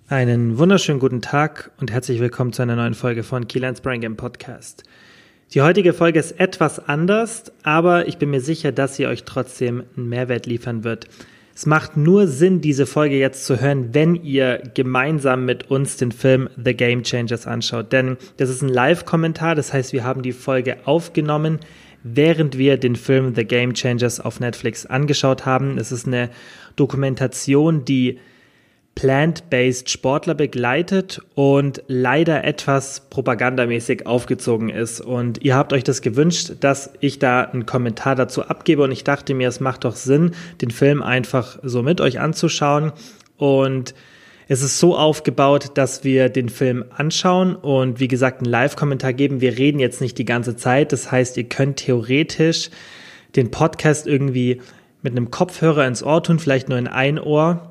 Einen wunderschönen guten Tag und herzlich willkommen zu einer neuen Folge von Kielands Brain Game Podcast. Die heutige Folge ist etwas anders, aber ich bin mir sicher, dass sie euch trotzdem einen Mehrwert liefern wird. Es macht nur Sinn, diese Folge jetzt zu hören, wenn ihr gemeinsam mit uns den Film The Game Changers anschaut. Denn das ist ein Live-Kommentar, das heißt, wir haben die Folge aufgenommen, während wir den Film The Game Changers auf Netflix angeschaut haben. Es ist eine Dokumentation, die plant-based Sportler begleitet und leider etwas propagandamäßig aufgezogen ist. Und ihr habt euch das gewünscht, dass ich da einen Kommentar dazu abgebe. Und ich dachte mir, es macht doch Sinn, den Film einfach so mit euch anzuschauen. Und es ist so aufgebaut, dass wir den Film anschauen und wie gesagt einen Live-Kommentar geben. Wir reden jetzt nicht die ganze Zeit. Das heißt, ihr könnt theoretisch den Podcast irgendwie mit einem Kopfhörer ins Ohr tun, vielleicht nur in ein Ohr.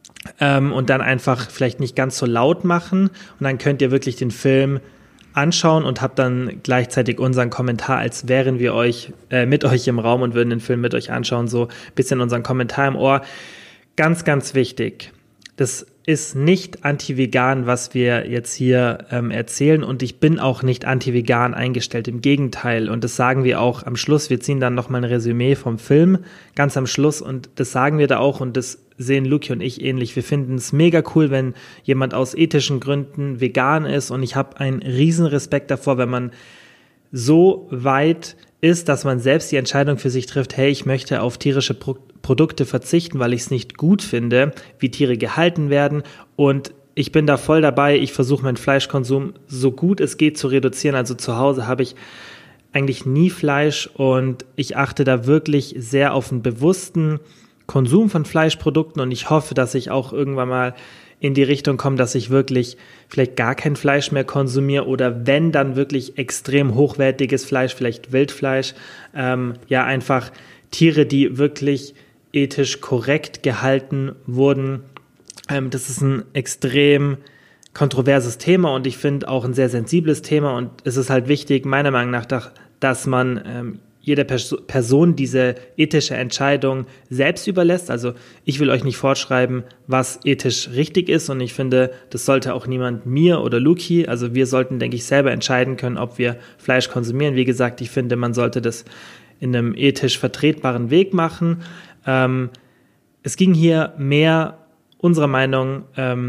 Und dann einfach vielleicht nicht ganz so laut machen und dann könnt ihr wirklich den Film anschauen und habt dann gleichzeitig unseren Kommentar, als wären wir mit euch im Raum und würden den Film mit euch anschauen, so ein bisschen unseren Kommentar im Ohr. Ganz, ganz wichtig. Das ist nicht anti-vegan, was wir jetzt hier erzählen und ich bin auch nicht anti-vegan eingestellt, im Gegenteil und das sagen wir auch am Schluss, wir ziehen dann nochmal ein Resümee vom Film, ganz am Schluss und das sagen wir da auch und das sehen Luki und ich ähnlich. Wir finden es mega cool, wenn jemand aus ethischen Gründen vegan ist und ich habe einen riesen Respekt davor, wenn man so weit ist, dass man selbst die Entscheidung für sich trifft, hey, ich möchte auf tierische Produkte verzichten, weil ich es nicht gut finde, wie Tiere gehalten werden und ich bin da voll dabei, ich versuche meinen Fleischkonsum so gut es geht zu reduzieren, also zu Hause habe ich eigentlich nie Fleisch und ich achte da wirklich sehr auf einen bewussten Konsum von Fleischprodukten und ich hoffe, dass ich auch irgendwann mal in die Richtung komme, dass ich wirklich vielleicht gar kein Fleisch mehr konsumiere oder wenn, dann wirklich extrem hochwertiges Fleisch, vielleicht Wildfleisch, einfach Tiere, die wirklich ethisch korrekt gehalten wurden. Das ist ein extrem kontroverses Thema und ich finde auch ein sehr sensibles Thema und es ist halt wichtig, meiner Meinung nach, dass man jeder Person diese ethische Entscheidung selbst überlässt. Also ich will euch nicht vorschreiben, was ethisch richtig ist und ich finde, das sollte auch niemand mir oder Luki, also wir sollten, denke ich, selber entscheiden können, ob wir Fleisch konsumieren. Wie gesagt, ich finde, man sollte das in einem ethisch vertretbaren Weg machen. Es ging hier mehr unserer Meinung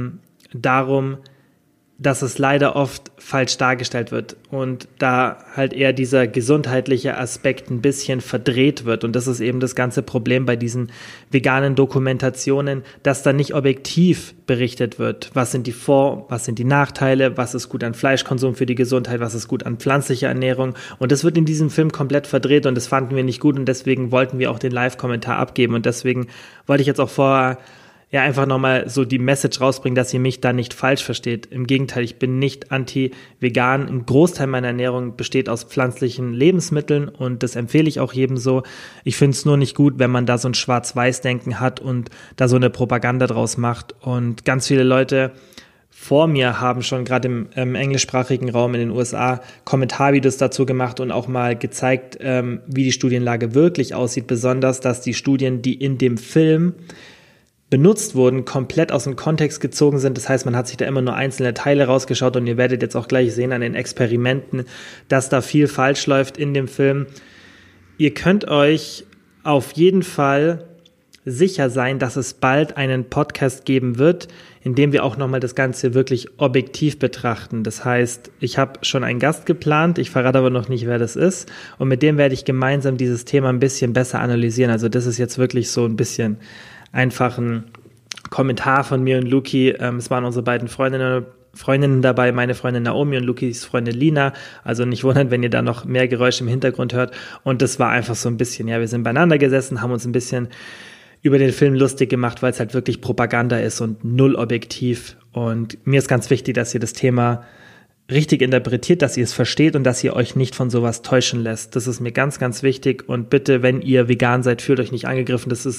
darum, dass es leider oft falsch dargestellt wird und da halt eher dieser gesundheitliche Aspekt ein bisschen verdreht wird und das ist eben das ganze Problem bei diesen veganen Dokumentationen, dass da nicht objektiv berichtet wird, was sind die Nachteile, was ist gut an Fleischkonsum für die Gesundheit, was ist gut an pflanzlicher Ernährung und das wird in diesem Film komplett verdreht und das fanden wir nicht gut und deswegen wollten wir auch den Live-Kommentar abgeben und deswegen wollte ich jetzt auch vorher einfach nochmal so die Message rausbringen, dass ihr mich da nicht falsch versteht. Im Gegenteil, ich bin nicht anti-vegan. Ein Großteil meiner Ernährung besteht aus pflanzlichen Lebensmitteln und das empfehle ich auch jedem so. Ich finde es nur nicht gut, wenn man da so ein Schwarz-Weiß-Denken hat und da so eine Propaganda draus macht. Und ganz viele Leute vor mir haben schon gerade im englischsprachigen Raum in den USA Kommentarvideos dazu gemacht und auch mal gezeigt, wie die Studienlage wirklich aussieht. Besonders, dass die Studien, die in dem Film benutzt wurden, komplett aus dem Kontext gezogen sind. Das heißt, man hat sich da immer nur einzelne Teile rausgeschaut und ihr werdet jetzt auch gleich sehen an den Experimenten, dass da viel falsch läuft in dem Film. Ihr könnt euch auf jeden Fall sicher sein, dass es bald einen Podcast geben wird, in dem wir auch nochmal das Ganze wirklich objektiv betrachten. Das heißt, ich habe schon einen Gast geplant, ich verrate aber noch nicht, wer das ist und mit dem werde ich gemeinsam dieses Thema ein bisschen besser analysieren. Also das ist jetzt wirklich so ein bisschen einfach ein Kommentar von mir und Luki. Es waren unsere beiden Freundinnen dabei, meine Freundin Naomi und Lukis Freundin Lina. Also nicht wundern, wenn ihr da noch mehr Geräusche im Hintergrund hört. Und das war einfach so ein bisschen, wir sind beieinander gesessen, haben uns ein bisschen über den Film lustig gemacht, weil es halt wirklich Propaganda ist und null objektiv. Und mir ist ganz wichtig, dass ihr das Thema richtig interpretiert, dass ihr es versteht und dass ihr euch nicht von sowas täuschen lässt. Das ist mir ganz, ganz wichtig. Und bitte, wenn ihr vegan seid, fühlt euch nicht angegriffen. Das ist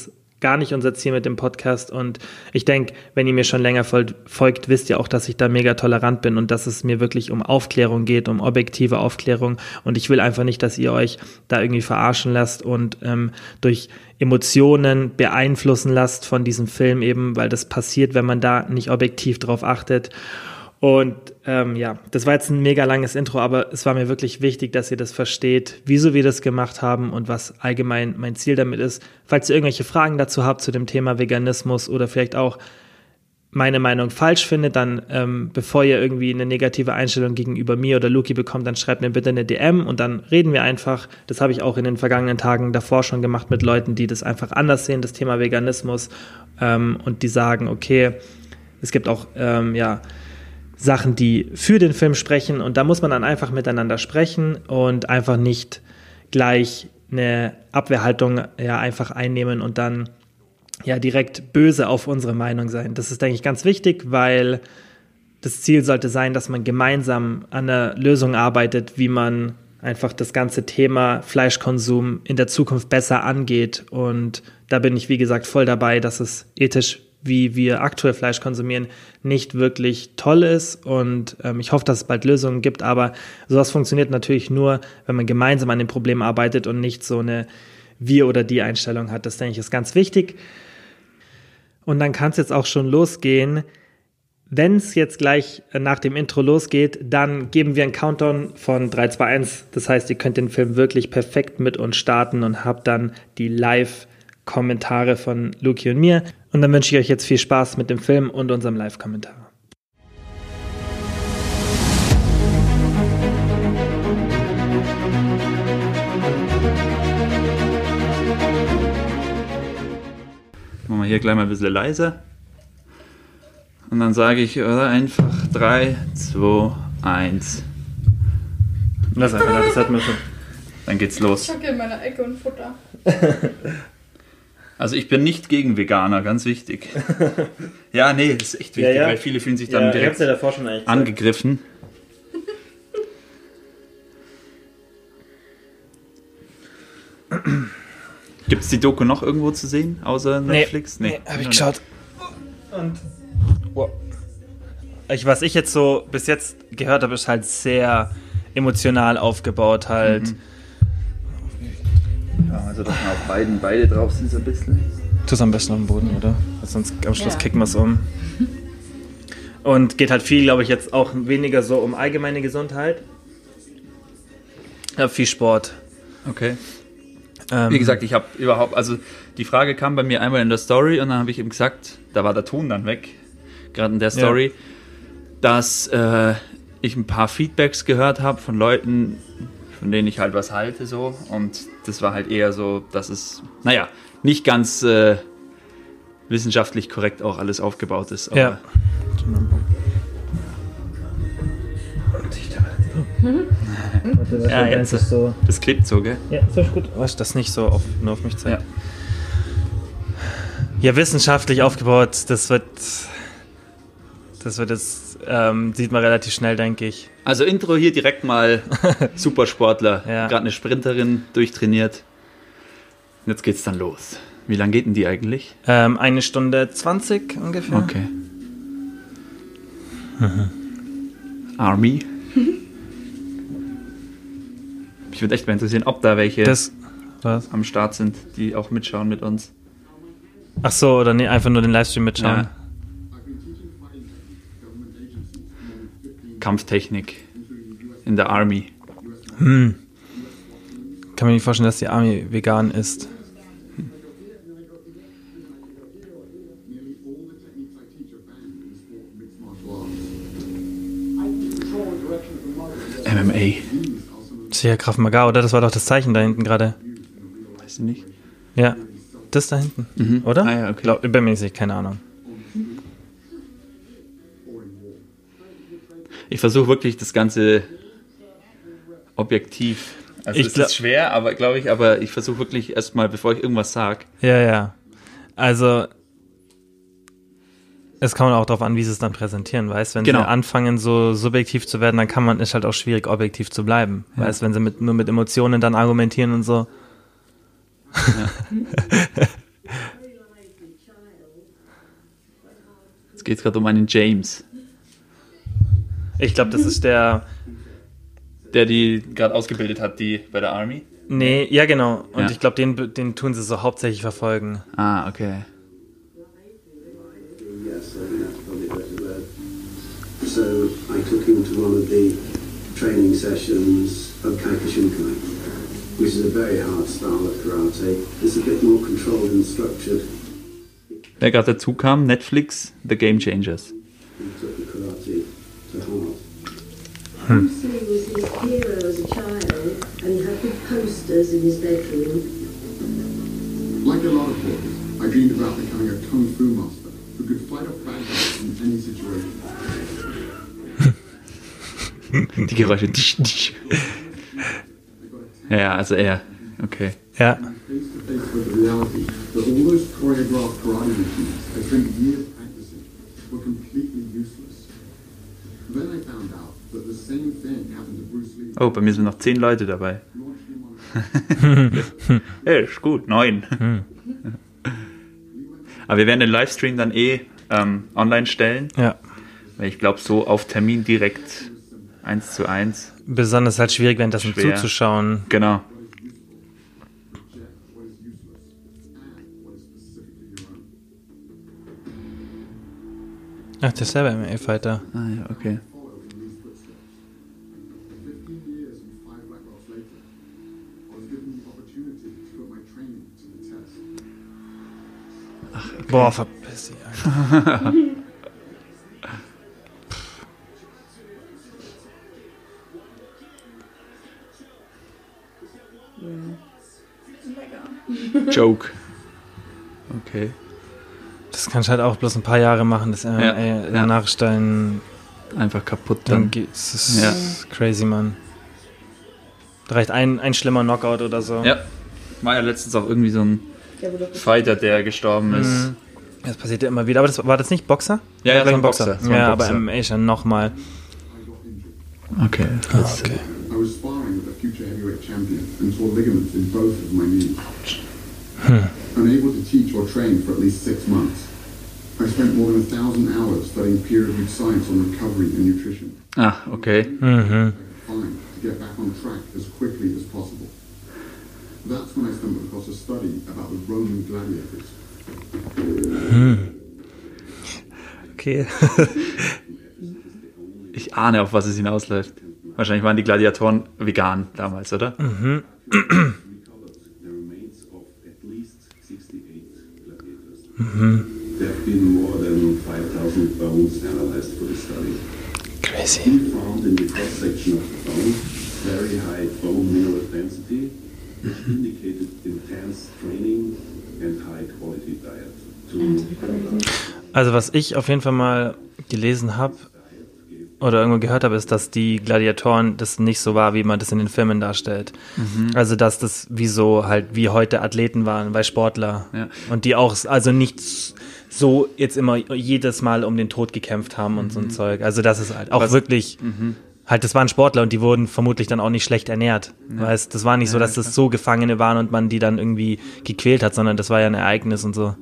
gar nicht unser Ziel mit dem Podcast. Und ich denke, wenn ihr mir schon länger folgt, wisst ihr auch, dass ich da mega tolerant bin und dass es mir wirklich um Aufklärung geht, um objektive Aufklärung. Und ich will einfach nicht, dass ihr euch da irgendwie verarschen lasst und durch Emotionen beeinflussen lasst von diesem Film eben, weil das passiert, wenn man da nicht objektiv drauf achtet. Und das war jetzt ein mega langes Intro, aber es war mir wirklich wichtig, dass ihr das versteht, wieso wir das gemacht haben und was allgemein mein Ziel damit ist. Falls ihr irgendwelche Fragen dazu habt zu dem Thema Veganismus oder vielleicht auch meine Meinung falsch findet, dann bevor ihr irgendwie eine negative Einstellung gegenüber mir oder Luki bekommt, dann schreibt mir bitte eine DM und dann reden wir einfach. Das habe ich auch in den vergangenen Tagen davor schon gemacht mit Leuten, die das einfach anders sehen, das Thema Veganismus, und die sagen, okay, es gibt auch Sachen, die für den Film sprechen und da muss man dann einfach miteinander sprechen und einfach nicht gleich eine Abwehrhaltung einfach einnehmen und dann direkt böse auf unsere Meinung sein. Das ist, denke ich, ganz wichtig, weil das Ziel sollte sein, dass man gemeinsam an einer Lösung arbeitet, wie man einfach das ganze Thema Fleischkonsum in der Zukunft besser angeht. Und da bin ich, wie gesagt, voll dabei, dass es ethisch, wie wir aktuell Fleisch konsumieren, nicht wirklich toll ist. Und ich hoffe, dass es bald Lösungen gibt. Aber sowas funktioniert natürlich nur, wenn man gemeinsam an dem Problem arbeitet und nicht so eine Wir- oder Die-Einstellung hat. Das, denke ich, ist ganz wichtig. Und dann kann es jetzt auch schon losgehen. Wenn es jetzt gleich nach dem Intro losgeht, dann geben wir einen Countdown von 3, 2, 1. Das heißt, ihr könnt den Film wirklich perfekt mit uns starten und habt dann die Live-Kommentare von Luki und mir. Und dann wünsche ich euch jetzt viel Spaß mit dem Film und unserem Live-Kommentar. Machen wir hier gleich mal ein bisschen leiser. Und dann sage ich einfach 3, 2, 1. Das hat man schon. Dann geht's los. Ich hocke in meiner Ecke und Futter. Also ich bin nicht gegen Veganer, ganz wichtig. Ja, nee, das ist echt wichtig, weil viele fühlen sich dann direkt angegriffen. Gibt es die Doku noch irgendwo zu sehen, außer Netflix? Nee, habe ich geschaut. Und was ich jetzt so bis jetzt gehört habe, ist halt sehr emotional aufgebaut halt. Mhm. Ja, also dass man auf beide drauf sind so ein bisschen. Tu es am besten auf dem Boden, oder? Sonst am Schluss kicken wir es um. Und geht halt viel, glaube ich, jetzt auch weniger so um allgemeine Gesundheit. Ja, viel Sport. Okay. Wie gesagt, ich habe also die Frage kam bei mir einmal in der Story und dann habe ich eben gesagt, da war der Ton dann weg, gerade in der Story, dass ich ein paar Feedbacks gehört habe von Leuten, von denen ich halt was halte so und das war halt eher so, dass es, nicht ganz wissenschaftlich korrekt auch alles aufgebaut ist. Aber ja. Ja, jetzt so. Das klebt so, gell? Ja, das ist gut. Was, das nicht so nur auf mich zeigt. Ja, wissenschaftlich aufgebaut, das wird jetzt, sieht man relativ schnell, denke ich. Also Intro hier direkt mal Supersportler, gerade eine Sprinterin, durchtrainiert. Und jetzt geht's dann los. Wie lange geht denn die eigentlich? 1 Stunde 20 ungefähr. Okay. Army. Mich würde echt mal interessieren, ob da welche am Start sind, die auch mitschauen mit uns. Ach so, oder nee, einfach nur den Livestream mitschauen. Ja. Kampftechnik in der Army. Kann mir nicht vorstellen, dass die Army vegan ist. MMA. Sicher Krav Maga, oder? Das war doch das Zeichen da hinten gerade. Weißt du nicht? Ja, das da hinten, oder? Ah ja, okay. Bin mir nicht sicher, keine Ahnung. Ich versuche wirklich das Ganze objektiv. Also es ist schwer, aber ich versuche wirklich erstmal, bevor ich irgendwas sage. Ja. Also es kommt auch darauf an, wie sie es dann präsentieren, weißt? Wenn sie anfangen, so subjektiv zu werden, dann ist halt auch schwierig, objektiv zu bleiben. Ja. Weißt, wenn sie nur mit Emotionen dann argumentieren und so. Jetzt geht es gerade um einen James. Ich glaube, das ist der die gerade ausgebildet hat, die bei der Army. Nee, ja genau. Und ich glaube, den tun sie so hauptsächlich verfolgen. Ah, okay. So I took him to one of the training sessions of Kyokushinkai, which is a very hard style of karate. It's a bit more controlled and structured. Wer gerade dazu kam, Netflix, The Game Changers. He took the karate to heart. Bruce Lee was his hero as a child, and he had big posters in his bedroom. Like a lot of boys, I dreamed about becoming a kung fu master who could fight off bad guys in any situation. Die Geräusche. Ja, also er. Okay. Ja. Face to face with the reality that all those choreographed karate routines I spent years practicing were completely useless. Then I found out that the same thing happened to Bruce Lee. Oh, bei mir sind noch 10 Leute dabei. Ist gut, 9. Aber wir werden den Livestream dann online stellen. Ja. Weil ich glaube, so auf Termin direkt 1:1. Besonders halt schwierig, wenn das Schwer. zuzuschauen. Genau. Ach, der ist selber MMA-Fighter. Ah ja, okay. 15 years and 5 black belts later, I was given the opportunity to put my training to the test. Boah, verpiss dich, Alter. Joke. Okay. Das kannst du halt auch bloß ein paar Jahre machen, das MMA. Danach ist dann Einfach kaputt dann dann. geht's. Das ist crazy, Mann. Da reicht ein schlimmer Knockout oder so. Ja. War ja letztens auch irgendwie so ein Fighter, der gestorben ist. Das passiert ja immer wieder. Aber war das nicht Boxer? Ja, Gleich das war ein ein Boxer. Das war ein Ja, Boxer. aber MMA ist ja nochmal. Okay. Okay. I was sparring with a future heavyweight champion and tore ligaments in both of my knees. Unable to teach or train for at least 6 months. I spent more than 1,000 hours studying peer-reviewed science on recovery and nutrition. Ah, okay. Fine, to get back on track as quickly as possible. That's when I stumbled across a study about the Roman gladiators. Okay. Ich ahne, auf was es hinausläuft. Wahrscheinlich waren die Gladiatoren vegan damals, oder? Recovered the remains of at least 68 gladiators. There have been more than 5,000 bones analyzed for the study. Crazy. We found in the cross-section of the bone very high bone mineral density, which indicated intense training and high-quality diet. Also was ich auf jeden Fall mal gelesen habe oder irgendwo gehört habe, ist, dass die Gladiatoren das nicht so war, wie man das in den Filmen darstellt. Also dass das wie heute Athleten waren, bei Sportler. Ja. Und die auch also nicht so jetzt immer jedes Mal um den Tod gekämpft haben und so ein Zeug. Also das ist halt auch wirklich halt, das waren Sportler und die wurden vermutlich dann auch nicht schlecht ernährt. Weißt, das war nicht so, dass das so Gefangene waren und man die dann irgendwie gequält hat, sondern das war ja ein Ereignis und so.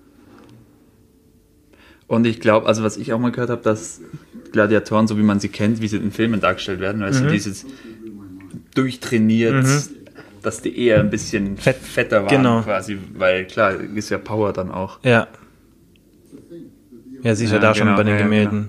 Und ich glaube, also was ich auch mal gehört habe, dass Gladiatoren, so wie man sie kennt, wie sie in Filmen dargestellt werden, weißt du, dieses durchtrainiert, dass die eher ein bisschen fetter waren Genau. quasi, weil klar, ist ja Power dann auch. Ja. Ja, siehst du ja da schon genau, bei den ja, Gemälden.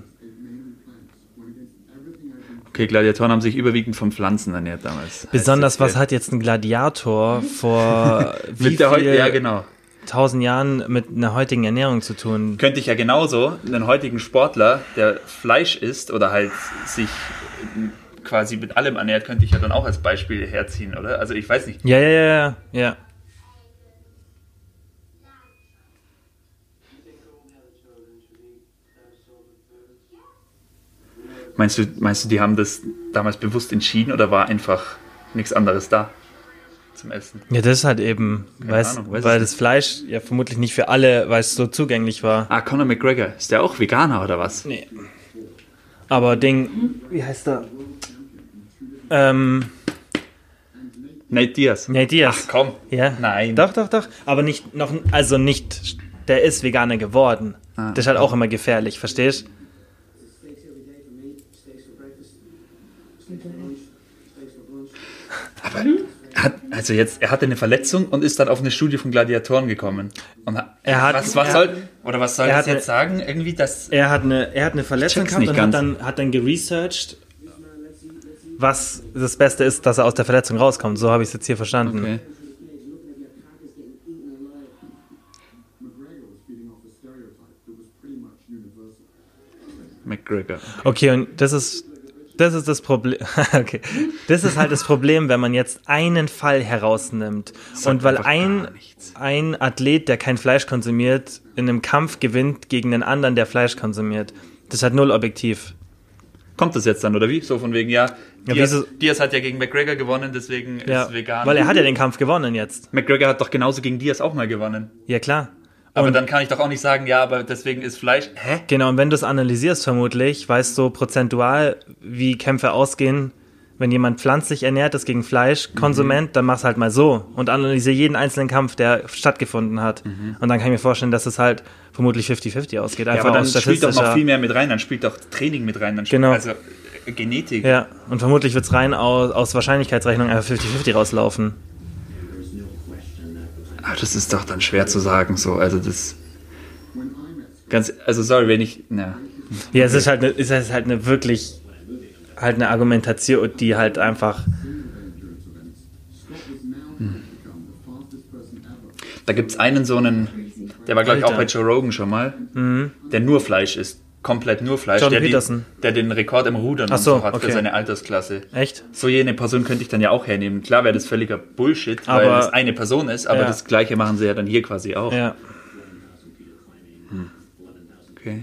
Okay, Gladiatoren haben sich überwiegend von Pflanzen ernährt damals. Besonders, was hat jetzt ein Gladiator vor wie mit der viel ja, genau. 1000 Jahren mit einer heutigen Ernährung zu tun? Könnte ich ja genauso einen heutigen Sportler, der Fleisch isst oder halt sich quasi mit allem ernährt, könnte ich ja dann auch als Beispiel herziehen, oder? Also ich weiß nicht. Ja. Meinst du, die haben das damals bewusst entschieden oder war einfach nichts anderes da zum Essen? Ja, das ist halt eben, Ahnung, weiß weil ich das Fleisch ja vermutlich nicht für alle, weil es so zugänglich war. Ah, Conor McGregor, ist der auch Veganer oder was? Nee. Aber wie heißt der? Nate Diaz. Nate Diaz. Ach komm. Ja. Nein. Doch. Aber nicht der ist Veganer geworden. Das ist halt auch immer gefährlich, verstehst du? Steaks every day for me, steaks for breakfast, steaks for lunch, steaks for brunch. Aber er hatte eine Verletzung und ist dann auf eine Studie von Gladiatoren gekommen. Und was soll das jetzt sagen? Irgendwie er hat eine Verletzung gehabt und hat dann geresearched, was das Beste ist, dass er aus der Verletzung rauskommt. So habe ich es jetzt hier verstanden. Okay. McGregor. Okay, und das ist das Problem. Okay. Das ist halt das Problem, wenn man jetzt einen Fall herausnimmt. Und weil ein Athlet, der kein Fleisch konsumiert, in einem Kampf gewinnt gegen den anderen, der Fleisch konsumiert. Das ist halt null objektiv. Kommt das jetzt dann, oder wie? So von wegen, Diaz hat ja gegen McGregor gewonnen, deswegen ist vegan. Weil er hat ja den Kampf gewonnen jetzt. McGregor hat doch genauso gegen Diaz auch mal gewonnen. Ja, klar. Aber dann kann ich doch auch nicht sagen, ja, aber deswegen ist Fleisch. Hä? Genau, und wenn du es analysierst vermutlich, weißt du prozentual, wie Kämpfe ausgehen. Wenn jemand pflanzlich ernährt ist gegen Fleischkonsument, dann mach's halt mal so und analysiere jeden einzelnen Kampf, der stattgefunden hat. Und dann kann ich mir vorstellen, dass es halt vermutlich 50-50 ausgeht. Einfach aber dann spielt doch noch viel mehr mit rein, dann spielt doch Training mit rein, dann spielt also Genetik. Ja, und vermutlich wird es rein aus Wahrscheinlichkeitsrechnung einfach 50-50 rauslaufen. Ach, das ist doch dann schwer zu sagen, so, also das sorry, wenn ich, Ja, es ist halt eine wirklich halt eine Argumentation, die halt einfach Da gibt es einen der war glaube ich auch bei Joe Rogan schon mal, der nur Fleisch isst. Komplett nur Fleisch, der den Rekord im Rudern und so hat für seine Altersklasse. Echt? So jene Person könnte ich dann ja auch hernehmen. Klar wäre das völliger Bullshit, weil es eine Person ist, aber das Gleiche machen sie ja dann hier quasi auch. Ja. Okay.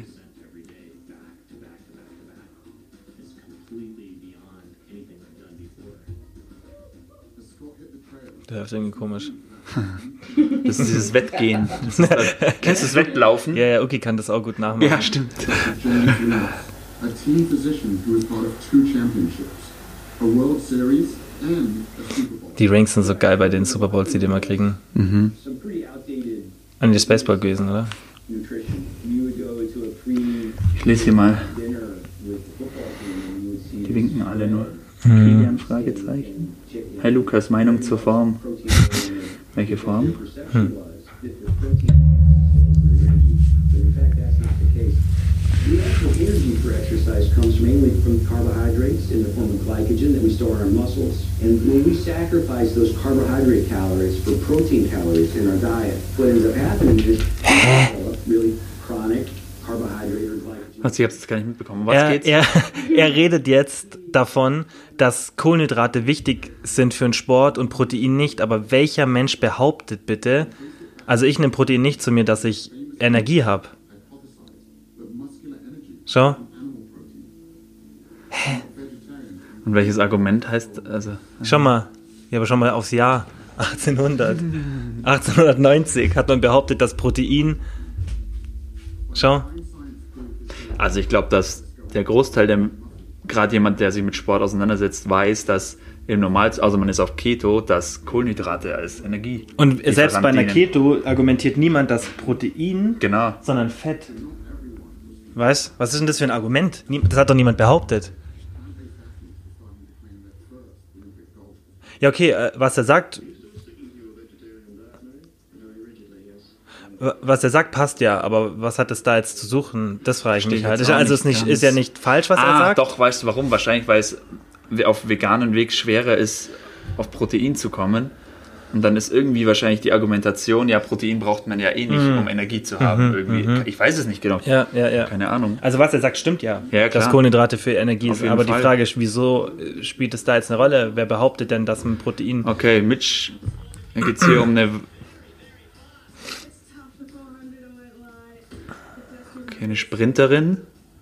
Das ist irgendwie komisch. Das ist dieses Wettgehen. Kennst du das Wettlaufen? Ja, Uki kann das auch gut nachmachen. Ja, stimmt. A team physician who is part of 2 championships, a World Series and a Super Bowl. Die Rings sind so geil bei den Super Bowls, die die immer kriegen. Some pretty outdated An die Spaceball gewesen, oder? nutrition. You would go to a pre-dinner Ich lese hier mal. with the football team and you would see Die winken alle nur. Kilian, Fragezeichen. Hey Lukas, Meinung zur Form. Welche Form? The actual energy for exercise comes mainly from carbohydrates in the form of glycogen that we store in our muscles. And when we sacrifice those carbohydrate calories for protein calories in our diet, what ends up happening is really chronic carbohydrate or glycogen. Ich habe es gar nicht mitbekommen. Was geht's? Er redet jetzt davon, dass Kohlenhydrate wichtig sind für den Sport und Protein nicht. Aber welcher Mensch behauptet bitte, also ich nehme Protein nicht zu mir, dass ich Energie habe? Schau. Und welches Argument heißt, also... Schau mal, aufs Jahr 1890 hat man behauptet, dass Protein... Schau. Also ich glaube, dass der Großteil, gerade jemand, der sich mit Sport auseinandersetzt, weiß, dass im Normalfall, also man ist auf Keto, dass Kohlenhydrate als Energie... Und selbst bei einer Keto argumentiert niemand, dass Protein, sondern Fett... Was ist denn das für ein Argument? Das hat doch niemand behauptet. Ja, okay, was er sagt, passt ja, aber was hat es da jetzt zu suchen? Das frage ich mich halt. Also ist ja nicht falsch, was er sagt. Doch, weißt du warum? Wahrscheinlich, weil es auf veganen Weg schwerer ist, auf Protein zu kommen. Und dann ist irgendwie wahrscheinlich die Argumentation, ja, Protein braucht man ja eh nicht, um Energie zu haben. Irgendwie. Ich weiß es nicht genau. Ja. Keine Ahnung. Also was er sagt, stimmt ja dass Kohlenhydrate für Energie sind. Aber die Frage ist, wieso spielt es da jetzt eine Rolle? Wer behauptet denn, dass ein Protein... Okay, Mitch, da geht es hier um eine Sprinterin.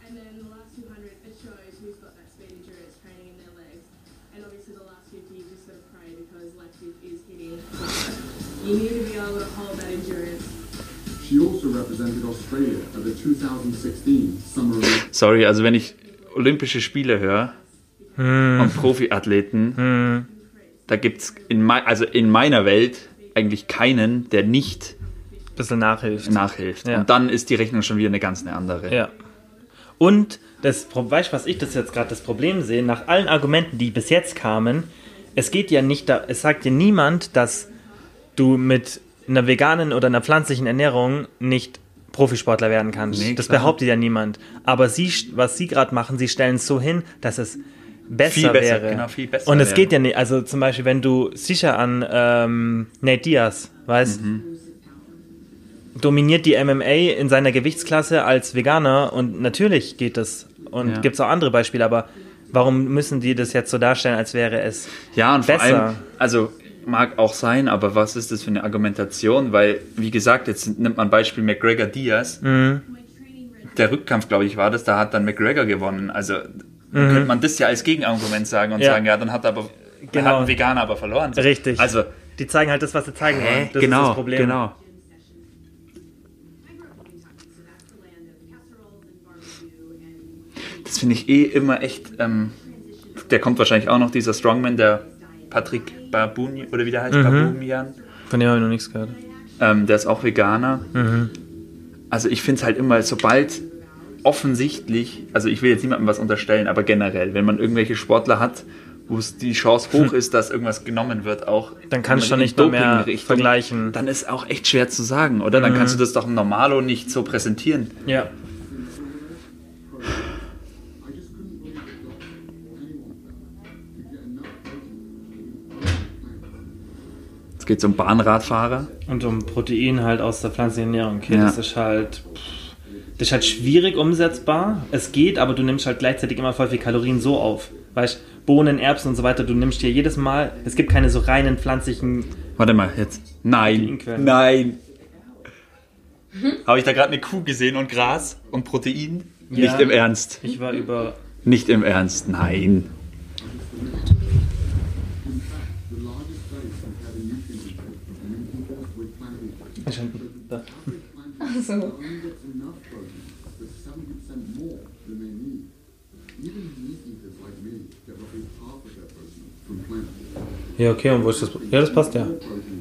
You need to be able to hold that endurance. She also represented Australia at the 2016 Summer Olympics. Sorry, also wenn ich Olympische Spiele höre und Profiathleten, da gibt es in meiner Welt eigentlich keinen, der nicht bisschen nachhilft. Ja. Und dann ist die Rechnung schon wieder eine ganz andere. Ja. Und weißt du, was ich das jetzt gerade das Problem sehe? Nach allen Argumenten, die bis jetzt kamen, es sagt dir niemand, dass du mit einer veganen oder einer pflanzlichen Ernährung nicht Profisportler werden kannst. Nee, das behauptet ja niemand. Aber was sie gerade machen, sie stellen es so hin, dass es besser wäre. Genau, viel besser und es geht ja nicht, also zum Beispiel, wenn du sicher an Nate Diaz, weißt, dominiert die MMA in seiner Gewichtsklasse als Veganer und natürlich geht das. Und gibt es auch andere Beispiele, aber warum müssen die das jetzt so darstellen, als wäre es und besser? Vor allem, also mag auch sein, aber was ist das für eine Argumentation? Weil, wie gesagt, jetzt nimmt man Beispiel McGregor Diaz. Der Rückkampf, glaube ich, war das, da hat dann McGregor gewonnen. Also könnte man das ja als Gegenargument sagen und sagen, ja, dann hat ein Veganer aber verloren. Richtig. Also, die zeigen halt das, was sie zeigen wollen. Das ist das Problem. Genau. Das finde ich immer echt, der kommt wahrscheinlich auch noch, dieser Strongman, der Patrick Babuni, oder wie der heißt, Babumian. Von dem habe ich noch nichts gehört. Der ist auch Veganer. Also ich finde es halt immer, sobald offensichtlich, also ich will jetzt niemandem was unterstellen, aber generell, wenn man irgendwelche Sportler hat, wo es die Chance hoch ist, dass irgendwas genommen wird, auch dann kannst du schon nicht mehr vergleichen. Dann ist auch echt schwer zu sagen, oder? Dann kannst du das doch im Normalo nicht so präsentieren. Ja. Es geht um Bahnradfahrer. Und um Protein halt aus der pflanzlichen Ernährung. Okay, das ist halt schwierig umsetzbar. Es geht, aber du nimmst halt gleichzeitig immer voll viel Kalorien so auf. Weißt du, Bohnen, Erbsen und so weiter, du nimmst dir jedes Mal, es gibt keine so reinen pflanzlichen... Warte mal, jetzt. Nein. Habe ich da gerade eine Kuh gesehen und Gras und Protein? Ja, nicht im Ernst. Ich war über... Nicht im Ernst, nein. Also. Ja, okay, und wo ist das? Ja, das passt ja.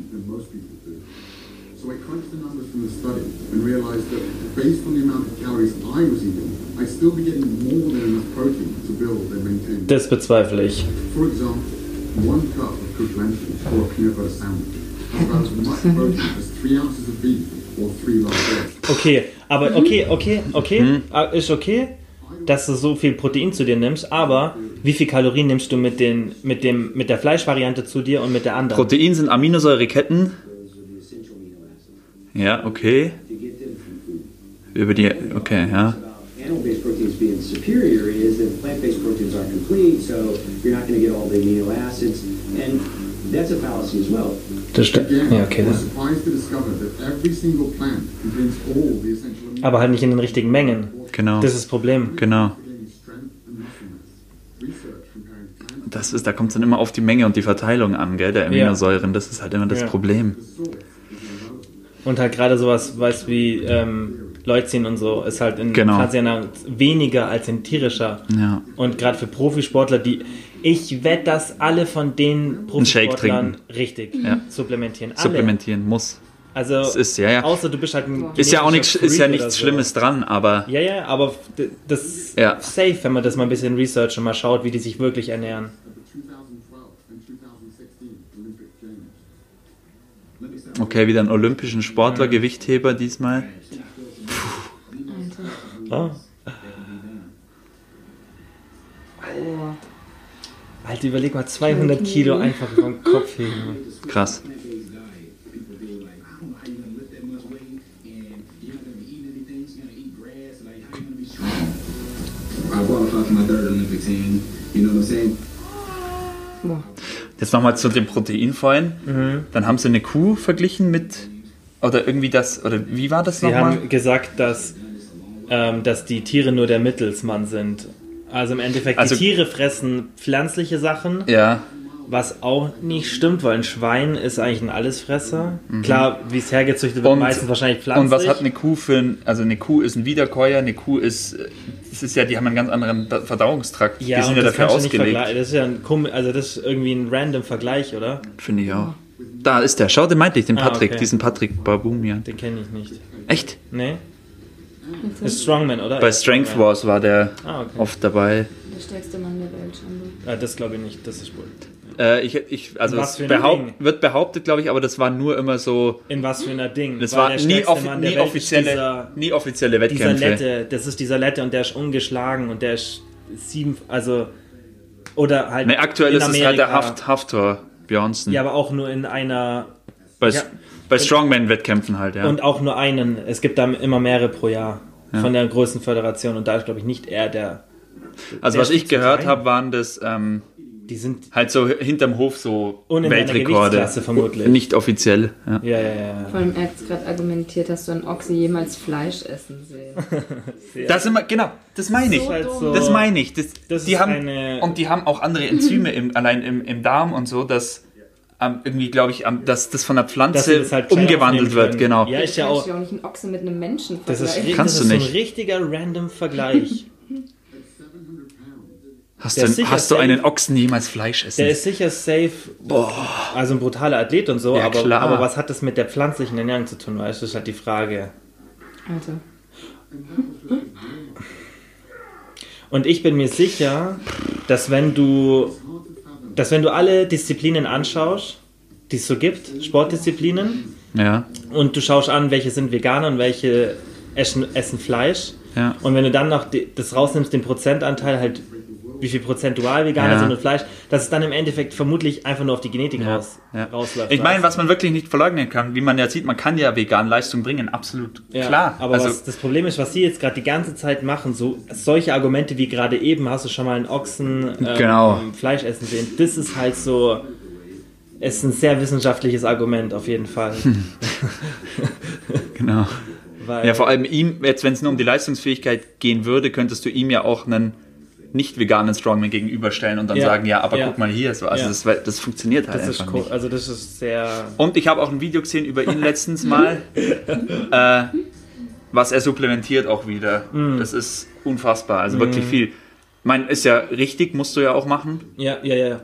So I crunched the numbers from the study and realized that based on the amount of calories I was eating, I'd still be getting more than enough protein to build and maintain. Das bezweifle ich. For example, 1 cup of cooked lentils or a peanut butter sandwich has about as much protein as 3 ounces of beef or 3 large eggs. Okay, aber ist okay, dass du so viel Protein zu dir nimmst, aber wie viel Kalorien nimmst du mit der Fleischvariante zu dir und mit der anderen? Protein sind Aminosäureketten. Ja, okay. Okay, ja. Animal-based proteins being superior is that plant-based proteins are complete, so you're not going to get all the amino acids, and that's a fallacy as well. Das stimmt. Ja, okay. Aber halt nicht in den richtigen Mengen. Genau. Das ist das Problem. Genau. Da kommt es dann immer auf die Menge und die Verteilung an, gell, der Aminosäuren. Das ist halt immer das Problem. Und halt gerade sowas, weißt du, wie Leucin und so, ist halt in Pflanzenernährung weniger als in tierischer. Ja. Und gerade für Profisportler, ich wette, dass alle von den Profisportlern richtig supplementieren. Alle. Supplementieren muss. Also, das ist, außer du bist halt ein ist ja auch nichts, ist ja nichts Schlimmes dran, aber... Ja, aber das ist safe, wenn man das mal ein bisschen researcht und mal schaut, wie die sich wirklich ernähren. Okay, wieder einen olympischen Sportler, Gewichtheber diesmal. Oh. Alter, überleg mal, 200 Kilo einfach vom Kopf heben. Krass. Jetzt nochmal zu dem Protein vorhin. Dann haben sie eine Kuh verglichen mit, oder irgendwie das, oder wie war das nochmal? Sie haben gesagt, dass die Tiere nur der Mittelsmann sind. Also im Endeffekt, die Tiere fressen pflanzliche Sachen, was auch nicht stimmt, weil ein Schwein ist eigentlich ein Allesfresser. Klar, wie es hergezüchtet wird, meistens wahrscheinlich pflanzlich. Und was hat eine Kuh also eine Kuh ist ein Wiederkäuer, eine Kuh ist, die haben einen ganz anderen Verdauungstrakt. Ja, die sind ja dafür ausgelegt. Das ist ja das ist irgendwie ein random Vergleich, oder? Finde ich auch. Da ist der. Schau, den meinte ich, den Patrick. Okay. Diesen Patrick Baboumian. Den kenne ich nicht. Echt? Nee? Ist Strongman, oder? Bei Strength Wars war der oft dabei. Der stärkste Mann der Welt, scheinbar. Das glaube ich nicht, das ist wohl. Also was es für ein Ding? wird behauptet, glaube ich, aber das war nur immer so. In was für einer Ding? Das Weil war der nie stärkste Mann der Welt ist nie offizielle dieser Wettkämpfe. Lette, das ist dieser Lette und der ist ungeschlagen und der ist 7, also oder halt Ne, aktuell in ist es halt der Amerika. Haftor Björnsson. Ja, aber auch nur in einer Bei Strongman-Wettkämpfen halt, ja. und auch nur einen. Es gibt da immer mehrere pro Jahr von der größten Föderation und da ist glaube ich nicht er der. Also der was ich steht zu gehört sein. habe, waren das Die sind halt so hinterm Hof so und in einer Weltrekorde. Gewichtsklasse vermutlich. Nicht offiziell. Ja. Ja. Vor allem, er hat gerade argumentiert, hast du einen Ochse jemals Fleisch essen sehen? Das immer, genau, das meine ich. So halt dumm. so- Das meine ich. Das Die ist haben, eine- und die haben auch andere Enzyme allein im Darm und so, dass irgendwie, glaube ich, dass das von der Dass sie Pflanze das halt gleich umgewandelt aufnehmen wird. können. Genau. Ja, ist ja Kannst auch. du auch nicht einen Ochse mit einem Menschen Das ist, vergleichen. Kannst das du ist so nicht. ein richtiger random Vergleich. Hast Der du, ist sicher hast du safe. einen Ochsen jemals Fleisch essen? Der ist sicher safe, also ein brutaler Athlet und so, Ja, aber, klar. aber was hat das mit der pflanzlichen Ernährung zu tun, weißt du? Das ist halt die Frage. Also, Und ich bin mir sicher, dass wenn du alle Disziplinen anschaust, die es so gibt, Sportdisziplinen, Ja. und du schaust an, welche sind Veganer und welche essen Fleisch, Ja. und wenn du dann noch das rausnimmst, den Prozentanteil halt, wie viel prozentual Veganer Ja. sind und Fleisch, dass es dann im Endeffekt vermutlich einfach nur auf die Genetik rausläuft. Ich meine, was man wirklich nicht verleugnen kann, wie man ja sieht, man kann ja vegan Leistung bringen, absolut Ja, klar. aber also, das Problem ist, was sie jetzt gerade die ganze Zeit machen, solche Argumente wie gerade eben, hast du schon mal einen Ochsen Genau. Fleisch essen sehen, das ist halt so, es ist ein sehr wissenschaftliches Argument auf jeden Fall. genau. Weil, Ja, vor allem ihm, jetzt wenn es nur um die Leistungsfähigkeit gehen würde, könntest du ihm ja auch einen nicht veganen Strongman gegenüberstellen und dann Ja. sagen, ja, aber Ja. guck mal hier. So. Also Ja. das funktioniert halt das ist einfach cool. nicht. Also das ist sehr... Und ich habe auch ein Video gesehen über ihn letztens mal, was er supplementiert auch wieder. Das ist unfassbar, also wirklich viel. Ich meine, ist ja richtig, musst du ja auch machen. Ja.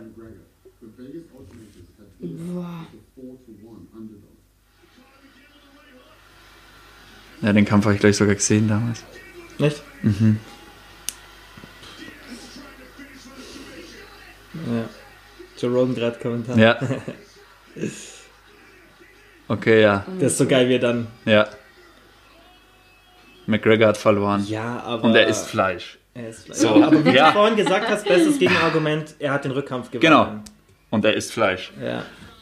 Ja, den Kampf habe ich gleich sogar gesehen damals. Nicht? Ja. Joe Rogan gerade Kommentar. Ja. Okay, ja. Das ist so geil, wie er dann... Ja. McGregor hat verloren. Ja, aber... Und er isst Fleisch. Er ist Fleisch. So. Aber wie Ja. du vorhin gesagt hast, bestes Gegenargument, er hat den Rückkampf gewonnen. Genau. Und er isst Fleisch. Ja.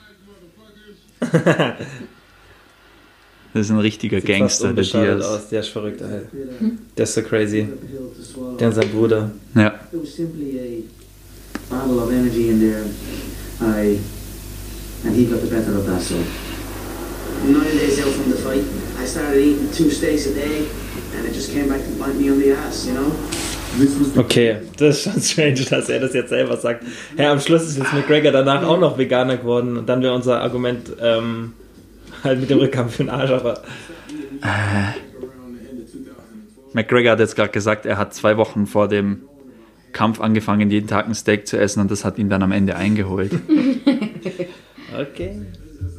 Das ist ein richtiger Sieht Gangster, fast der unbeschadet Diaz. aus, der ist verrückt, Alter. Der ist so crazy. Der und sein Bruder. Ja. It was simply a bottle of energy in there. And he got the better of that, so. 9 days out from the fight, I started eating 2 steaks a day, and it just came back to bite me on the ass, you know? This was the Okay, das ist schon strange, dass er das jetzt selber sagt. Ja, am Schluss ist jetzt McGregor danach auch noch Veganer geworden und dann wäre unser Argument halt mit dem Rückkampf für den Arsch, aber McGregor hat jetzt gerade gesagt, er hat 2 Wochen vor dem Kampf angefangen, jeden Tag ein Steak zu essen und das hat ihn dann am Ende eingeholt. okay.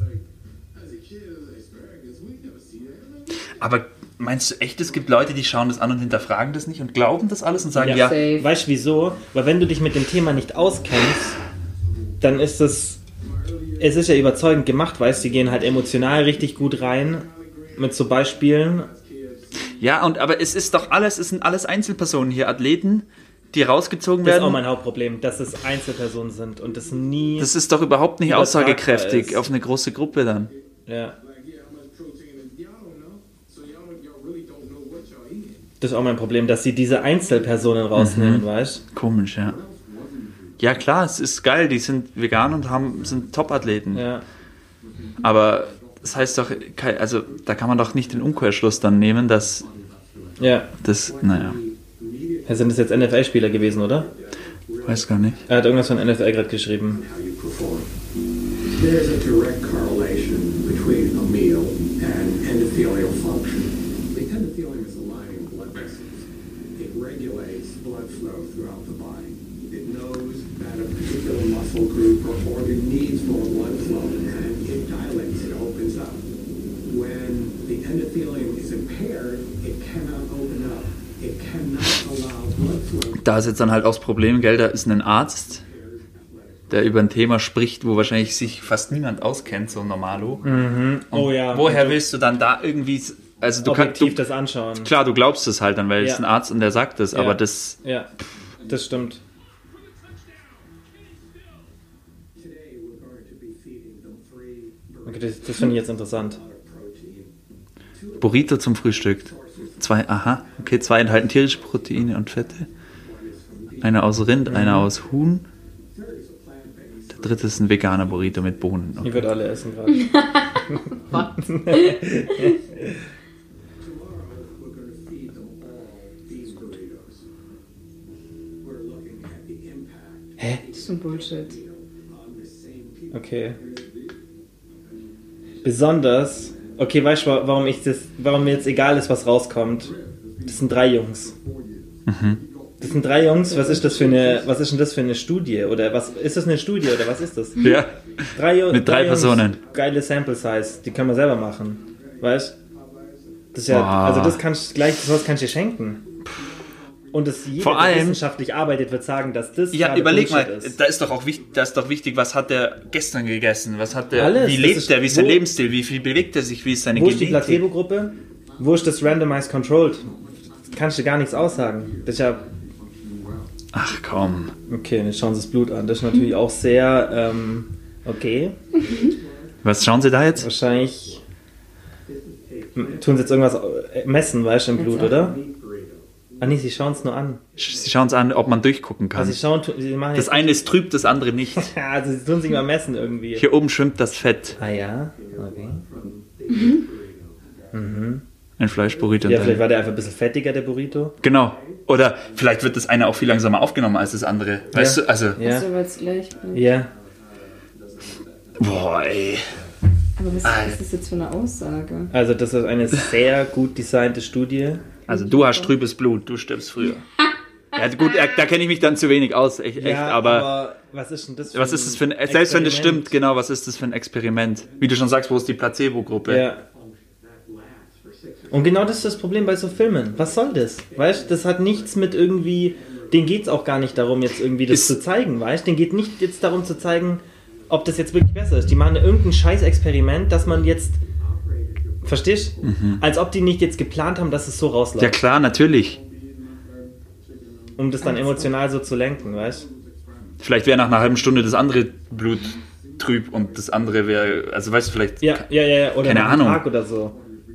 Aber meinst du echt, es gibt Leute, die schauen das an und hinterfragen das nicht und glauben das alles und sagen, ja, safe. Weißt du wieso? Weil wenn du dich mit dem Thema nicht auskennst, dann ist es ist ja überzeugend gemacht, weißt du, die gehen halt emotional richtig gut rein mit so Beispielen. ja, aber es ist doch alles, es sind alles Einzelpersonen hier, Athleten, die rausgezogen Das ist auch werden. mein Hauptproblem, dass es Einzelpersonen sind und das nie... Das ist doch überhaupt nicht Übertragbar aussagekräftig ist. auf eine große Gruppe dann. Ja. Das ist auch mein Problem, dass sie diese Einzelpersonen rausnehmen, weißt Komisch, ja. Ja klar, es ist geil, die sind vegan und sind Top-Athleten. du? Ja. Aber das heißt doch, also da kann man doch nicht den Umkehrschluss dann nehmen, dass Ja. das, naja, Ja, sind das jetzt NFL-Spieler gewesen, oder? weiß gar nicht. Er hat irgendwas von NFL gerade geschrieben. How you perform. There's a direct correlation between a meal and endothelial function. The endothelium is a lining of blood vessels. It regulates blood flow throughout the body. It knows that a particular muscle group or organ needs more blood flow, and it dilates, it opens up. When the endothelium is impaired, it cannot open up. It cannot allow blood flow. Da ist jetzt dann halt auch das Problem, gell, da ist ein Arzt, der über ein Thema spricht, wo wahrscheinlich sich fast niemand auskennt, so normalo. Mhm. Oh ja. Woher willst du dann da irgendwie, also du objektiv kannst das anschauen? Klar, du glaubst es halt dann, weil es ist ein Arzt und der sagt es, aber das... Ja, das stimmt. Okay, das finde ich jetzt interessant. Burrito zum Frühstück. 2 enthalten tierische Proteine und Fette. Einer aus Rind, einer aus Huhn. Der dritte ist ein veganer Burrito mit Bohnen. Okay. Ich würde alle essen gerade. Hä? Das ist ein Bullshit. Okay. Besonders, okay, weißt du, warum mir jetzt egal ist, was rauskommt? Das sind 3 Jungs. Mhm. Das sind 3 Jungs, was ist denn das für eine Studie? Oder was ist das eine Studie oder was ist das? Ja. Mit 3 Jungs, Personen. Geile Sample Size, die können wir selber machen. Weißt du? Das ist ja, also das kannst du dir schenken. Und das jeder, vor allem, der wissenschaftlich arbeitet, wird sagen, dass das ja, überleg mal, ist. da ist doch wichtig, was hat der gestern gegessen? Was hat der, alles, wie lebt der, wie ist sein Lebensstil, wie viel bewegt er sich, wie ist seine Genetik? Wo ist die Genetik? Placebo-Gruppe? Wo ist das Randomized Controlled? Kannst du gar nichts aussagen. Das ist ja... Ach komm. Okay, jetzt schauen Sie das Blut an. Das ist natürlich auch sehr, okay. Was schauen Sie da jetzt? Wahrscheinlich tun Sie jetzt irgendwas messen, weißt du, im Blut, oder? Ah nee, Sie schauen es nur an. Sie schauen es an, ob man durchgucken kann. Also Sie machen das eine ist trüb, das andere nicht. Also Sie tun sich mal messen irgendwie. Hier oben schwimmt das Fett. Ah ja, okay. Mhm. Ein Fleischburrito. Ja, vielleicht war der einfach ein bisschen fettiger, der Burrito. Genau. Oder vielleicht wird das eine auch viel langsamer aufgenommen als das andere. Weißt du, also... Ja. So, weil es gleich bleibt. Ja. Boah, ey. Aber was ist das jetzt für eine Aussage? Also das ist eine sehr gut designte Studie. Also du hast trübes Blut, du stirbst früher. Ja gut, da kenne ich mich dann zu wenig aus, echt, aber was ist denn das für was ist das für ein, selbst wenn das stimmt, genau, was ist das für ein Experiment? Wie du schon sagst, wo ist die Placebo-Gruppe? Ja. Und genau das ist das Problem bei so Filmen. Was soll das? Weißt du, das hat nichts mit irgendwie, denen geht es auch gar nicht darum, jetzt irgendwie das zu zeigen, weißt du? Denen geht nicht jetzt darum zu zeigen, ob das jetzt wirklich besser ist. Die machen irgendein Scheiß-Experiment, dass man jetzt, verstehst du? Mhm. Als ob die nicht jetzt geplant haben, dass es so rausläuft. Ja klar, natürlich. Um das dann emotional so zu lenken, weißt du? Vielleicht wäre nach einer halben Stunde das andere Blut trüb und das andere wäre, also weißt du, vielleicht... Ja, oder keine nach einem Ahnung. Tag oder so.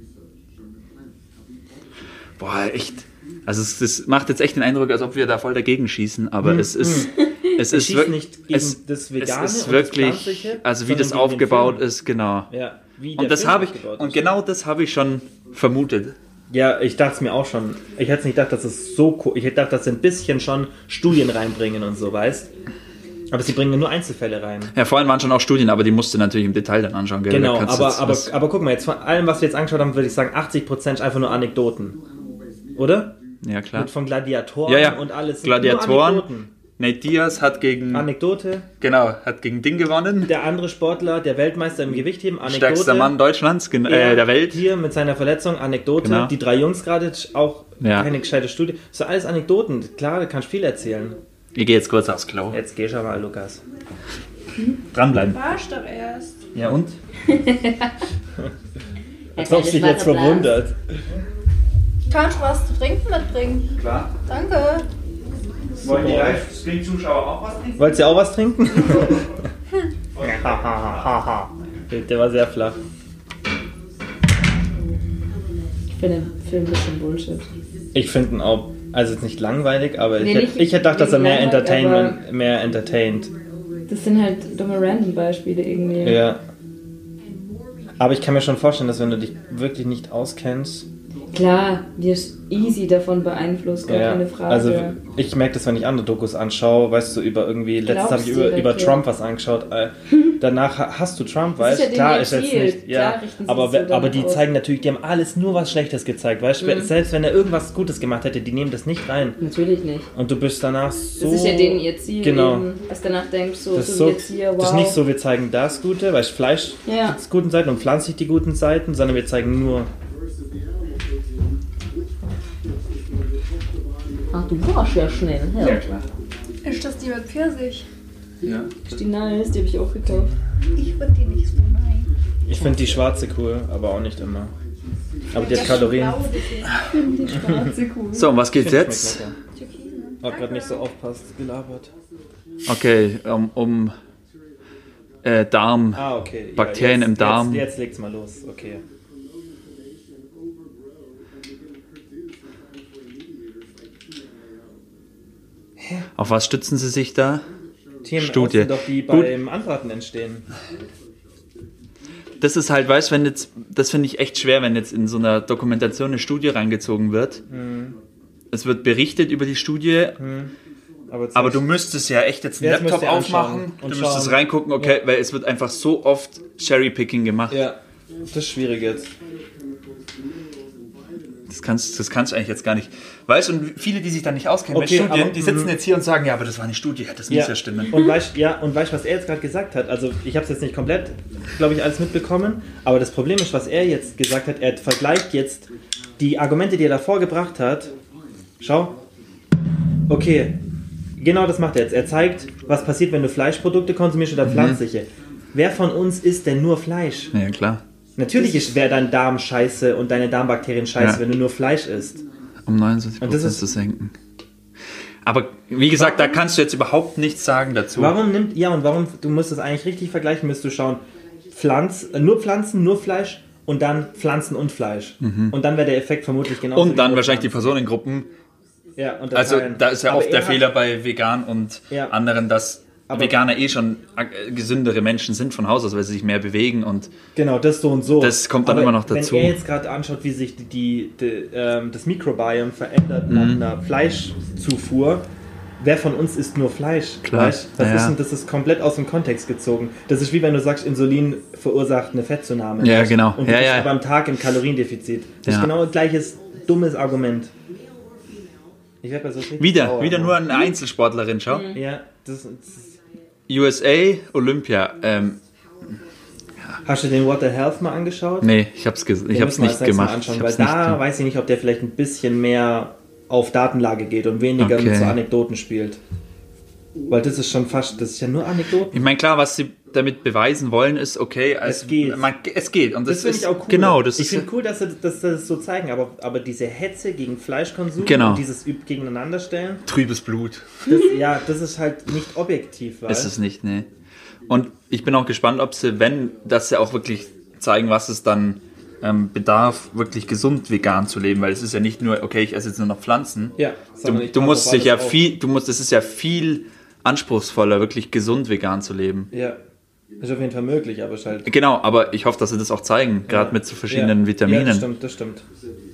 Boah, echt. Also das macht jetzt echt den Eindruck, als ob wir da voll dagegen schießen, aber es ist nicht gegen das Vegane es ist und wirklich, das Pflanzliche, also wie das aufgebaut ist, genau. Ja, wie und das habe ich, und genau das habe ich schon vermutet. Ja, ich dachte es mir auch schon. Ich hätte nicht gedacht, dass es so cool. Ich hätte gedacht, dass sie ein bisschen schon Studien reinbringen und so, weißt. Aber sie bringen nur Einzelfälle rein. Ja, vorhin waren schon auch Studien, aber die musst du natürlich im Detail dann anschauen, gell? Genau, aber guck mal, jetzt von allem, was wir jetzt angeschaut haben, würde ich sagen, 80% ist einfach nur Anekdoten. Oder? Ja, klar. Mit von Gladiatoren und alles. Gladiatoren. Nate Diaz hat gegen... Anekdote. Genau, hat gegen Ding gewonnen. Der andere Sportler, der Weltmeister im Gewichtheben, Anekdote. Stärkster Mann Deutschlands, der Welt. Hier mit seiner Verletzung, Anekdote. Genau. Die 3 Jungs gerade, auch keine gescheite Studie. So alles Anekdoten. Klar, da kannst du viel erzählen. Ich gehe jetzt kurz aufs Klo. Jetzt geh schon mal, Lukas. Dranbleiben. Warst doch erst. Ja und? Als ob sich jetzt verwundert. Kannst du was zu trinken mitbringen? Klar. Danke. Wollen die Live-Stream-Zuschauer auch was trinken? Wollt ihr auch was trinken? Der war sehr flach. Ich finde den Film ein bisschen Bullshit. Ich finde ihn auch, also jetzt nicht langweilig, aber ich hätte gedacht, dass er mehr entertained. Das sind halt dumme Random-Beispiele irgendwie. Ja. Aber ich kann mir schon vorstellen, dass wenn du dich wirklich nicht auskennst... Klar, wirst easy davon beeinflusst, gar keine Frage. Also ich merke das, wenn ich andere Dokus anschaue, weißt du, über irgendwie, letztens habe ich über Trump was angeschaut, danach hast du Trump, Das ist weißt du? ja Klar denen ist jetzt ihr nicht, Ziel. ja, Klar richten sie aber, sich so aber die danach aus. zeigen natürlich, die haben alles nur was Schlechtes gezeigt, weißt du? Selbst wenn er irgendwas Gutes gemacht hätte, die nehmen das nicht rein. Natürlich nicht. Und du bist danach so... Das ist ja denen ihr Ziel, Genau. eben, dass danach denkst, so Das ist, sind so, jetzt hier, wow. das ist nicht so, wir zeigen das Gute, weißt du, Fleisch Ja. gibt's guten Seiten und pflanzlich die guten Seiten, sondern wir zeigen nur... Ach, du warst ja schnell. Ja. klar. Ist das die mit Pfirsich? Ja. Ist die nice, die habe ich auch gekauft. Ich finde die nicht so nice. Ich finde die schwarze cool, aber auch nicht immer. Aber die hat Kalorien. Die schwarze Kuh. So, und was geht's Schmeckt jetzt? lecker. Hab gerade nicht so aufpasst, gelabert. Okay, um Darm. Ah, okay. Ja, Bakterien im Darm. Jetzt legt's mal los, okay. Auf was stützen Sie sich da? Themen Studie. sind doch die Gut. beim Anbraten entstehen. Das ist halt, weißt du, wenn jetzt, das finde ich echt schwer, wenn jetzt in so einer Dokumentation eine Studie reingezogen wird. Es wird berichtet über die Studie, aber du müsstest ja echt jetzt einen Ja, das Laptop müsst ihr anschauen aufmachen, und du müsstest schauen. reingucken, okay, weil es wird einfach so oft Cherrypicking gemacht. Ja, das ist schwierig jetzt. Das kannst du eigentlich jetzt gar nicht. Weißt du, und viele, die sich da nicht auskennen Okay, mit Studien, aber- die sitzen jetzt hier und sagen, ja, aber das war eine Studie, das muss ja stimmen. Und weißt du, was er jetzt gerade gesagt hat? Also, ich habe es jetzt nicht komplett, glaube ich, alles mitbekommen, aber das Problem ist, was er jetzt gesagt hat, er vergleicht jetzt die Argumente, die er davor gebracht hat. Schau. Okay, genau das macht er jetzt. Er zeigt, was passiert, wenn du Fleischprodukte konsumierst oder pflanzliche. Wer von uns isst denn nur Fleisch? Ja, klar. Natürlich wäre dein Darm scheiße und deine Darmbakterien scheiße, Ja. wenn du nur Fleisch isst. Um 79% Und das ist- zu senken. Aber wie gesagt, da kannst du jetzt überhaupt nichts sagen dazu. Du musst das eigentlich richtig vergleichen, müsst du schauen, nur Pflanzen, nur Fleisch und dann Pflanzen und Fleisch. Und dann wäre der Effekt vermutlich genauso. Und dann wie wahrscheinlich die Pflanzen. Personengruppen. Ja, und Also da ist ja Aber oft der er hat- Fehler bei Vegan und Ja. anderen, dass Aber- Veganer schon gesündere Menschen sind von Haus aus, weil sie sich mehr bewegen und Genau, das so und so. Das kommt dann Aber immer noch dazu. Wenn er jetzt gerade anschaut, wie sich das Mikrobiom verändert nach einer Fleischzufuhr, wer von uns isst nur Fleisch? Klar, Weißt? Was ja. ist denn, das ist komplett aus dem Kontext gezogen. Das ist wie wenn du sagst, Insulin verursacht eine Fettzunahme. Ja, weißt? genau. Und du Ja, bist ja. aber am Tag im Kaloriendefizit. Das ist Ja. genau ein gleiches dummes Argument. Ich werd bei so richtig wieder sauer, ne? nur eine Einzelsportlerin, schau. Ja, das USA, Olympia. hast du den What the Health mal angeschaut? Nee, ich hab's Den nicht müssen wir als nächstes gemacht. Mal anschauen, Ich weil hab's nicht da gemacht. weiß ich nicht, ob der vielleicht ein bisschen mehr auf Datenlage geht und weniger Okay. mit so Anekdoten spielt. Weil das ist schon fast, das ist ja nur Anekdoten. Ich meine, klar, was sie damit beweisen wollen, ist okay. Es geht. Es geht. Und Das das finde ist ich auch cool. Genau, das ich ist finde cool, dass sie das so zeigen, aber diese Hetze gegen Fleischkonsum Genau. und dieses Gegeneinanderstellen, trübes Blut. das ist halt nicht objektiv. Ist Weißt? es nicht, ne. Und ich bin auch gespannt, ob sie, dass sie auch wirklich zeigen, was es dann bedarf, wirklich gesund vegan zu leben, weil es ist ja nicht nur, okay, ich esse jetzt nur noch Pflanzen. Ja, sondern ich Du passe musst auf dich ja alles auf. es ist ja viel anspruchsvoller, wirklich gesund vegan zu leben. Ja, ist auf jeden Fall möglich, aber ist halt... Genau, aber ich hoffe, dass sie das auch zeigen, gerade mit so verschiedenen Vitaminen. Ja, das stimmt.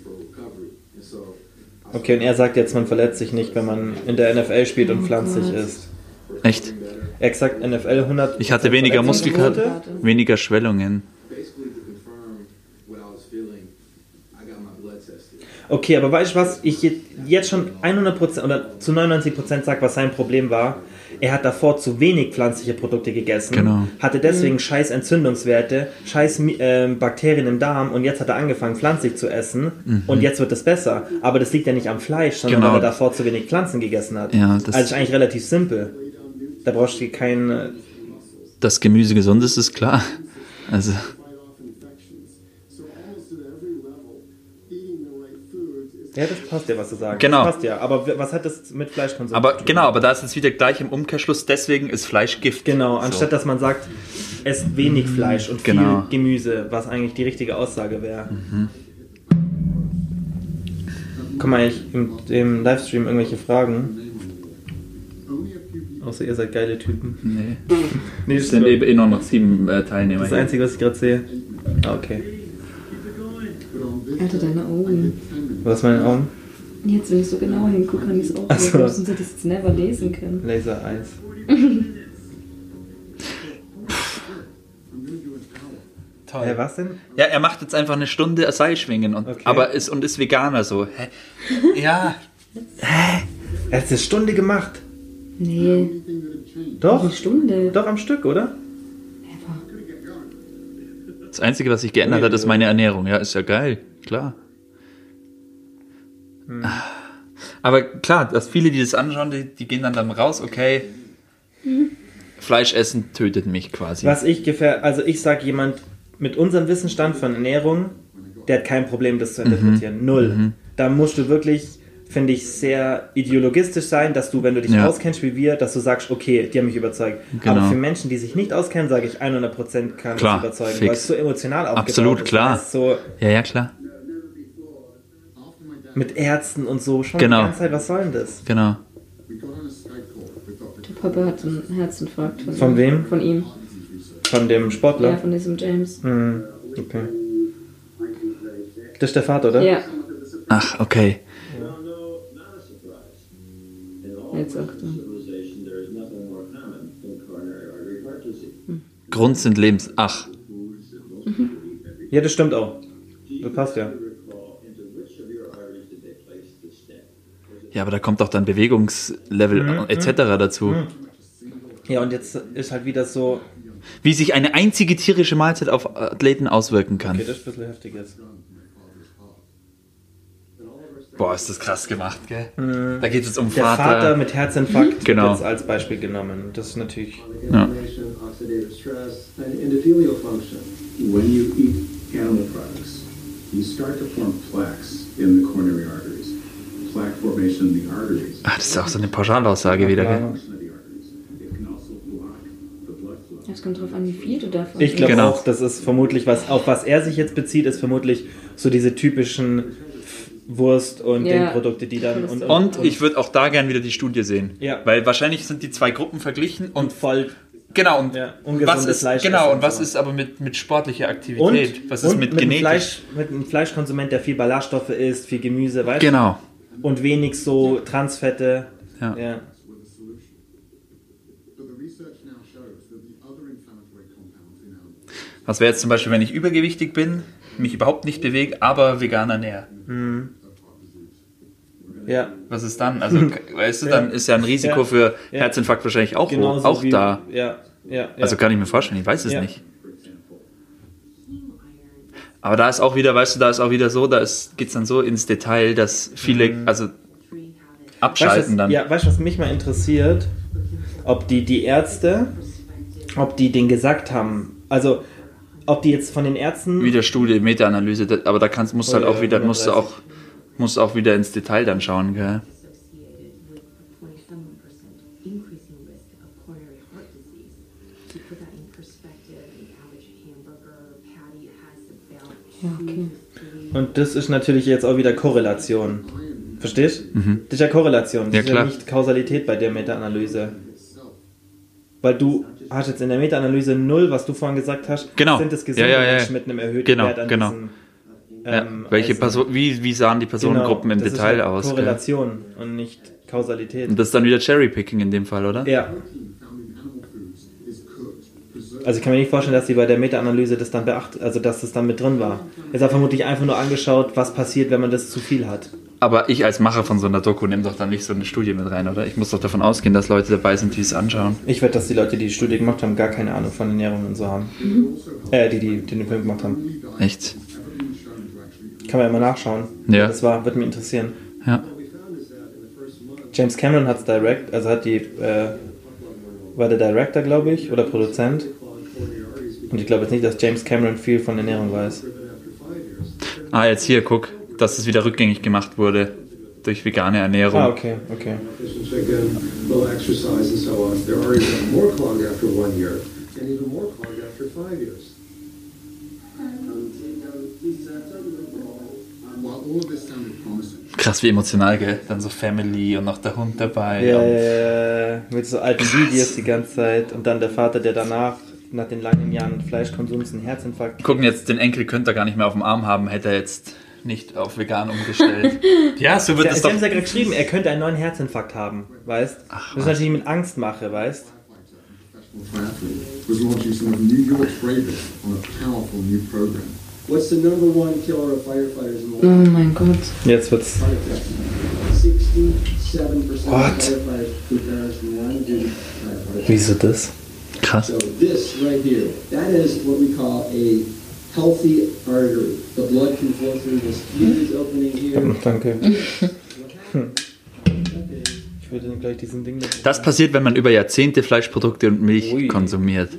Okay, und er sagt jetzt, man verletzt sich nicht, wenn man in der NFL spielt und pflanzlich ist. Echt? Exakt, NFL 100%. Ich hatte weniger Verletzungsquote. Muskelkater, weniger Schwellungen. Basically to confirm what I was feeling, I got my blood tested. Okay, aber weißt du was? Ich jetzt schon 100% oder zu 99% sage, was sein Problem war. Er hat davor zu wenig pflanzliche Produkte gegessen, Genau. hatte deswegen scheiß Entzündungswerte, scheiß Bakterien im Darm und jetzt hat er angefangen pflanzlich zu essen und jetzt wird es besser. Aber das liegt ja nicht am Fleisch, sondern Genau. weil er davor zu wenig Pflanzen gegessen hat. Ja, das- also ist eigentlich relativ simpel. Da brauchst du kein... Dass Gemüse gesund ist, ist klar. Also, Fight off infections. So almost at every level, eating the right foods is Ja, das passt ja, was du sagst. Genau. Das passt ja. Aber was hat das mit Fleischkonsum aber zu tun? genau, aber da ist es wieder gleich im Umkehrschluss, deswegen ist Fleisch Gift. Genau, anstatt dass man sagt, esst wenig Fleisch und viel Genau. Gemüse, was eigentlich die richtige Aussage wäre. Kommen eigentlich im Livestream irgendwelche Fragen? only a few people. Außer ihr seid geile Typen. Nee. Nee, Es sind eh nur noch 7 Teilnehmer. das hier. Einzige, was ich gerade sehe. Ah, okay. But on this Alter, deine Augen. Was meine Augen? Jetzt, wenn ich so genau hingucke, kann ich es auch Ach so. lesen, sonst hätte ich es never lesen können. Laser Eyes. Toll. Was denn? Ja, er macht jetzt einfach eine Stunde Seilschwingen und ist Veganer so. Hä? Ja. Er hat eine Stunde gemacht. Nee, Doch? eine Stunde. Doch am Stück, oder? Das Einzige, was sich geändert hat, ist meine Ernährung. Ja, ist ja geil, klar. Aber klar, dass viele, die das anschauen, die gehen dann raus, okay, Fleisch essen tötet mich quasi. Was ich sag jemand mit unserem Wissensstand von Ernährung, der hat kein Problem, das zu interpretieren. Null. Da musst du wirklich, finde ich, sehr ideologistisch sein, dass du, wenn du dich auskennst wie wir, dass du sagst, okay, die haben mich überzeugt. Genau. Aber für Menschen, die sich nicht auskennen, sage ich 100% kann Klar, das überzeugen, fix. weil es so emotional aufgebaut Absolut, ist. klar. Das ist so Ja, klar. mit Ärzten und so schon Genau. die ganze Zeit, was soll denn das? Genau. Der Papa hat einen Herzinfarkt. Von wem? Von ihm. Von dem Sportler? Ja, von diesem James. Okay. Das ist der Vater, oder? Ja. Ach, okay. Jetzt Achtung. Grund sind Ach. Ja, das stimmt auch. Das passt ja. Ja, aber da kommt doch dann Bewegungslevel etc. dazu. Ja, und jetzt ist halt wieder so, Wie sich eine einzige tierische Mahlzeit auf Athleten auswirken kann. okay, das ist ein bisschen heftig jetzt. Boah, ist das krass gemacht, gell? Da geht es jetzt um Der Vater mit Herzinfarkt Genau. wird jetzt als Beispiel genommen. Das ist natürlich... Inflammation, oxidative stress, and endothelial function. When you eat animal products, you start to form plaques in the coronary arteries. Plaque formation in the arteries. Ach, das ist auch so eine Pauschalaussage wieder, gell? Function of the arteries. It can also block the blood flow. Es kommt drauf an, wie viel du davon Ich glaube Genau. auch, das ist vermutlich, auf was er sich jetzt bezieht, ist vermutlich so diese typischen Wurst- und Ja. Dingprodukte, die dann... Und ich würde auch da gern wieder die Studie sehen. Ja. Weil wahrscheinlich sind die zwei Gruppen verglichen und voll... genau, und ungesundes was ist, Fleisch genau, essen und was so. ist aber mit sportlicher Aktivität? Was ist mit einem genetisch? mit einem Fleischkonsument, der viel Ballaststoffe isst, viel Gemüse, weißt du? Genau. Und wenig so Transfette. Ja. But the research now shows that the other inflammatory compounds in animals Was wäre jetzt zum Beispiel, wenn ich übergewichtig bin, mich überhaupt nicht bewege, aber vegan ernähre? Ja. Was ist dann? Also, weißt du, dann ist ja ein Risiko Ja. für Ja. Herzinfarkt wahrscheinlich auch, Genauso auch wie, da. Ja. Also kann ich mir vorstellen, ich weiß es Ja. nicht. Aber da ist auch wieder, weißt du, da ist auch wieder so, geht es dann so ins Detail, dass viele, also abschalten dann. Ja, weißt du, was mich mal interessiert? Ob die Ärzte, ob die den gesagt haben, also ob die jetzt von den Ärzten... Wieder Studie, Meta-Analyse, aber da musst du halt auch wieder, 130. musst du auch wieder ins Detail dann schauen, gell? Ja, okay. Und das ist natürlich jetzt auch wieder Korrelation. Verstehst? Das ist ja Korrelation, das Ja, ist klar. ja nicht Kausalität bei der Meta-Analyse. Weil du hast jetzt in der Meta-Analyse 0, was du vorhin gesagt hast, Genau. sind es gesunde Ja. Menschen mit einem erhöhten Genau, Wert an genau. diesen... Ja. Welche Eisen. Person, wie sahen die Personengruppen im das Detail ist halt aus? Gell? Korrelation und nicht Kausalität. Und das ist dann wieder Cherrypicking in dem Fall, oder? Ja. found in animal foods is cooked, preserved, Also ich kann mir nicht vorstellen, dass die bei der Meta-Analyse das dann beachtet, also dass das dann mit drin war. Jetzt hat vermutlich einfach nur angeschaut, was passiert, wenn man das zu viel hat. Aber ich als Macher von so einer Doku nehme doch dann nicht so eine Studie mit rein, oder? Ich muss doch davon ausgehen, dass Leute dabei sind, die es anschauen. Ich wette, dass die Leute, die die Studie gemacht haben, gar keine Ahnung von Ernährung und so haben. Die den Film gemacht haben. Echt? Kann man ja mal nachschauen. Ja. Das wird mich interessieren. Ja. James Cameron hat es war der Director, glaube ich, oder Produzent. Und ich glaube jetzt nicht, dass James Cameron viel von Ernährung weiß. Ah, jetzt hier, guck, dass es wieder rückgängig gemacht wurde durch vegane Ernährung. Ah, okay. Fish and chicken, low exercise, and so on. They're already more clogged after 1 year, and even more clogged after 5 years. while all of this sounded promising, Krass, wie emotional, gell? Dann so Family und noch der Hund dabei. Ja, mit so alten Videos die ganze Zeit. Und dann der Vater, der danach, nach den langen Jahren Fleischkonsums, einen Herzinfarkt Gucken jetzt, den Enkel könnte er gar nicht mehr auf dem Arm haben, hätte er jetzt nicht auf vegan umgestellt. Ja, so wird es Sie doch. haben es ja gerade geschrieben, er könnte einen neuen Herzinfarkt haben, weißt? Das ist natürlich mit Angstmache, weißt? triathlete, was launching some of New York's bravest on a powerful new program. What's the number one killer of firefighters in the Oh world? mein Gott. Jetzt wird's. Heart attack. 67% What? of firefighters who perish from line of duty die of heart attack. Wieso das? Krass. So this right here, that is what we call a healthy artery. The blood can flow through this huge opening here. Danke. Ich würde gleich diesen Ding. Das passiert, wenn man über Jahrzehnte Fleischprodukte und Milch Ui. konsumiert.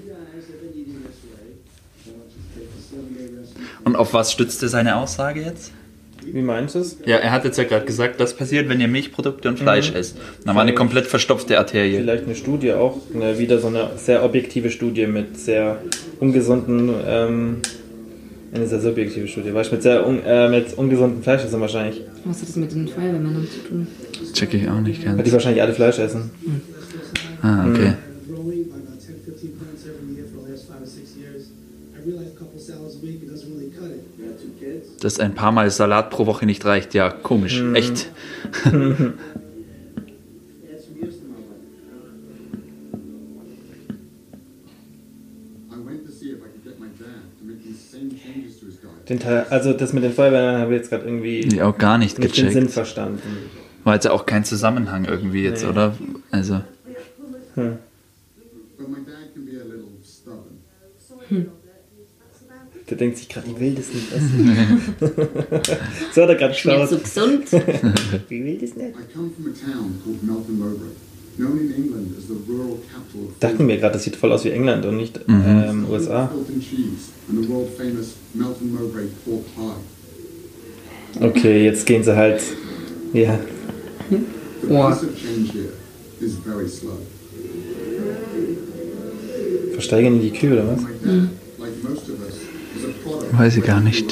Und auf was stützte seine Aussage jetzt? Wie meinst du es? Ja, er hat jetzt ja gerade gesagt, das passiert, wenn ihr Milchprodukte und Fleisch esst. Da war eine komplett verstopfte Arterie. Vielleicht eine Studie auch, wieder so eine sehr objektive Studie mit sehr ungesunden, eine sehr subjektive Studie, weißt du, mit ungesunden Fleischessern wahrscheinlich. Was hat das mit den Feuerwehrmännern zu tun? Check ich auch nicht Weil ganz. die wahrscheinlich alle Fleisch essen. Ah, okay. growing by about 10, 15 plants every year for the last 5 or 6 years. I realized a couple salads a week, it doesn't really cut it. You got 2 kids? Dass ein paar Mal Salat pro Woche nicht reicht. Ja, komisch. Echt. Add some yeast to my life. I went to see if I could get my dad to make these same changes to his diet. Den Teil, also das mit den Feuerwehren habe ich jetzt gerade irgendwie Ich auch gar nicht nicht den Sinn gecheckt. verstanden. War jetzt ja auch kein Zusammenhang irgendwie jetzt, oder? Also, But my dad can be a little stubborn. Der denkt sich gerade, ich will das nicht essen. So hat er gerade Schmeckt geschaut. so gesund. Ich will das nicht. I come from a town called Melton Mowbray, known in England as the rural capital of Dachten mir gerade, das sieht voll aus wie England und nicht USA. Stilton cheese and the world famous Melton Mowbray pork pie. Okay, jetzt gehen sie halt. Ja. The Wow. pace of change here is very slow. Versteigern die Kühe oder was? My dad, like most of us, is a product. weiß ich gar nicht.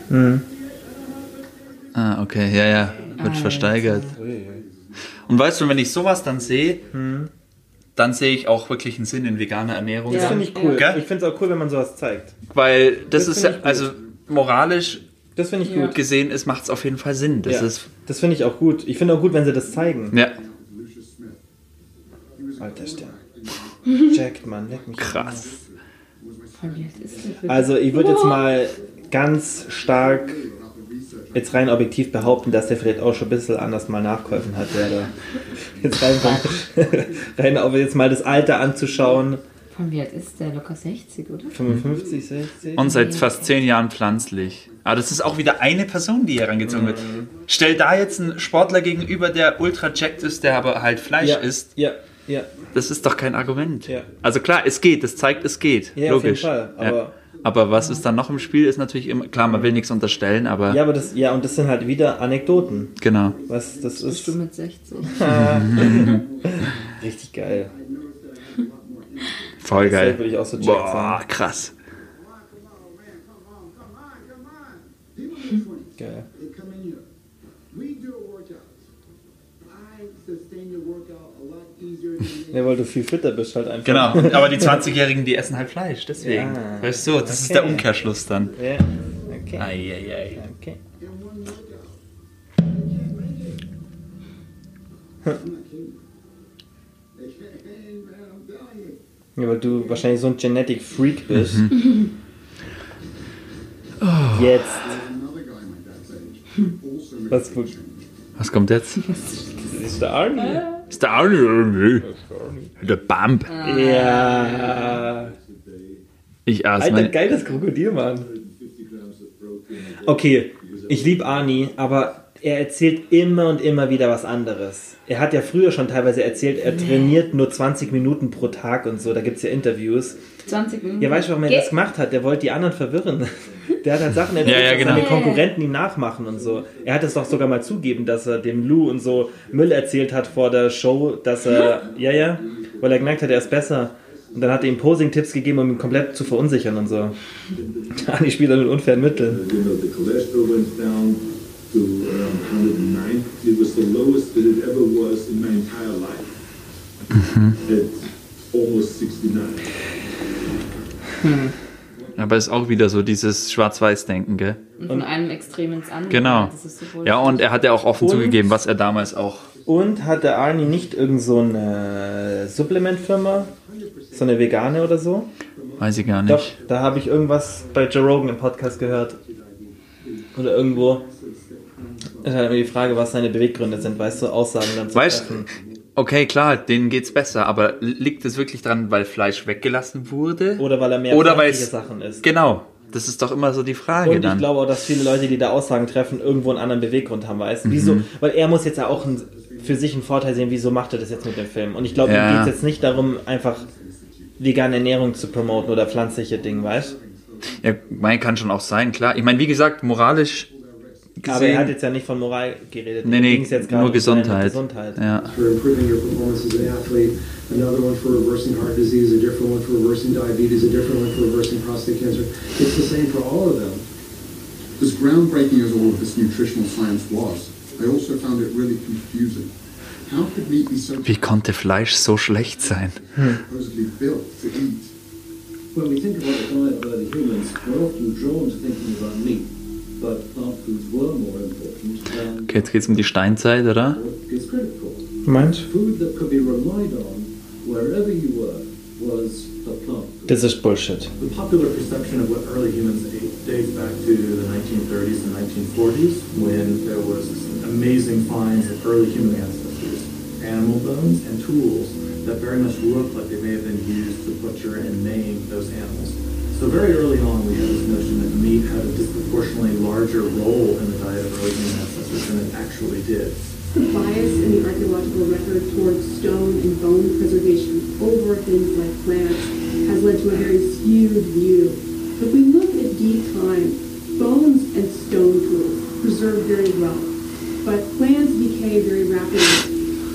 Ah, okay, ja, wird versteigert. Und weißt du, wenn ich sowas dann sehe, dann sehe ich auch wirklich einen Sinn in veganer Ernährung. Das finde ich cool. Gell? Ich finde es auch cool, wenn man sowas zeigt. Weil das Das ist finde ja, ich gut. also moralisch Das finde ich gut. gesehen, es macht es auf jeden Fall Sinn. Das Ja, ist, das finde ich auch gut. Ich finde auch gut, wenn sie das zeigen. ja, Lucius Smith. He was a Alter Stern. in Jacked, Mann, leck mich. krass. Von wie alt ist der? Also ich würde jetzt mal ganz stark about the research. jetzt rein objektiv behaupten, dass der vielleicht auch schon ein bisschen anders mal nachgeholfen hat, der da jetzt rein aber jetzt mal das Alter anzuschauen. Von wie alt ist der? Locker 60, oder? 55, 60. Und seit fast 10 Jahren pflanzlich. Aber das ist auch wieder eine Person, die herangezogen wird. Stell da jetzt einen Sportler gegenüber, der ultra jacked ist, der aber halt Fleisch ja, isst. ja, ja. Das ist doch kein Argument. Ja. Also klar, es geht, das zeigt, es geht. Ja, auf jeden Logisch. Fall, Ja. Aber was ist dann noch im Spiel, ist natürlich immer, klar, man will nichts unterstellen, aber Ja, aber das, ja, und das sind halt wieder Anekdoten. genau. Was das Bist ist. du mit 60? Richtig geil. Voll geil. würde ich auch so checken. Boah, krass. Geil. They come in here. We do a workout. I sustain your workout a lot easier than Ja, weil du viel fitter bist halt einfach. Genau, aber die 20-Jährigen, die essen halt Fleisch, deswegen. Ja. Weißt du, das ist Okay. der Umkehrschluss dann. Ja, okay. Eieiei. Okay. in one workout. Hey, man, I'm telling you. Ja, weil du wahrscheinlich so ein Genetic Freak bist. Jetzt. Another guy my dad's age, also made Was a gut. big change. Was kommt jetzt? Das ist der Army. Ist der Arnie? Der Bump. Ja. Ich aß Alter, mein... geiles Krokodil, Mann. Okay, ich liebe Arnie, aber er erzählt immer und immer wieder was anderes. Er hat ja früher schon teilweise erzählt, er trainiert nur 20 Minuten pro Tag und so. Da gibt es ja Interviews. 20 Minuten? Ja, weißt du, warum er das gemacht hat? Der wollte die anderen verwirren. Der hat halt Sachen erzählt, Ja, dass genau. seine Konkurrenten ihm nachmachen und so. Er hat es doch sogar mal zugeben, dass er dem Lou und so Müll erzählt hat vor der Show, dass er, ja, weil er gemerkt hat, er ist besser. Und dann hat er ihm Posing-Tipps gegeben, um ihn komplett zu verunsichern und so. Arnie spielt dann mit unfairen Mitteln. You know, the cholesterol went down to around 109. It was the lowest that it ever was in my entire life. At almost 69. Aber ist auch wieder so dieses Schwarz-Weiß-Denken, gell? Und von einem Extrem ins andere. Genau. Das ist so voll Ja, und er hat ja auch offen Und- zugegeben, was er damals auch Und hat der Arnie nicht irgend so eine Supplementfirma? So eine vegane oder so? Weiß ich gar nicht. Doch, da habe ich irgendwas bei Joe Rogan im Podcast gehört. Oder irgendwo. Das ist halt immer die Frage, was seine Beweggründe sind, weißt du, Aussagen dann zu treffen. Okay, klar, denen geht's besser, aber liegt es wirklich dran, weil Fleisch weggelassen wurde? Oder weil er mehr pflanzliche Sachen isst? Genau, das ist doch immer so die Frage. Und ich glaube auch, dass viele Leute, die da Aussagen treffen, irgendwo einen anderen Beweggrund haben, weißt du? Wieso? Weil er muss jetzt ja auch für sich einen Vorteil sehen, wieso macht er das jetzt mit dem Film? Und ich glaube, ihm geht es jetzt nicht darum, einfach vegane Ernährung zu promoten oder pflanzliche Dinge, weißt du? Ja, mein kann schon auch sein, klar. Ich meine, wie gesagt, moralisch gesehen... Aber er hat jetzt ja nicht von Moral geredet. Nee, jetzt nur um Gesundheit. Ja. For improving your performance as an athlete, another one for reversing heart disease, a different one for reversing diabetes, a different one for reversing prostate cancer. It's the same for all of them. As groundbreaking as all of this nutritional science was, I also found it really confusing. How could meat be so Wie konnte Fleisch so schlecht sein? supposedly built to eat? When we think about the diet of early humans, we're often drawn to thinking about meat, but plant foods were more important than Okay, jetzt geht's um die Steinzeit, oder? what is critical. Meinst Food that could be relied on wherever you were was a plant food. Das ist Bullshit. The popular perception of what early humans ate dates back to the 1930s and 1940s when there was amazing finds of early human ancestors, animal bones and tools that very much look like they may have been used to butcher and maim those animals. So very early on we had this notion that meat had a disproportionately larger role in the diet of early human ancestors than it actually did. The bias in the archaeological record towards stone and bone preservation over things like plants has led to a very skewed view. If we look at deep time, bones and stone tools preserve very well, but plants decay very rapidly.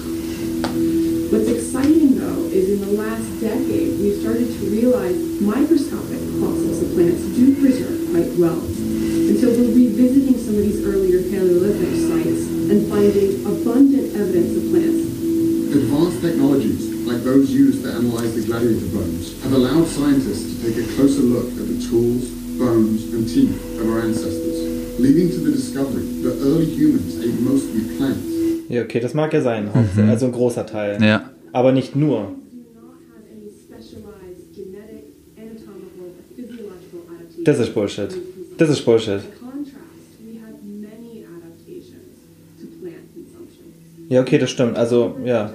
What's exciting though is in the last decade we've started to realize microscopic fossils of plants do preserve quite well. And so we're revisiting some of these earlier Paleolithic sites and finding abundant evidence of plants. Advanced technologies, like those used to analyze the gladiator bones, have allowed scientists to take a closer look at the tools, bones, and teeth of our ancestors, leading to the discovery that early humans ate mostly plants. Ja, okay, das mag ja sein, also ein großer Teil. Ja. Aber nicht nur. Das ist Bullshit. Das ist Bullshit. Ja, okay, das stimmt. Also, ja.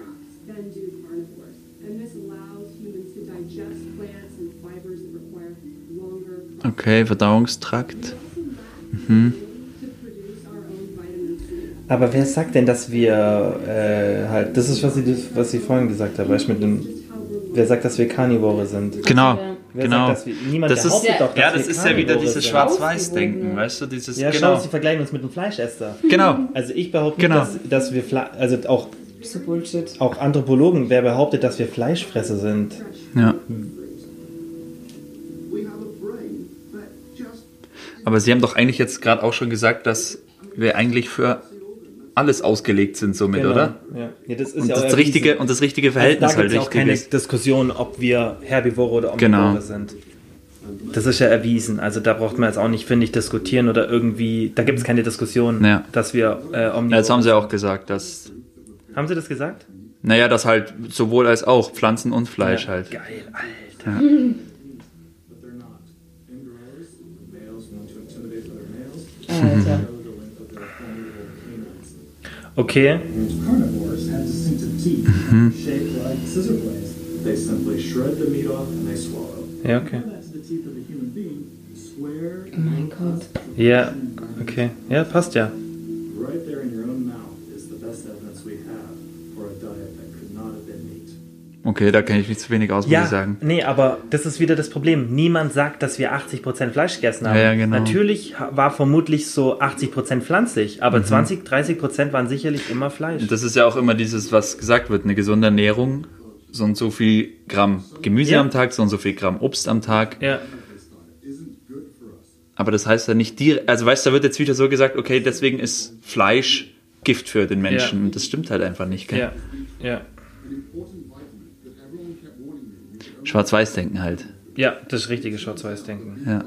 Okay, Verdauungstrakt. Mhm. Aber wer sagt denn, dass wir halt, das ist, was sie vorhin gesagt haben, weißt du, mit dem, wer sagt, dass wir Karnivore sind? Genau, wer genau. Sagt, dass wir, niemand das behauptet ist, doch, dass ja, das wir ist ja wieder Karnivore dieses sind. Schwarz-Weiß-Denken, weißt du, dieses, ja, genau. schau, sie vergleichen uns mit einem Fleischesser. Genau. Also ich behaupte nicht, dass wir, also auch, so Bullshit. Auch Anthropologen, wer behauptet, dass wir Fleischfresser sind? Ja. Aber sie haben doch eigentlich jetzt gerade auch schon gesagt, dass wir eigentlich für alles ausgelegt sind somit, genau. Oder? Ja. Ja, das ist und, ja das richtige, und das richtige Verhältnis also da halt wichtig ist. Da gibt es auch keine Diskussion, ob wir Herbivore oder Omnivore sind. Das ist ja erwiesen. Also da braucht man jetzt auch nicht, finde ich, diskutieren oder irgendwie, da gibt es keine Diskussion, dass wir Omnivore ja, das haben sie auch gesagt, dass... Haben sie das gesagt? Naja, dass halt sowohl als auch Pflanzen und Fleisch halt. Geil, Alter. Ja. Alter. Okay. Carnivores have distinctive teeth, shaped like scissor blades. They simply shred the meat off and they swallow. Ja, okay. That's the teeth of a human being, square. Oh mein Gott. Ja, okay. Ja, passt ja. Right there in your own mouth is the best evidence we have for a diet that could not have been meat. Okay, da kenne ich mich zu wenig aus, muss ich sagen. Nee, aber das ist wieder das Problem. Niemand sagt, dass wir 80% Fleisch gegessen haben. Ja, genau. Natürlich war vermutlich so 80% pflanzlich, aber 20-30% waren sicherlich immer Fleisch. Und das ist ja auch immer dieses, was gesagt wird, eine gesunde Ernährung, so und so viel Gramm Gemüse am Tag, so und so viel Gramm Obst am Tag. Ja. Aber das heißt ja nicht direkt, also weißt du, da wird jetzt wieder so gesagt, okay, deswegen ist Fleisch Gift für den Menschen. Und das stimmt halt einfach nicht, gell? Ja, ja. Schwarz-Weiß-Denken halt. Ja, das ist richtige Schwarz-Weiß-Denken. Ja.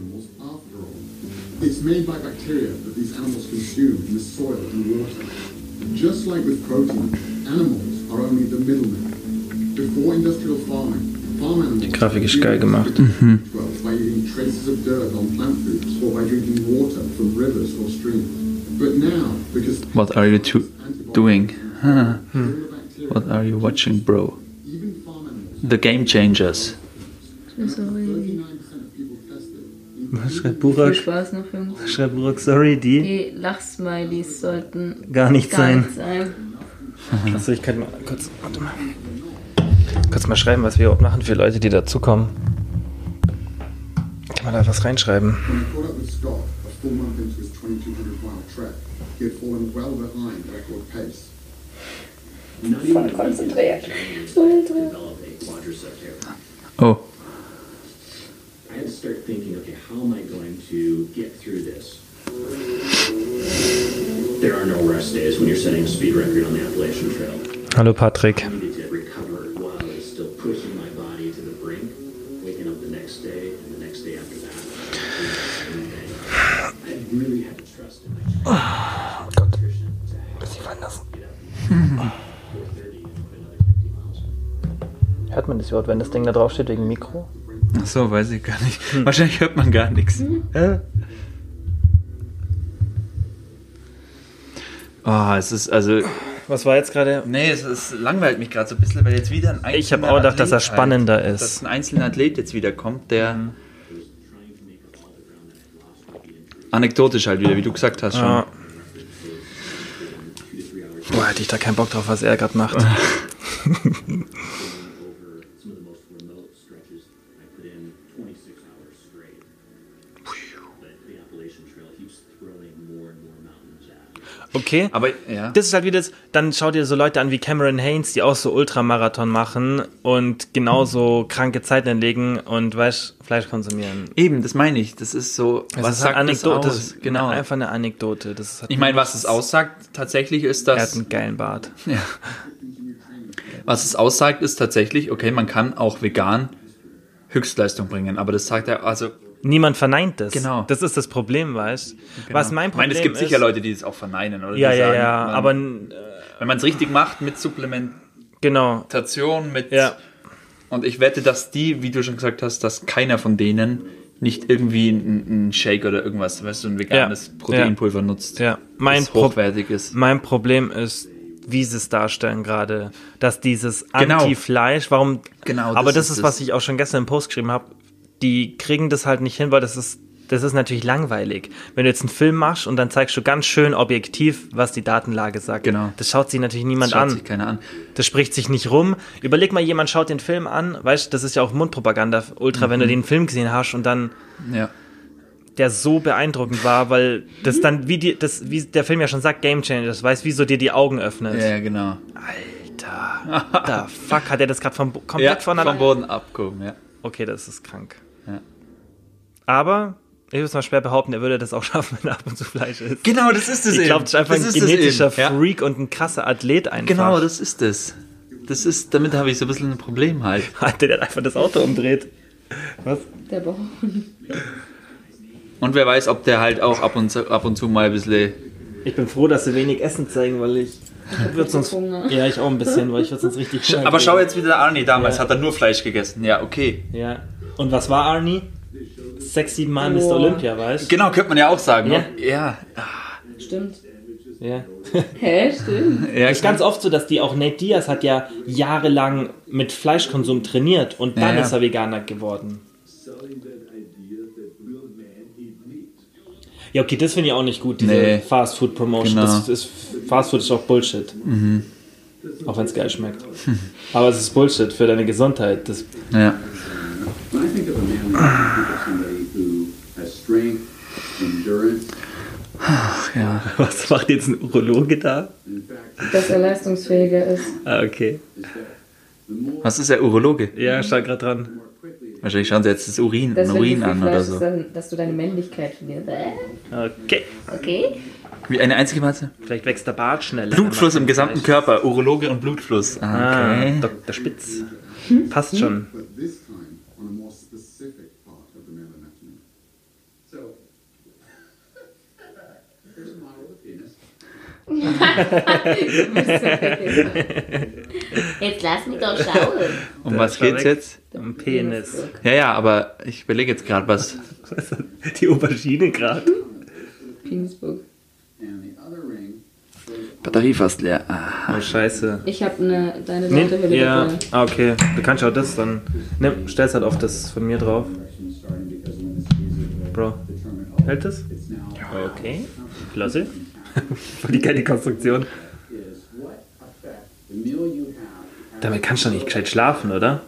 It's made by bacteria that these animals consume in the soil and water. Just like with protein, animals are only the middlemen. Before industrial farming, farm animals Die Grafik ist geil gemacht. by eating traces of dirt on plant foods or by drinking water from rivers or streams. But now, because What are you doing? What are you watching, bro? The Game Changers. Sorry. Schreibt Burak. Viel Spaß noch, Jungs. Schreibt Burak, sorry, die Die Lachsmilies sollten gar nicht sein. sein. Achso, ich kann mal kurz, warte mal. Kurz mal schreiben, was wir überhaupt machen für Leute, die dazukommen. Kann man da was reinschreiben? when I caught up with Scott a full month into his 2,200-mile trek, he had fallen well behind record pace. Voll konzentriert. Oh. I had to start thinking, okay, how am I going to get through this? There are no rest days when you're setting a speed record on the Appalachian Trail. Hallo Patrick. I needed to recover while I was still pushing my body to the brink, waking up the next day and the next day after that. I really had to trust in my nutrition to get up 4:30 and put another 50 miles. Hört man das überhaupt, wenn das Ding da drauf steht wegen Mikro? Ach so, weiß ich gar nicht. Wahrscheinlich hört man gar nichts. Oh, es ist also... Was war jetzt gerade? Nee, es langweilt mich gerade so ein bisschen, weil jetzt wieder ein einzelner Ich habe auch gedacht, dass er spannender ist. Dass ein einzelner Athlet jetzt wieder kommt, der anekdotisch halt wieder, wie du gesagt hast schon. Ja. Boah, hätte ich da keinen Bock drauf, was er gerade macht. Okay, aber ja. Das ist halt wieder das, dann schau dir so Leute an wie Cameron Hanes, die auch so Ultramarathon machen und genauso kranke Zeiten hinlegen und Fleisch konsumieren. Eben, das meine ich. Das ist so, das was ist sagt Anekdote, das aus? Genau. Einfach eine Anekdote. Das ist halt ich meine, was es aussagt tatsächlich ist, dass... Er hat einen geilen Bart. Ja. Was es aussagt ist tatsächlich, okay, man kann auch vegan Höchstleistung bringen, aber das sagt er, also... Niemand verneint das. Genau. Das ist das Problem, weißt du? Genau. Was mein Problem ist... Ich meine, es gibt sicher Leute, die das auch verneinen, oder? Ja, die ja, sagen, ja, aber... wenn man es richtig macht mit Supplementation, mit... Ja. Und ich wette, dass die, wie du schon gesagt hast, dass keiner von denen nicht irgendwie einen Shake oder irgendwas, weißt du, ein veganes Proteinpulver nutzt, das hochwertig ist. Mein Problem ist, wie sie es darstellen gerade, dass dieses Anti-Fleisch, warum... Genau, aber das ist, was ich auch schon gestern im Post geschrieben habe, die kriegen das halt nicht hin, weil das ist natürlich langweilig. Wenn du jetzt einen Film machst und dann zeigst du ganz schön objektiv, was die Datenlage sagt. Genau. Das schaut sich natürlich niemand das schaut an. Sich keiner an. Das spricht sich nicht rum. Überleg mal, jemand schaut den Film an, weißt du, das ist ja auch Mundpropaganda, ultra, wenn du den Film gesehen hast und dann der so beeindruckend war, weil das dann, wie der Film ja schon sagt, Game Changer, das weiß, wie so dir die Augen öffnet. Ja, genau. Alter, da fuck, hat er das gerade komplett vom Boden abgehoben, ja. Okay, das ist krank. Ja. Aber ich würde mal schwer behaupten, er würde das auch schaffen, wenn er ab und zu Fleisch isst. Genau, das ist es. Ich glaube, das ist einfach ein genetischer Freak und ein krasser Athlet einfach. Genau, das ist es. Damit habe ich so ein bisschen ein Problem halt. Der hat einfach das Auto umdreht. Was? Der Bauern. Und wer weiß, ob der halt auch ab und zu mal ein bisschen... Ich bin froh, dass sie wenig Essen zeigen, weil ich würde sonst... Ja, ich auch ein bisschen, weil ich würde sonst richtig stark... Aber schau jetzt wieder Arnie damals, hat er nur Fleisch gegessen. Ja, okay. Ja. Und was war Arnie? 6-7 Mal Mr. Olympia, weißt du? Genau, könnte man ja auch sagen. Ja. Ja. Stimmt. Ja. Hä, stimmt. Ja, ist ganz oft so, dass auch Nate Diaz hat ja jahrelang mit Fleischkonsum trainiert und dann ist er Veganer geworden. Ja, okay, das finde ich auch nicht gut, diese Fast-Food-Promotion. Genau. Fast-Food ist auch Bullshit. Mhm. Auch wenn es geil schmeckt. Aber es ist Bullshit für deine Gesundheit. Ja. When I think of a man, I think of somebody who has strength, endurance. Ach, ja. Was macht jetzt ein Urologe da? Dass er leistungsfähiger ist. Ah, okay. Was ist der Urologe? Ja, stand gerade dran. Wahrscheinlich schauen sie jetzt das Urin an oder so. Dass du deine Männlichkeit verlierst. Okay. Wie eine einzige Matze? Vielleicht wächst der Bart schneller. Blutfluss im gesamten Körper. Urologe und Blutfluss. Okay. Dr. Spitz. Passt schon. On a more specific part of the male anatomy. So, here's a model of the penis. Jetzt lass mich doch schauen. Um was geht's jetzt? Um Penis. Ja, aber ich überlege jetzt gerade was. Die Aubergine gerade. Penisburg. Batterie fast leer. Aha. Oh, scheiße. Ich habe deine Leiterhülle ja, dabei. okay. Du kannst auch das dann. Nimm, stell's halt auf das von mir drauf. Bro. Hält das? Ja. Okay. Klasse. Voll die geile Konstruktion. Damit kannst du doch nicht gescheit schlafen, oder?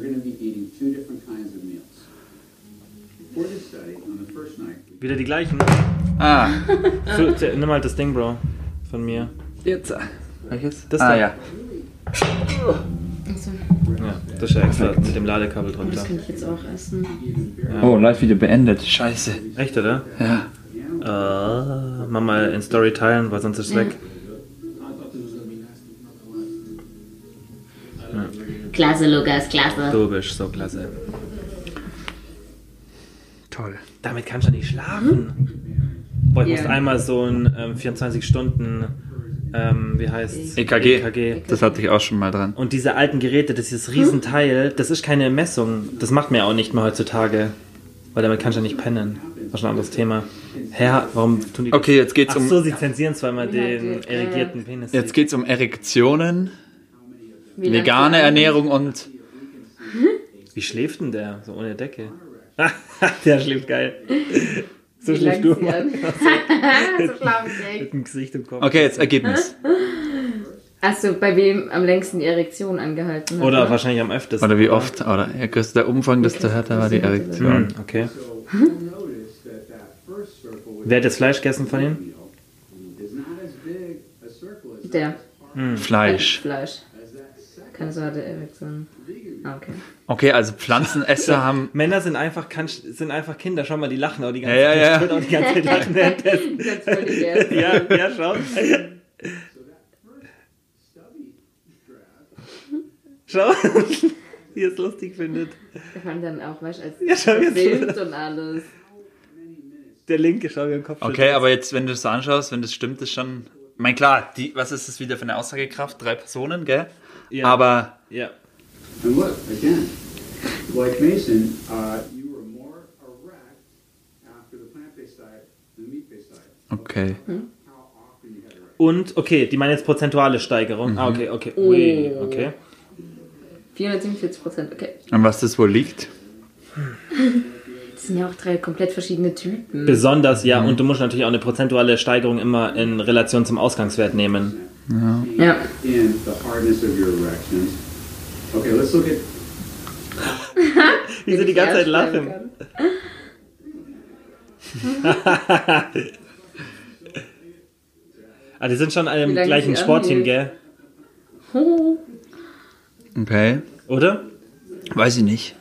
Wieder die gleichen. Ah. So, nimm halt das Ding, Bro. Von mir. Jetzt. Welches? Das da. Ja. Achso. Ja, das ist ja extra mit dem Ladekabel drunter. Das kann ich jetzt auch essen. Ja. Oh, Live-Video beendet. Scheiße. Echt, oder? Ja. Mach mal in Story teilen, weil sonst ist es weg. Ja. Klasse, Lukas, klasse. Du bist so klasse. Toll. Damit kannst du nicht schlafen. Boah, ich muss einmal so ein 24 Stunden, wie heißt's? EKG. Das hatte ich auch schon mal dran. Und diese alten Geräte, das ist dieses Riesenteil, das ist keine Messung. Das macht mir auch nicht mehr heutzutage. Weil damit kannst du nicht pennen. Das ist ein anderes Thema. Hä, warum tun die das? Okay, jetzt geht's Ach so, sie zensieren zweimal den erigierten Penis. Jetzt geht's um Erektionen, vegane Ernährung und... Wie schläft denn der? So ohne Decke. Der schläft geil. So Wie schläfst lang du. sie an? So schlafen sie. Mit dem Gesicht im Kopf. Okay, jetzt Ergebnis. Achso, bei wem am längsten die Erektion angehalten hat? Oder wahrscheinlich am öftesten. Oder wie oft? Oder je größer der Umfang, desto härter war die Erektion. Okay. Wer hat das Fleisch gegessen von Ihnen? Der. Fleisch. Fleisch. Keine Sorte Erektion. Ah, okay. Okay, also Pflanzenesser haben... Männer sind einfach Kinder. Schau mal, die lachen auch die ganze Ja, Zeit. ja. Ich würde auch die ganze Zeit lachen währenddessen. Ganz voll die Gäste. Ja, schau. Schau, wie er es lustig findet. Wir fanden dann auch, weißt du, als Ja, schau, jetzt gefilmt und alles. Der linke, schau, wie er den Kopf Okay, schüttelt. aber jetzt, wenn du das anschaust, wenn das stimmt, ist schon... Ich meine, klar, was ist das wieder für eine Aussagekraft? 3 Personen, gell? Ja. Aber... Ja. And look, again, like Mason, you were more erect after the plant-based diet than the meat-based diet. Okay. Und, okay, die meinen jetzt prozentuale Steigerung. Ah, okay. Ui, okay. 447%, okay. An was das wohl liegt? Das sind ja auch 3 komplett verschiedene Typen. Besonders, ja, und du musst natürlich auch eine prozentuale Steigerung immer in Relation zum Ausgangswert nehmen. Ja. And the hardness of your erections. Okay, let's look at... Wie sie die ganze Zeit lachen. Ah, die sind schon alle im lange gleichen sie Sportteam, anhält. gell? Okay. Oder? Weiß ich nicht.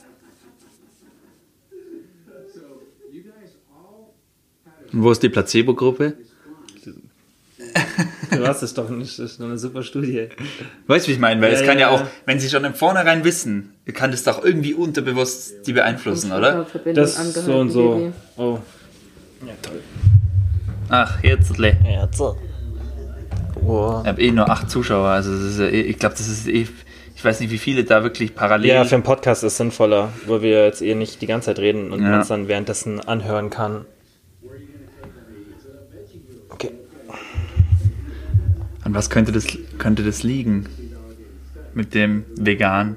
Und wo ist die Placebo-Gruppe? Du hast es doch nicht, das ist nur eine super Studie. Weißt du, wie ich meine? Weil Ja, es kann ja ja. auch, wenn sie schon im Vornherein wissen, kann das doch irgendwie unterbewusst die beeinflussen, oder? Das so und so. Oh. Ja, toll. Ach, jetzt. Oh. Ich habe nur 8 Zuschauer, also das ist ja ich glaube, das ist ich weiß nicht, wie viele da wirklich parallel... Ja, für einen Podcast ist es sinnvoller, wo wir jetzt nicht die ganze Zeit reden und man es dann währenddessen anhören kann. Okay. An was könnte das liegen? Mit dem Vegan?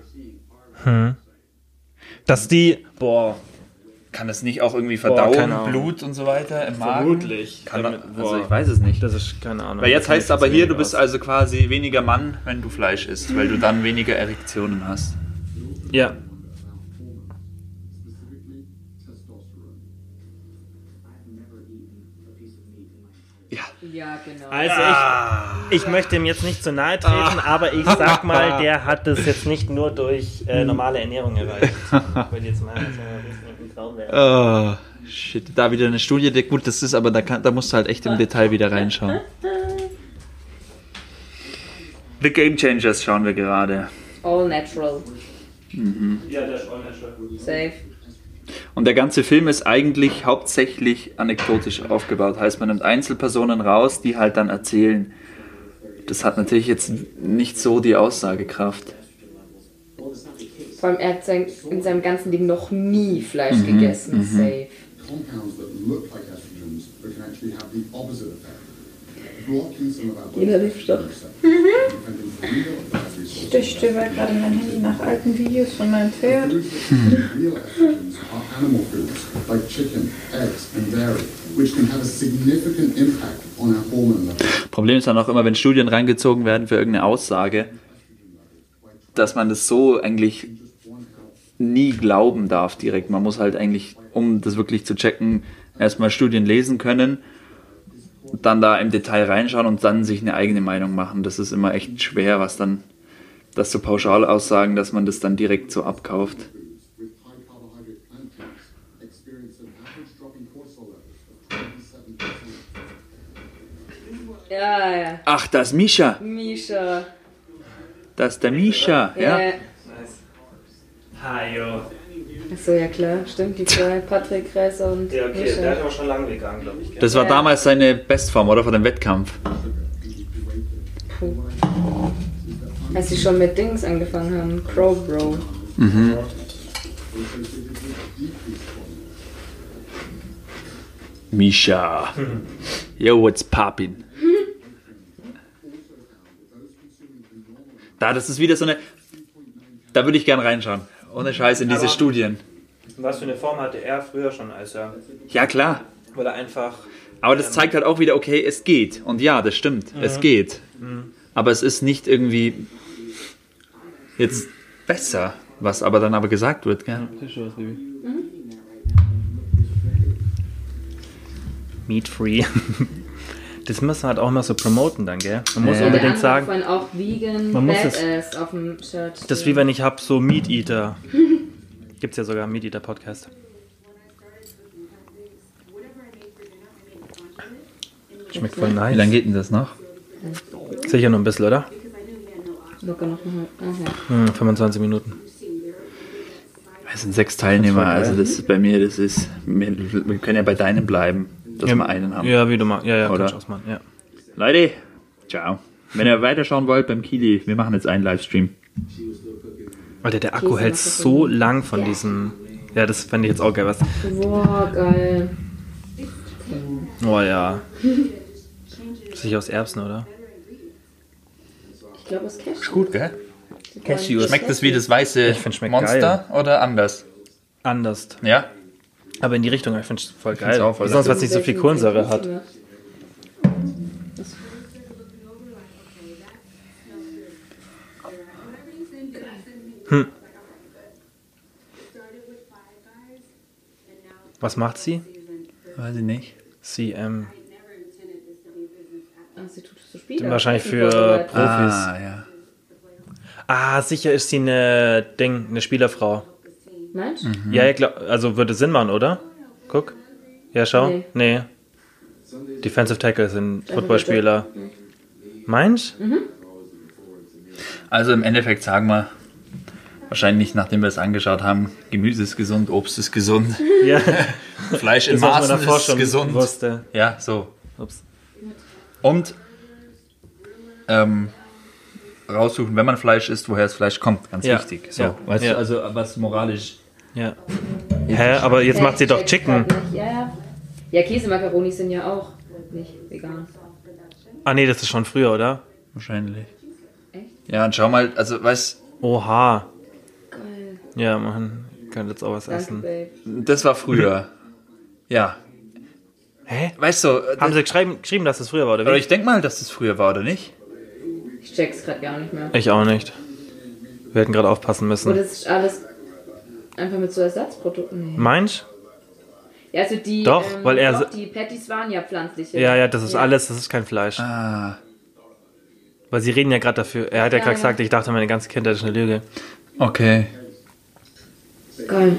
Dass die... Boah. Kann das nicht auch irgendwie Keine verdauen, Ahnung. Blut und so weiter im Magen? Vermutlich. Kann Damit- also boah. ich weiß es nicht. Das ist keine Ahnung. Weil jetzt Da kenn heißt ich aber zu hier, wenig du bist aus. also quasi weniger Mann, wenn du Fleisch isst, weil du dann weniger Erektionen hast. Ja. Ja, genau. Also ich möchte ihm jetzt nicht zu nahe treten, aber ich sag mal, der hat das jetzt nicht nur durch normale Ernährung erreicht. Weil jetzt mal ein Traum wäre. Oh, shit. Da wieder eine Studie, gut, das ist aber, da musst du halt echt im Detail wieder reinschauen. The Game Changers schauen wir gerade. All natural. Ja, der ist all natural. Safe. Und der ganze Film ist eigentlich hauptsächlich anekdotisch aufgebaut. Heißt, man nimmt Einzelpersonen raus, die halt dann erzählen. das hat natürlich jetzt nicht so die Aussagekraft. Vor allem, er hat in seinem ganzen Leben noch nie Fleisch gegessen. Safe. Jeder Liebstoff. Ich durchstöber gerade mein Handy nach alten Videos von meinem Pferd. Problem ist dann auch immer, wenn Studien reingezogen werden für irgendeine Aussage, dass man das so eigentlich nie glauben darf direkt. Man muss halt eigentlich, um das wirklich zu checken, erstmal Studien lesen können, dann da im Detail reinschauen und dann sich eine eigene Meinung machen. Das ist immer echt schwer, was dann, das so pauschal aussagen, dass man das dann direkt so abkauft. Ja. Ach, das ist Mischa. Mischa. Das ist der Mischa, ja. Nice. Hajo. Achso, ja klar, stimmt, die zwei, Patrick Reiser und Ja, okay, Mischa. der hat aber schon lange vegan, glaube ich. Gell? Das war damals seine Bestform, oder? Vor dem Wettkampf. Puh. Als sie schon mit Dings angefangen haben, Crow Bro. Mhm. Mischa. Yo, what's poppin'? Das ist wieder so eine... Da würde ich gern reinschauen. Ohne Scheiß in diese Studien. Was für eine Form hatte er früher schon, als er... Ja, klar. Weil er einfach... Aber das zeigt halt auch wieder, okay, es geht. Und ja, das stimmt. Es geht. Aber es ist nicht irgendwie jetzt besser, was aber dann aber gesagt wird, gell? Meat free. Das muss man halt auch immer so promoten dann, gell? Man muss Der unbedingt andere sagen... Freund auch vegan, man muss Badass auf dem Shirt. Das ist wie wenn ich habe so Meat Eater. Gibt's ja sogar einen Meat Eater Podcast. Schmeckt voll nice. Wie lange geht denn das noch? Sicher nur ein bisschen, oder? Locker noch mal. 25 Minuten. Es sind 6 Teilnehmer, also das ist bei mir, das ist... Wir können ja bei deinem bleiben, dass wir einen haben. Ja, wie du machst. Ja, oder? Ausmachen, ja. Leute, ciao. Wenn ihr weiterschauen wollt beim Kili, wir machen jetzt einen Livestream. Alter, der Akku hält so lang von diesem... Ja, das fände ich jetzt auch geil, was... Boah, geil. Oh ja. Sicher aus Erbsen, oder? Ich glaube, es ist Cashew. Ist gut, gell? Cashew. Schmeckt das wie das weiße geil. Monster oder anders? Anders. Ja? Aber in die Richtung, ich finde es voll Ich geil. find's auch voll Besonders, geil. was nicht so viel Kohlensäure hat. Was macht sie? Weiß ich nicht. CM. Sie tut es so Spieler. Wahrscheinlich für Profis. Ah, ja. Ah, sicher ist sie eine Spielerfrau. Meinst du? Ja, ich glaub, also würde Sinn machen, oder? Guck. Ja, schau. Nee. Defensive Tackle sind Footballspieler. Meinst du? Also im Endeffekt sagen wir, wahrscheinlich nachdem wir es angeschaut haben, Gemüse ist gesund, Obst ist gesund. Ja. Fleisch in Das, was man Maßen davor ist schon gesund. wusste. Ja, so. Ups. Und raussuchen, wenn man Fleisch isst, woher das Fleisch kommt. Ganz Ja. wichtig. So, Ja. weißt Ja. du, also was moralisch... Ja. Hä, aber jetzt macht sie doch Chicken. Ja, Käsemakaronis sind ja auch nicht vegan. Ah nee, das ist schon früher, oder? Wahrscheinlich. Echt? Ja, und schau mal, also weißt Oha. Geil. Ja, man könnte jetzt auch was Danke, essen. Babe. das war früher. Ja. Hä? Weißt du... Haben sie geschrieben, dass das früher war, oder wie? Aber ich denke mal, dass das früher war, oder nicht? Ich check's gerade gar nicht mehr. Ich auch nicht. Wir hätten gerade aufpassen müssen. Und das ist alles einfach mit so Ersatzprodukten. Nee. Meinst Ja, also die, Doch, weil er- doch, die Patties waren ja pflanzliche. Ja, das ist alles, das ist kein Fleisch. Ah. Weil sie reden ja gerade dafür. Er hat ja Ja, gerade ja. gesagt, ich dachte, meine ganze Kindheit ist eine Lüge. Okay. Geil.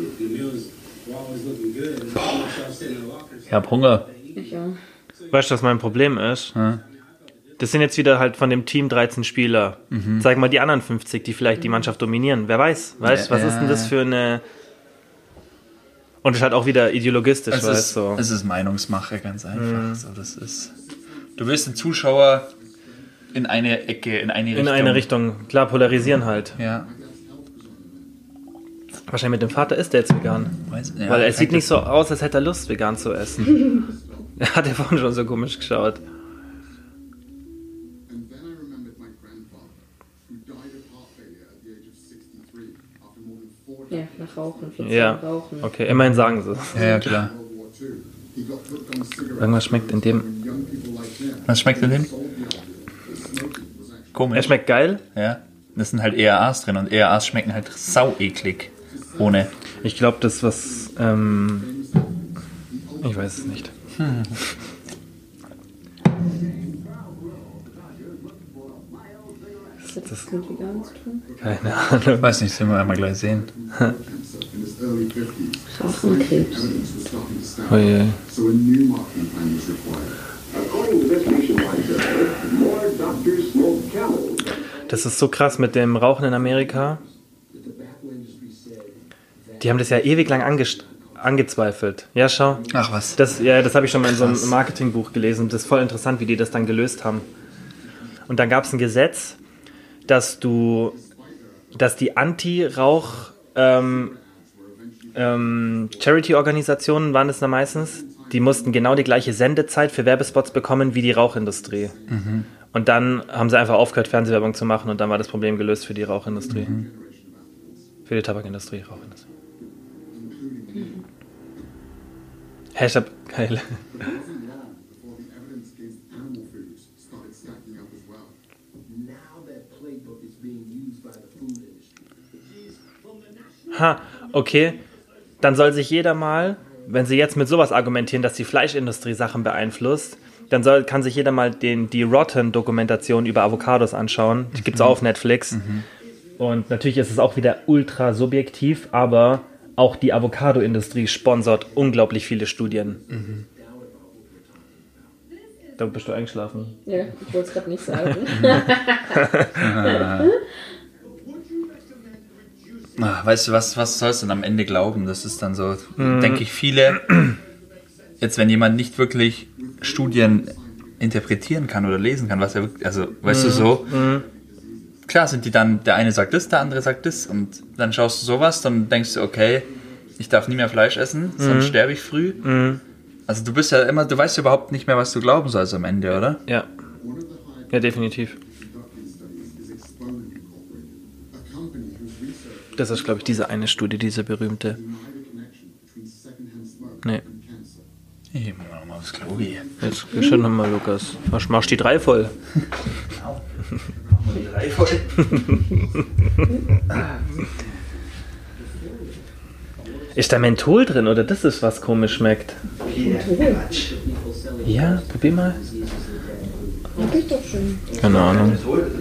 Ich hab Hunger. Ich auch. Weißt du, was mein Problem ist? Hm. Das sind jetzt wieder halt von dem Team 13 Spieler. Sag mal die anderen 50, die vielleicht die Mannschaft dominieren. Wer weiß? Weißt du, was ist denn das für eine... Und es ist halt auch wieder ideologistisch, weißt du. Es ist Meinungsmache, ganz einfach. So, das ist, du willst den Zuschauer in eine Ecke, in eine Richtung. In eine Richtung. Klar, polarisieren halt. Ja. Wahrscheinlich mit dem Vater ist der jetzt vegan. Ja, weil er sieht nicht so aus, als hätte er Lust, vegan zu essen. Er hat ja vorhin schon so komisch geschaut. Ja, nach Rauchen. Ja, Rauchen. Okay, immerhin sagen sie es. Ja, klar. Irgendwas schmeckt in dem. Was schmeckt in dem? Komisch. Er schmeckt geil. Ja. Das sind halt ERAs drin und ERAs schmecken halt sau eklig. Ohne. Ich glaube, das was. Ich weiß es nicht. Was hat das mit vegan zu tun? Keine Ahnung. Weiß nicht, das werden wir einmal gleich sehen. Rachenkrebs. Oh je. Das ist so krass mit dem Rauchen in Amerika. Die haben das ja ewig lang angezweifelt. Ja, schau. Ach was. Das habe ich schon mal in so einem Marketingbuch gelesen. Das ist voll interessant, wie die das dann gelöst haben. Und dann gab es ein Gesetz, dass die Anti-Rauch Charity-Organisationen waren es da meistens, die mussten genau die gleiche Sendezeit für Werbespots bekommen wie die Rauchindustrie. Mhm. Und dann haben sie einfach aufgehört, Fernsehwerbung zu machen und dann war das Problem gelöst für die Rauchindustrie. Mhm. Für die Tabakindustrie, Rauchindustrie. Mhm. Hashtag geil. Ha, okay. Dann soll sich jeder mal, wenn sie jetzt mit sowas argumentieren, dass die Fleischindustrie Sachen beeinflusst, dann kann sich jeder mal die Rotten-Dokumentation über Avocados anschauen. Die gibt es auch auf Netflix. Mhm. Und natürlich ist es auch wieder ultra subjektiv, aber auch die Avocado-Industrie sponsert unglaublich viele Studien. Mhm. Da bist du eingeschlafen. Ja, ich wollte es gerade nicht sagen. Weißt du, was sollst du denn am Ende glauben? Das ist dann so, denke ich, viele, jetzt wenn jemand nicht wirklich Studien interpretieren kann oder lesen kann, was er wirklich, also weißt du so, klar sind die dann, der eine sagt das, der andere sagt das und dann schaust du sowas, dann denkst du, okay, ich darf nie mehr Fleisch essen, sonst sterbe ich früh. Also du bist ja immer, du weißt ja überhaupt nicht mehr, was du glauben sollst am Ende, oder? Ja. Ja, definitiv. Das ist, glaube ich, diese eine Studie, diese berühmte. Nee. Ich mach mal das Klobi. Jetzt geh schon nochmal, Lukas. Machst die 3 voll. Genau. Mach die 3 voll. Ist da Menthol drin oder das ist, was komisch schmeckt? Ja, probier mal. Ja, geht doch schon. Keine Ahnung.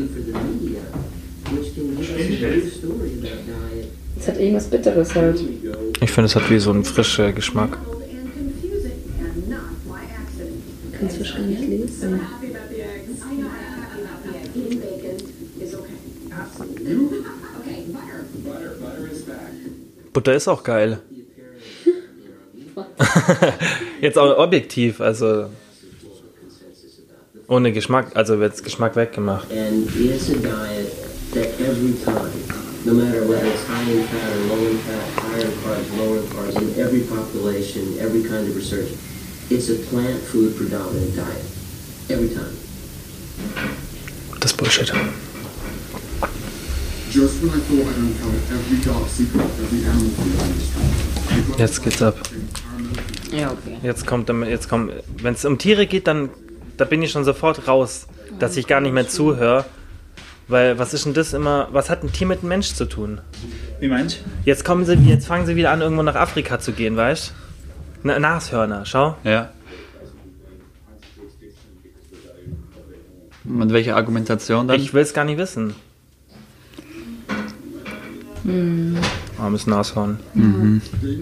Es hat irgendwas Bitteres halt. Ich finde, es hat wie so einen frischen Geschmack. Du kannst Fisch gar nicht lesen. Butter ist auch geil. Jetzt auch objektiv, also ohne Geschmack, also wird Geschmack weggemacht. And it's a diet that every time, no matter whether it's high in fat or low in fat, higher in carbs, lower in carbs, in every population, every kind of research, it's a plant food predominant diet. Every time. Das ist Bullshit. Just when I thought I'd uncovered every dark secret of the animal food industry. Jetzt geht's ab. Ja, okay. Jetzt kommt, wenn es um Tiere geht, dann da bin ich schon sofort raus, dass ich gar nicht mehr zuhöre. Weil, was ist denn das immer, was hat ein Tier mit einem Mensch zu tun? Wie meinst du? Jetzt fangen sie wieder an, irgendwo nach Afrika zu gehen, weißt du? Nashörner, schau. Ja. Und welche Argumentation dann? Ich will es gar nicht wissen. Armes Nashorn. Mhm.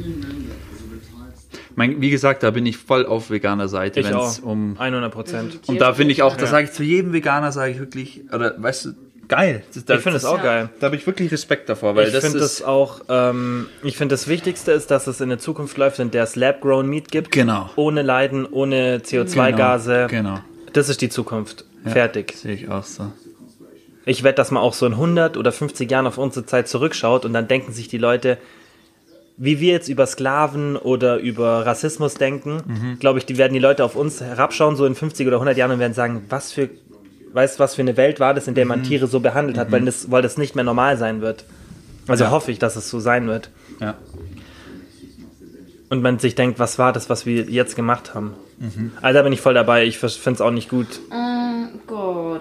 Wie gesagt, da bin ich voll auf veganer Seite, wenn es um 100%. Und da finde ich auch, da sage ich zu jedem Veganer, sage ich wirklich, oder weißt du, geil. Ich finde es auch geil. Da habe ich wirklich Respekt davor, weil ich finde das auch, ich finde das Wichtigste ist, dass es in der Zukunft läuft, in der es Lab-Grown Meat gibt. Genau. Ohne Leiden, ohne CO2-Gase. Genau. Das ist die Zukunft. Fertig. Sehe ich auch so. Ich wette, dass man auch so in 100 oder 50 Jahren auf unsere Zeit zurückschaut und dann denken sich die Leute, wie wir jetzt über Sklaven oder über Rassismus denken, glaube ich, werden die Leute auf uns herabschauen, so in 50 oder 100 Jahren und werden sagen, was für eine Welt war das, in der man Tiere so behandelt hat, weil das nicht mehr normal sein wird. Also hoffe ich, dass es so sein wird. Ja. Und man sich denkt, was war das, was wir jetzt gemacht haben? Also da bin ich voll dabei, ich finde es auch nicht gut. Oh Gott.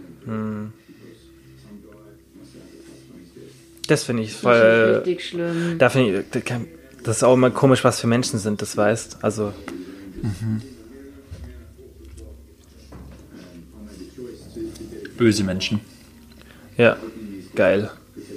Das finde ich voll. Das ist richtig schlimm. Da finde ich, das ist auch immer komisch, was für Menschen sind, das weißt. Also. Böse Menschen. Ja, geil.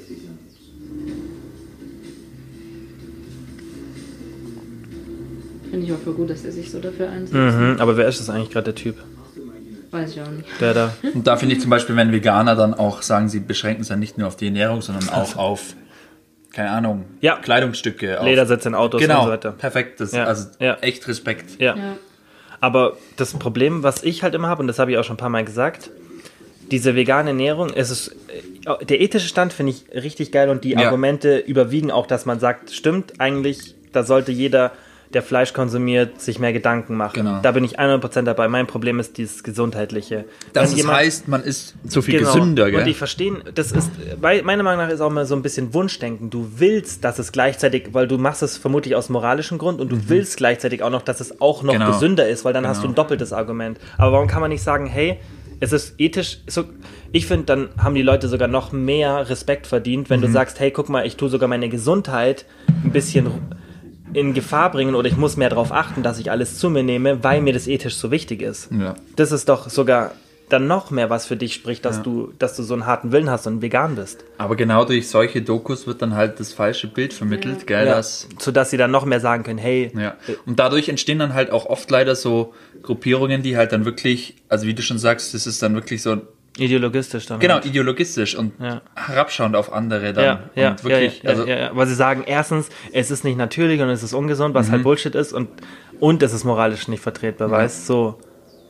Finde ich auch voll gut, dass er sich so dafür einsetzt. Aber wer ist das eigentlich gerade, der Typ? Weiß ich auch nicht. Der da. Und da finde ich zum Beispiel, wenn Veganer dann auch sagen, sie beschränken es ja nicht nur auf die Ernährung, sondern auch auf, keine Ahnung, Kleidungsstücke. Ledersitze in Autos und so weiter. Perfekt. Also echt Respekt. Ja. Aber das Problem, was ich halt immer habe, und das habe ich auch schon ein paar Mal gesagt, diese vegane Ernährung, der ethische Stand finde ich richtig geil und die Argumente überwiegen auch, dass man sagt, stimmt, eigentlich, da sollte jeder, der Fleisch konsumiert, sich mehr Gedanken machen. Genau. Da bin ich 100% dabei. Mein Problem ist dieses Gesundheitliche. Das heißt, man ist so viel gesünder. Gell? Und ich verstehe, das ist, meiner Meinung nach ist auch mal so ein bisschen Wunschdenken. Du willst, dass es gleichzeitig, weil du machst es vermutlich aus moralischem Grund und du willst gleichzeitig auch noch, dass es auch noch gesünder ist, weil dann hast du ein doppeltes Argument. Aber warum kann man nicht sagen, hey, es ist ethisch, ich finde, dann haben die Leute sogar noch mehr Respekt verdient, wenn du sagst, hey, guck mal, ich tue sogar meine Gesundheit ein bisschen in Gefahr bringen oder ich muss mehr darauf achten, dass ich alles zu mir nehme, weil mir das ethisch so wichtig ist. Ja. Das ist doch sogar dann noch mehr, was für dich spricht, dass du so einen harten Willen hast und vegan bist. Aber genau durch solche Dokus wird dann halt das falsche Bild vermittelt, gell? Ja. Sodass sie dann noch mehr sagen können, hey. Ja. Und dadurch entstehen dann halt auch oft leider so Gruppierungen, die halt dann wirklich, also wie du schon sagst, das ist dann wirklich so ideologistisch dann. Genau, ideologistisch und herabschauend auf andere dann. Und wirklich, weil sie sagen, erstens, es ist nicht natürlich und es ist ungesund, was halt Bullshit ist und es ist moralisch nicht vertretbar, weißt du? So.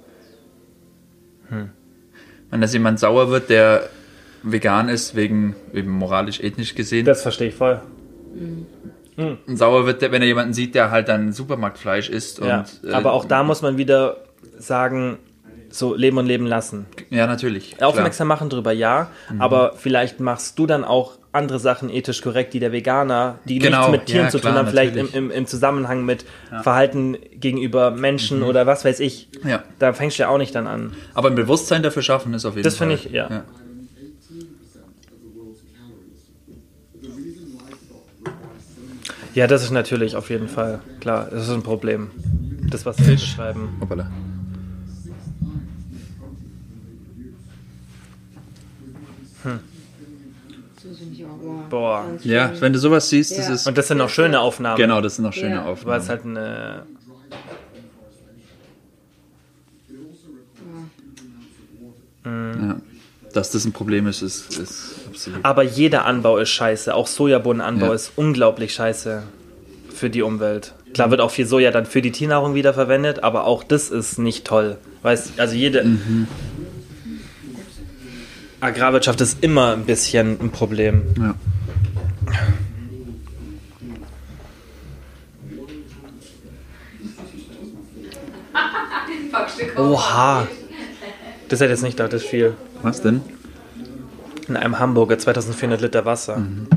Wenn das jemand sauer wird, der vegan ist, wegen moralisch-ethnisch gesehen. Das verstehe ich voll. Und sauer wird, wenn er jemanden sieht, der halt dann Supermarktfleisch isst. Ja, aber auch da muss man wieder sagen, so leben und leben lassen. Ja, natürlich. Aufmerksam machen drüber, aber vielleicht machst du dann auch andere Sachen ethisch korrekt, die der Veganer, die nichts mit Tieren zu tun haben, vielleicht im Zusammenhang mit Verhalten gegenüber Menschen oder was weiß ich. Ja. Da fängst du ja auch nicht dann an. Aber ein Bewusstsein dafür schaffen ist auf jeden Fall. Das finde ich, ja. Ja, das ist natürlich auf jeden Fall, klar, das ist ein Problem. Das, was wir beschreiben. Hoppala. Boah. Ja, wenn du sowas siehst, das ist... Und das sind noch schöne Aufnahmen. Genau, das sind noch schöne Aufnahmen. Weil es halt eine... Ja. Dass das ein Problem ist absolut... Aber jeder Anbau ist scheiße. Auch Sojabohnenanbau ist unglaublich scheiße für die Umwelt. Klar wird auch viel Soja dann für die Tiernahrung wiederverwendet, aber auch das ist nicht toll. Weißt, also jede... Agrarwirtschaft ist immer ein bisschen ein Problem. Ja. Oha. Das hätte ich jetzt nicht gedacht, das ist viel. Was denn? In einem Hamburger 2400 Liter Wasser.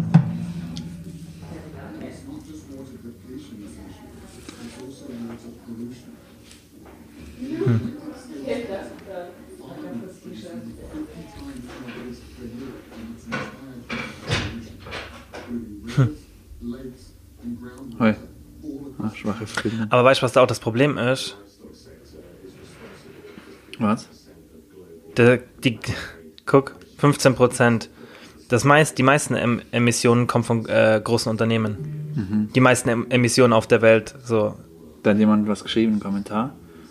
Hoi. Ach, schwache Frieden. Aber weißt du, was da auch das Problem ist? Was? Guck, 15%. Die meisten Emissionen kommen von großen Unternehmen. Die meisten Emissionen auf der Welt. So. Da hat jemand was geschrieben im Kommentar.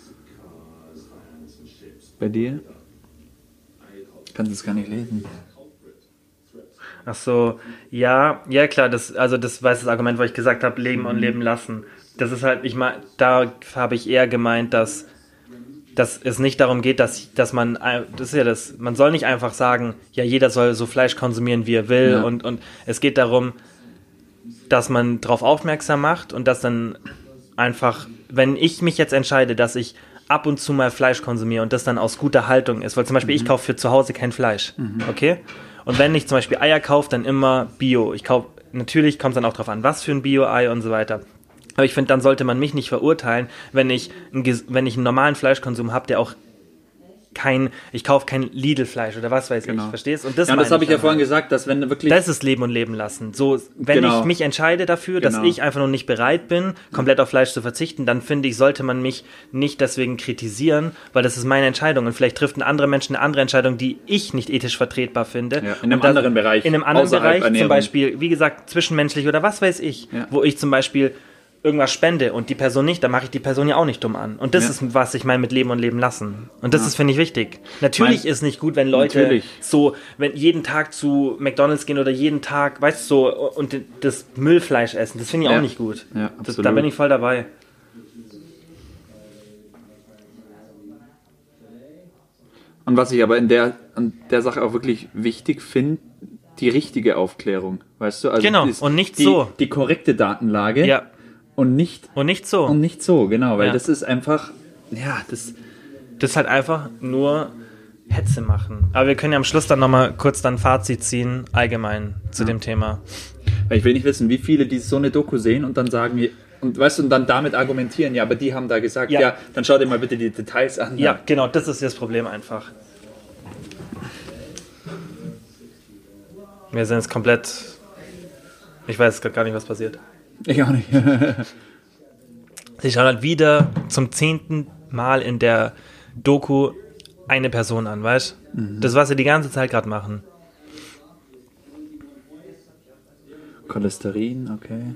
Bei dir? Kannst du es gar nicht lesen. Ach so, ja klar, das war das Argument, wo ich gesagt habe, leben und leben lassen. Das ist halt, da habe ich eher gemeint, dass dass es nicht darum geht, dass man, das ist ja das, man soll nicht einfach sagen, ja, jeder soll so Fleisch konsumieren, wie er will, und es geht darum, dass man darauf aufmerksam macht und dass dann einfach, wenn ich mich jetzt entscheide, dass ich ab und zu mal Fleisch konsumiere und das dann aus guter Haltung ist, weil zum Beispiel ich kaufe für zu Hause kein Fleisch, okay? Und wenn ich zum Beispiel Eier kaufe, dann immer Bio. Natürlich kommt es dann auch drauf an, was für ein Bio-Ei und so weiter. Aber ich finde, dann sollte man mich nicht verurteilen, wenn ich einen normalen Fleischkonsum habe, der auch ich kaufe kein Lidl-Fleisch oder was weiß ich, verstehst? Und das habe ich ja vorhin gesagt, dass wenn wirklich... Das ist Leben und Leben lassen. So, wenn ich mich entscheide dafür, dass ich einfach noch nicht bereit bin, komplett auf Fleisch zu verzichten, dann finde ich, sollte man mich nicht deswegen kritisieren, weil das ist meine Entscheidung und vielleicht trifft ein anderer Mensch eine andere Entscheidung, die ich nicht ethisch vertretbar finde. Ja, in einem anderen Bereich. In einem anderen Bereich, zum Beispiel, wie gesagt, zwischenmenschlich oder was weiß ich, wo ich zum Beispiel irgendwas spende und die Person nicht, dann mache ich die Person ja auch nicht dumm an. Und das ist, was ich meine mit Leben und Leben lassen. Und das ist, finde ich, wichtig. Natürlich ist nicht gut, wenn Leute wenn jeden Tag zu McDonald's gehen oder jeden Tag, weißt du, so, und das Müllfleisch essen. Das finde ich auch nicht gut. Ja, da bin ich voll dabei. Und was ich aber an der Sache auch wirklich wichtig finde, die richtige Aufklärung, weißt du? Also genau, und nicht so. Die korrekte Datenlage. Ja. Und nicht so. Und nicht so, genau, weil das ist einfach, das ist halt einfach nur Hetze machen. Aber wir können ja am Schluss dann nochmal kurz dann Fazit ziehen, allgemein zu dem Thema. Weil ich will nicht wissen, wie viele die so eine Doku sehen und dann sagen, und weißt du, und dann damit argumentieren, ja, aber die haben da gesagt, dann schau dir mal bitte die Details an. Ja, genau, das ist das Problem einfach. Wir sind jetzt komplett, ich weiß gar nicht, was passiert. Ich auch nicht. Sie schauen halt wieder zum 10. Mal in der Doku eine Person an, weißt du? Das, was sie die ganze Zeit gerade machen. Cholesterin, okay.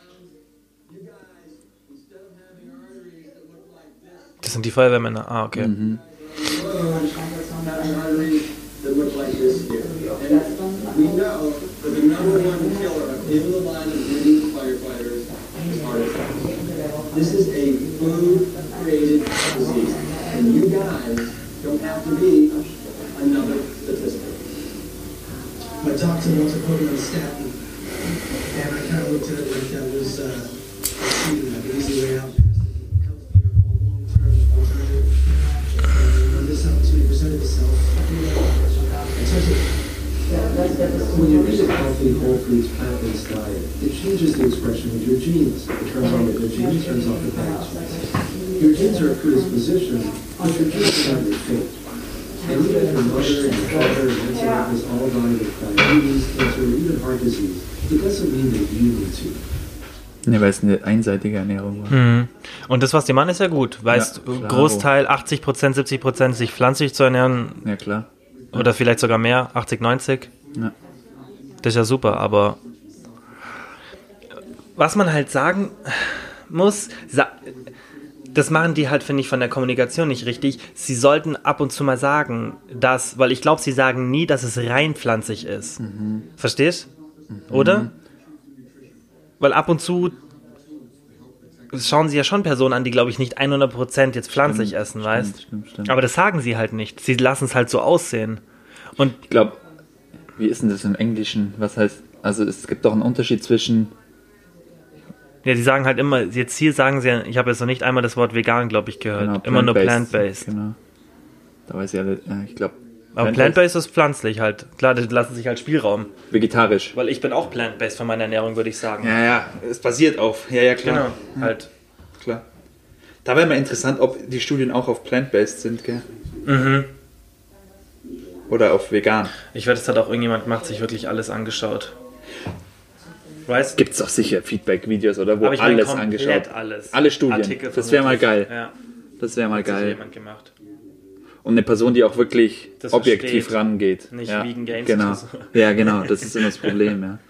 Das sind die Feuerwehrmänner. Ah, okay. That look like this here. And we know that the number one killer of in-the-line of breathing firefighters is heart attack. This is a food-created disease. And you guys don't have to be another statistic. My doctor wants to put me on a statin. And I kind of looked at it like that was cheating, like an easy way out. Healthier, more long-term alternative. And when this opportunity presented itself, when you eat a healthy, whole foods, plant-based diet, it changes the expression of your genes. It turns on the good genes, turns off the bad genes. Your genes are a predisposition, but your genes are not your fate. And even if your mother and your father and ancestors all died of diabetes, cancer, or even heart disease, it doesn't mean that you need to. Ne, weil es eine einseitige Ernährung war. Und das, was die machen, ist ja gut. Weißt du, Großteil, 80%, 70% sich pflanzlich zu ernähren. Ja, klar. Oder vielleicht sogar mehr, 80, 90. Ja. Das ist ja super, aber was man halt sagen muss, das machen die halt, finde ich, von der Kommunikation nicht richtig. Sie sollten ab und zu mal sagen, weil ich glaube, sie sagen nie, dass es rein pflanzlich ist. Verstehst? Oder? Weil ab und zu schauen sie ja schon Personen an, die, glaube ich, nicht 100% jetzt pflanzlich essen, weißt? Stimmt. Aber das sagen sie halt nicht. Sie lassen es halt so aussehen. Und ich glaube, wie ist denn das im Englischen? Was heißt, also es gibt doch einen Unterschied zwischen... Ja, die sagen halt immer, jetzt hier sagen sie, ich habe jetzt noch nicht einmal das Wort vegan, glaube ich, gehört. Genau, immer nur plant-based. Genau. Da weiß ich alle, ich glaube... Aber plant-based ist pflanzlich halt. Klar, die lassen sich halt Spielraum. Vegetarisch. Weil ich bin auch plant-based von meiner Ernährung, würde ich sagen. Ja, es basiert auf. Ja, klar. Genau, halt. Klar. Da wäre mal interessant, ob die Studien auch auf plant-based sind, gell? Oder auf vegan. Ich werde, es hat auch irgendjemand macht sich wirklich alles angeschaut. Weißt? Gibt es doch sicher Feedback-Videos, oder? Wo alles angeschaut. Alle Studien. Artikel, das wäre mal geil. Ja. Das wäre mal geil. Jemand gemacht. Und eine Person, die auch wirklich das objektiv versteht. rangeht. Nicht Vegan Games. Genau. So. Ja, genau. Das ist immer das Problem, ja.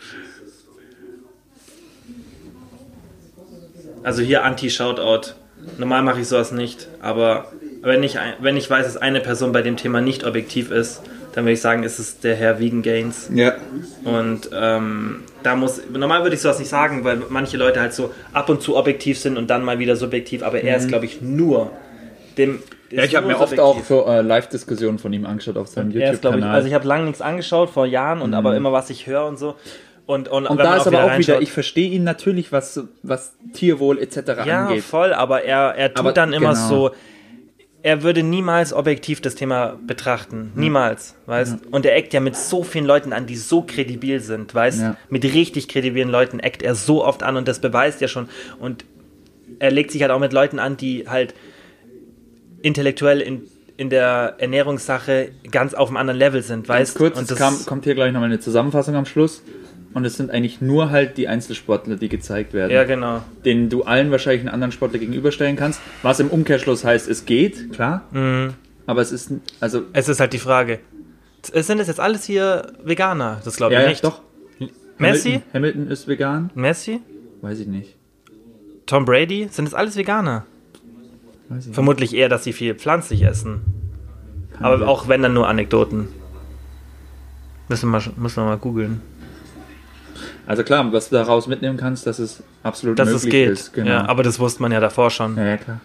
Also hier Anti-Shoutout. Normal mache ich sowas nicht, aber wenn ich weiß, dass eine Person bei dem Thema nicht objektiv ist, dann würde ich sagen, ist es der Herr Vegan Gains. Ja. Und normal würde ich sowas nicht sagen, weil manche Leute halt so ab und zu objektiv sind und dann mal wieder subjektiv, aber er ist, glaube ich, nur ich habe mir oft auch so Live-Diskussionen von ihm angeschaut auf seinem YouTube-Kanal. Also ich habe lange nichts angeschaut, vor Jahren, und aber immer, was ich höre und so. Und da ist aber auch wieder, ich verstehe ihn natürlich, was Tierwohl etc. angeht. Ja, voll, aber er tut dann immer so, er würde niemals objektiv das Thema betrachten. Niemals, weißt? Ja. Und er eckt ja mit so vielen Leuten an, die so kredibil sind, weißt? Ja. Mit richtig kredibilen Leuten eckt er so oft an, und das beweist ja schon. Und er legt sich halt auch mit Leuten an, die halt intellektuell in der Ernährungssache ganz auf einem anderen Level sind, weißt? Ganz kurz, und kommt hier gleich nochmal eine Zusammenfassung am Schluss. Und es sind eigentlich nur halt die Einzelsportler, die gezeigt werden. Ja, genau. Denen du allen wahrscheinlich einen anderen Sportler gegenüberstellen kannst. Was im Umkehrschluss heißt, es geht, klar. Mhm. Aber es ist, also... Es ist halt die Frage. Sind das jetzt alles hier Veganer? Das glaube ich nicht. Ja, doch. Messi? Hamilton ist vegan. Messi? Weiß ich nicht. Tom Brady? Sind das alles Veganer? Weiß ich Vermutlich nicht. Eher, dass sie viel pflanzlich essen. Aber auch wenn, dann nur Anekdoten. Müssen wir mal googeln. Also klar, was du daraus mitnehmen kannst, dass es absolut möglich ist. Dass es geht, ist, genau. Ja, aber das wusste man ja davor schon. Ja, klar.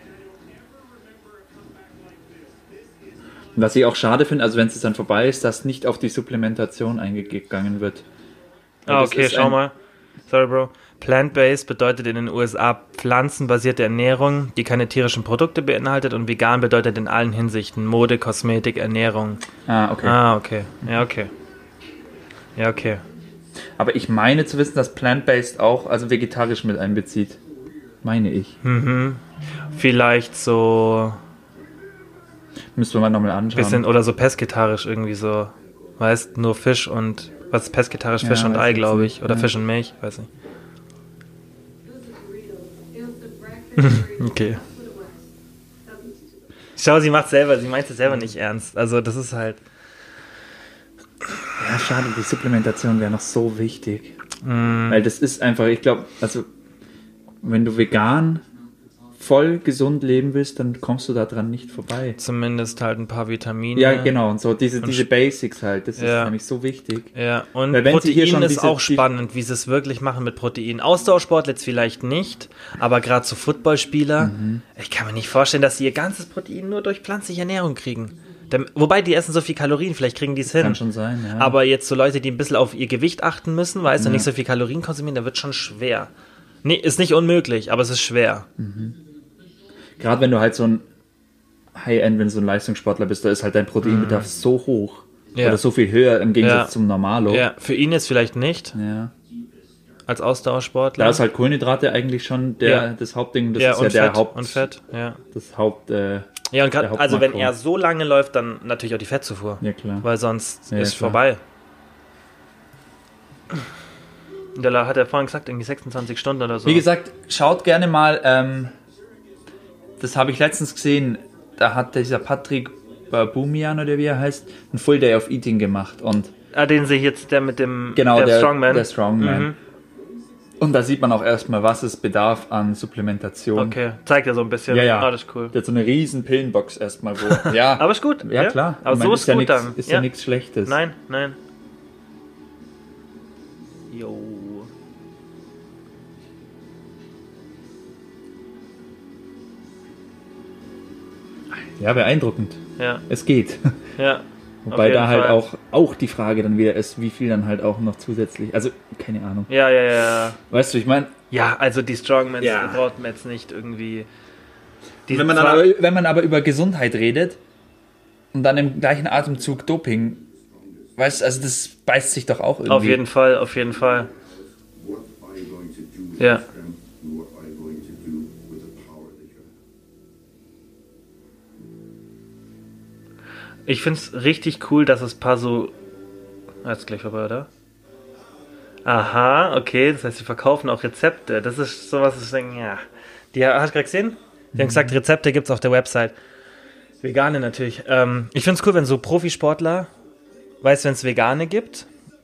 Was ich auch schade finde, also wenn es dann vorbei ist, dass nicht auf die Supplementation eingegangen wird. Okay, schau mal. Sorry, Bro. Plant-based bedeutet in den USA pflanzenbasierte Ernährung, die keine tierischen Produkte beinhaltet, und vegan bedeutet in allen Hinsichten Mode, Kosmetik, Ernährung. Okay. Ja, okay. Aber ich meine zu wissen, dass Plant-Based auch, also vegetarisch mit einbezieht. Meine ich. Mhm. Vielleicht so... Müssen wir mal nochmal anschauen. Bisschen, oder so pesketarisch irgendwie so. Weißt, nur Fisch und... Was ist pesketarisch? Fisch und Ei, glaube ich. Oder Fisch und Milch, weiß nicht. Okay. Schau, sie meint es selber nicht ernst. Also das ist halt... Ja, schade, die Supplementation wäre noch so wichtig. Weil das ist einfach, ich glaube, also wenn du vegan voll gesund leben willst, dann kommst du da dran nicht vorbei. Zumindest halt ein paar Vitamine. Ja, genau, und so diese Basics halt, das ist nämlich so wichtig. Ja, und Protein ist auch spannend, wie sie es wirklich machen mit Protein. Ausdauersportler jetzt vielleicht nicht, aber gerade so Footballspieler, ich kann mir nicht vorstellen, dass sie ihr ganzes Protein nur durch pflanzliche Ernährung kriegen. Wobei, die essen so viel Kalorien, vielleicht kriegen die es hin. Kann schon sein, ja. Aber jetzt so Leute, die ein bisschen auf ihr Gewicht achten müssen, weißt du, nicht so viel Kalorien konsumieren, da wird schon schwer. Nee, ist nicht unmöglich, aber es ist schwer. Mhm. Gerade wenn du halt so ein High-End, wenn du so ein Leistungssportler bist, da ist halt dein Proteinbedarf so hoch. Ja. Oder so viel höher im Gegensatz zum Normalo. Ja, für ihn jetzt vielleicht nicht. Ja. Als Ausdauersportler. Da ist halt Kohlenhydrate eigentlich schon das Hauptding. Das ist und ja Fett, der und Fett, ja. Das Haupt... Ja, und gerade, also wenn er so lange läuft, dann natürlich auch die Fettzufuhr. Ja, klar. Weil sonst ist vorbei. Da hat er vorhin gesagt, irgendwie 26 Stunden oder so. Wie gesagt, schaut gerne mal, das habe ich letztens gesehen, da hat dieser Patrick Boumian oder wie er heißt, ein Full Day of Eating gemacht. Und den sehe ich jetzt, der mit dem der Strongman. Der Strongman. Mhm. Und da sieht man auch erstmal, was es bedarf an Supplementation. Okay, zeigt ja so ein bisschen. Ja. Das ist cool. Der hat so eine riesen Pillenbox erstmal, wo... Ja, aber ist gut. Ja, klar. Aber so ist gut dann. Ist ja nichts Schlechtes. Nein. Jo. Ja, beeindruckend. Ja. Es geht. Ja. Wobei da halt auch die Frage dann wieder ist, wie viel dann halt auch noch zusätzlich, also keine Ahnung. Ja. Weißt du, ich meine... Ja, also die Strongmans braucht man jetzt nicht irgendwie... Wenn man aber über Gesundheit redet und dann im gleichen Atemzug Doping, weißt du, also das beißt sich doch auch irgendwie. Auf jeden Fall. Ja. Ich finde es richtig cool, dass es ein paar so... Jetzt gleich vorbei, oder? Aha, okay, das heißt, sie verkaufen auch Rezepte. Das ist sowas, ich denke, ja. Die hast du gerade gesehen? Die haben gesagt, Rezepte gibt es auf der Website. Vegane natürlich. Ich finde es cool, wenn so Profisportler, weißt du, wenn es Vegane gibt,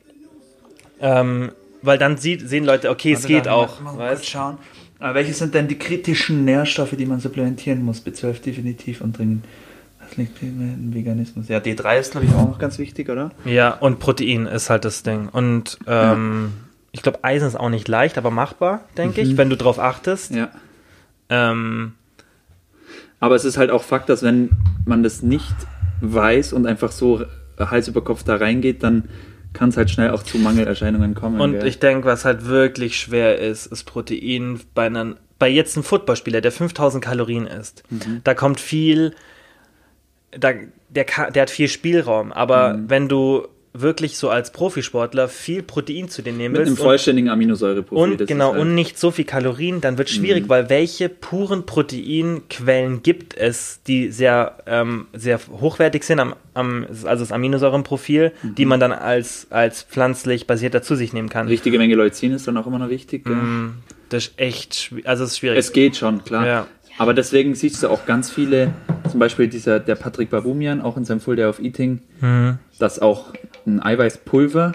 weil dann sehen Leute, okay, es geht auch. Mal kurz schauen. Welche sind denn die kritischen Nährstoffe, die man supplementieren muss? B12 definitiv und dringend. Das liegt im Veganismus. Ja, D3 ist, glaube ich, auch noch ganz wichtig, oder? Ja, und Protein ist halt das Ding. Und ich glaube, Eisen ist auch nicht leicht, aber machbar, denke ich, wenn du drauf achtest. Ja. Aber es ist halt auch Fakt, dass wenn man das nicht weiß und einfach so Hals über Kopf da reingeht, dann kann es halt schnell auch zu Mangelerscheinungen kommen. Und ich denke, was halt wirklich schwer ist Protein bei jetzt einem Footballspieler, der 5000 Kalorien isst. Da kommt viel, der hat viel Spielraum, aber wenn du wirklich so als Profisportler viel Protein zu dir nehmen willst. Mit einem vollständigen Aminosäureprofil. Und nicht so viel Kalorien, dann wird es schwierig, weil welche puren Proteinquellen gibt es, die sehr, sehr hochwertig sind, also das Aminosäurenprofil, die man dann als pflanzlich basierter zu sich nehmen kann. Richtige Menge Leucin ist dann auch immer noch wichtig. Das ist echt schwierig. Also es ist schwierig. Es geht schon, klar. Ja. Aber deswegen siehst du auch ganz viele, zum Beispiel der Patrick Baboumian, auch in seinem Full Day of Eating, dass auch ein Eiweißpulver,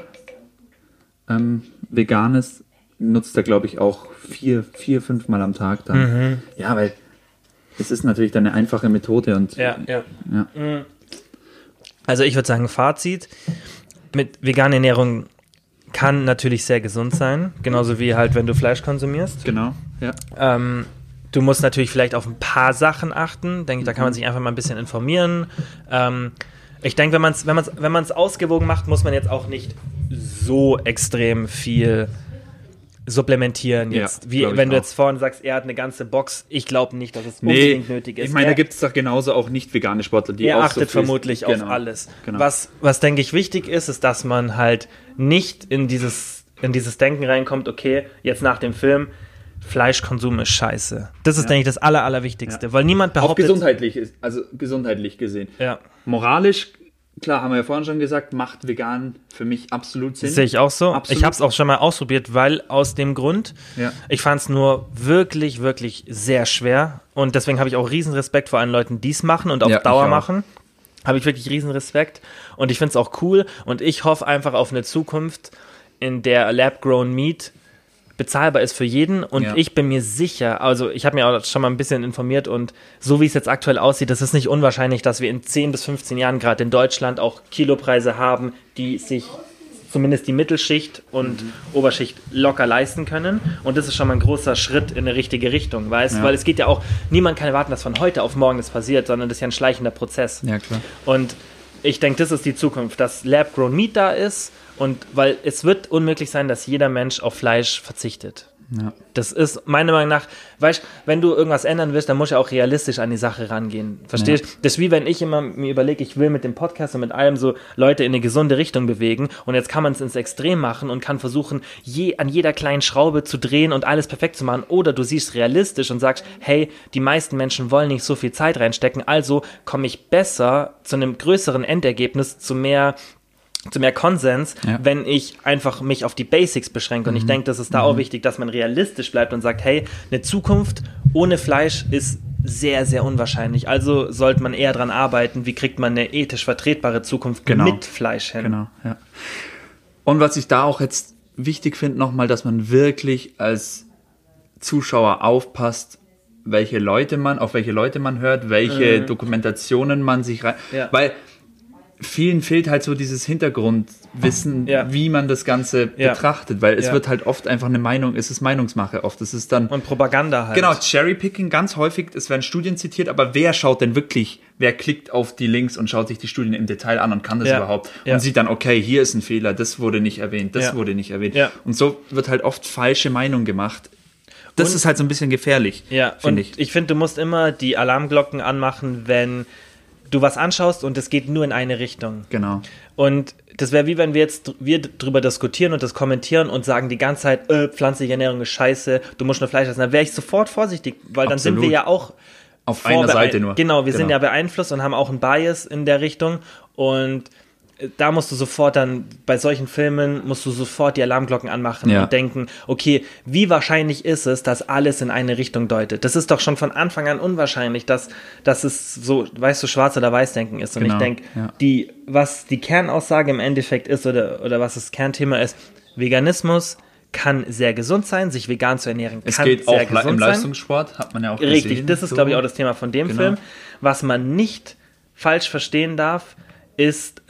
veganes, nutzt er, glaube ich, auch 4-5 Mal am Tag dann. Ja, weil es ist natürlich dann eine einfache Methode. Und ja. Also ich würde sagen, Fazit, mit veganer Ernährung kann natürlich sehr gesund sein, genauso wie halt, wenn du Fleisch konsumierst. Genau, ja. Du musst natürlich vielleicht auf ein paar Sachen achten. Denke ich, da kann man sich einfach mal ein bisschen informieren. Ich denke, wenn man es ausgewogen macht, muss man jetzt auch nicht so extrem viel supplementieren jetzt. Ja, wie wenn du jetzt vorhin sagst, er hat eine ganze Box. Ich glaube nicht, dass es unbedingt nötig ist. Ich meine, da gibt es doch genauso auch nicht vegane Sportler, die auch achtet so vermutlich auf alles. Genau. Was denke ich wichtig ist, dass man halt nicht in dieses Denken reinkommt, okay, jetzt nach dem Film, Fleischkonsum ist scheiße. Das ist, denke ich, das Allerwichtigste, weil niemand behauptet... Auch gesundheitlich gesehen. Ja. Moralisch, klar, haben wir ja vorhin schon gesagt, macht vegan für mich absolut Sinn. Das sehe ich auch so. Absolut. Ich habe es auch schon mal ausprobiert, weil aus dem Grund, ich fand es nur wirklich, wirklich sehr schwer und deswegen habe ich auch riesen Respekt vor allen Leuten, die es machen und auf Dauer machen. Habe ich wirklich riesen Respekt und ich finde es auch cool und ich hoffe einfach auf eine Zukunft, in der Lab-Grown Meat bezahlbar ist für jeden und ich bin mir sicher, also ich habe mir auch schon mal ein bisschen informiert und so wie es jetzt aktuell aussieht, das ist nicht unwahrscheinlich, dass wir in 10 bis 15 Jahren gerade in Deutschland auch Kilopreise haben, die sich zumindest die Mittelschicht und Oberschicht locker leisten können und das ist schon mal ein großer Schritt in eine richtige Richtung, weil es geht ja auch, niemand kann erwarten, dass von heute auf morgen das passiert, sondern das ist ja ein schleichender Prozess. Ja, klar. Und ich denke, das ist die Zukunft, dass Lab-Grown Meat da ist. Und weil es wird unmöglich sein, dass jeder Mensch auf Fleisch verzichtet. Ja. Das ist meiner Meinung nach, weißt, wenn du irgendwas ändern willst, dann musst du auch realistisch an die Sache rangehen. Verstehst du? Ja. Das ist wie wenn ich immer mir überlege, ich will mit dem Podcast und mit allem so Leute in eine gesunde Richtung bewegen und jetzt kann man es ins Extrem machen und kann versuchen, an jeder kleinen Schraube zu drehen und alles perfekt zu machen. Oder du siehst realistisch und sagst, hey, die meisten Menschen wollen nicht so viel Zeit reinstecken, also komme ich besser zu einem größeren Endergebnis, zu mehr Konsens, wenn ich einfach mich auf die Basics beschränke. Und ich denke, das ist da auch wichtig, dass man realistisch bleibt und sagt, hey, eine Zukunft ohne Fleisch ist sehr, sehr unwahrscheinlich. Also sollte man eher dran arbeiten, wie kriegt man eine ethisch vertretbare Zukunft mit Fleisch hin. Genau, ja. Und was ich da auch jetzt wichtig finde, nochmal, dass man wirklich als Zuschauer aufpasst, auf welche Leute man hört, welche Dokumentationen man sich rein... Weil vielen fehlt halt so dieses Hintergrundwissen, wie man das Ganze betrachtet, weil es wird halt oft einfach eine Meinung, es ist Meinungsmache oft, es ist dann... Und Propaganda halt. Genau, Cherrypicking, ganz häufig, es werden Studien zitiert, aber wer schaut denn wirklich, wer klickt auf die Links und schaut sich die Studien im Detail an und kann das überhaupt und sieht dann, okay, hier ist ein Fehler, das wurde nicht erwähnt, das wurde nicht erwähnt. Ja. Und so wird halt oft falsche Meinung gemacht. Das ist halt so ein bisschen gefährlich, finde ich. Ich finde, du musst immer die Alarmglocken anmachen, wenn du was anschaust und es geht nur in eine Richtung. Genau. Und das wäre wie wenn wir drüber diskutieren und das kommentieren und sagen die ganze Zeit, pflanzliche Ernährung ist scheiße, du musst nur Fleisch essen. Dann wäre ich sofort vorsichtig, weil dann sind wir ja auch auf einer Seite nur. Genau, wir sind ja beeinflusst und haben auch einen Bias in der Richtung und da musst du sofort dann, bei solchen Filmen, musst du sofort die Alarmglocken anmachen und denken, okay, wie wahrscheinlich ist es, dass alles in eine Richtung deutet? Das ist doch schon von Anfang an unwahrscheinlich, dass es so, weißt du, schwarz oder weiß denken ist. Und ich denke, was die Kernaussage im Endeffekt ist oder was das Kernthema ist, Veganismus kann sehr gesund sein, sich vegan zu ernähren kann sehr gesund sein. Es geht auch im Leistungssport, hat man ja auch gesehen. Richtig, das ist, glaube ich, auch das Thema von dem Film. Was man nicht falsch verstehen darf, ist,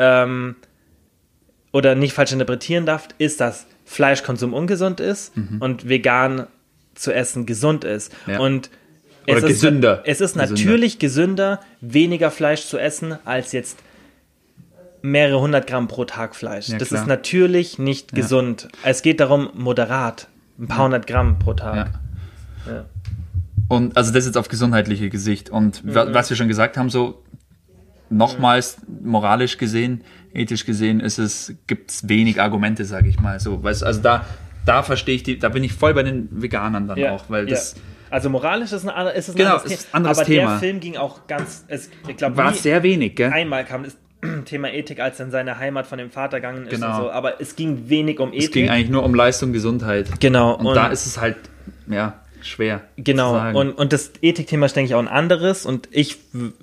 oder nicht falsch interpretieren darf, ist, dass Fleischkonsum ungesund ist und vegan zu essen gesund ist. Ja. Und Oder gesünder. Es ist natürlich gesünder, weniger Fleisch zu essen, als jetzt mehrere 100 Gramm pro Tag Fleisch. Ja, das klar. ist natürlich nicht gesund. Es geht darum, moderat, ein paar 100 Gramm pro Tag. Ja. Und also das jetzt auf gesundheitliche Gesicht. Und was wir schon gesagt haben, so nochmals moralisch gesehen, ethisch gesehen, gibt es wenig Argumente, sage ich mal. So, weißt, also da verstehe ich da bin ich voll bei den Veganern dann auch, weil das. Also moralisch ist ein anderes anderes Thema. Aber der Film ging auch ich glaube, war sehr wenig, gell? Einmal kam das Thema Ethik, als er in seine Heimat von dem Vater gegangen ist Genau. und so, aber es ging wenig um Ethik. Es ging eigentlich nur um Leistung, Gesundheit. Genau. Und da ist es halt, schwer genau. zu sagen. Und das Ethikthema ist, denke ich, auch ein anderes und ich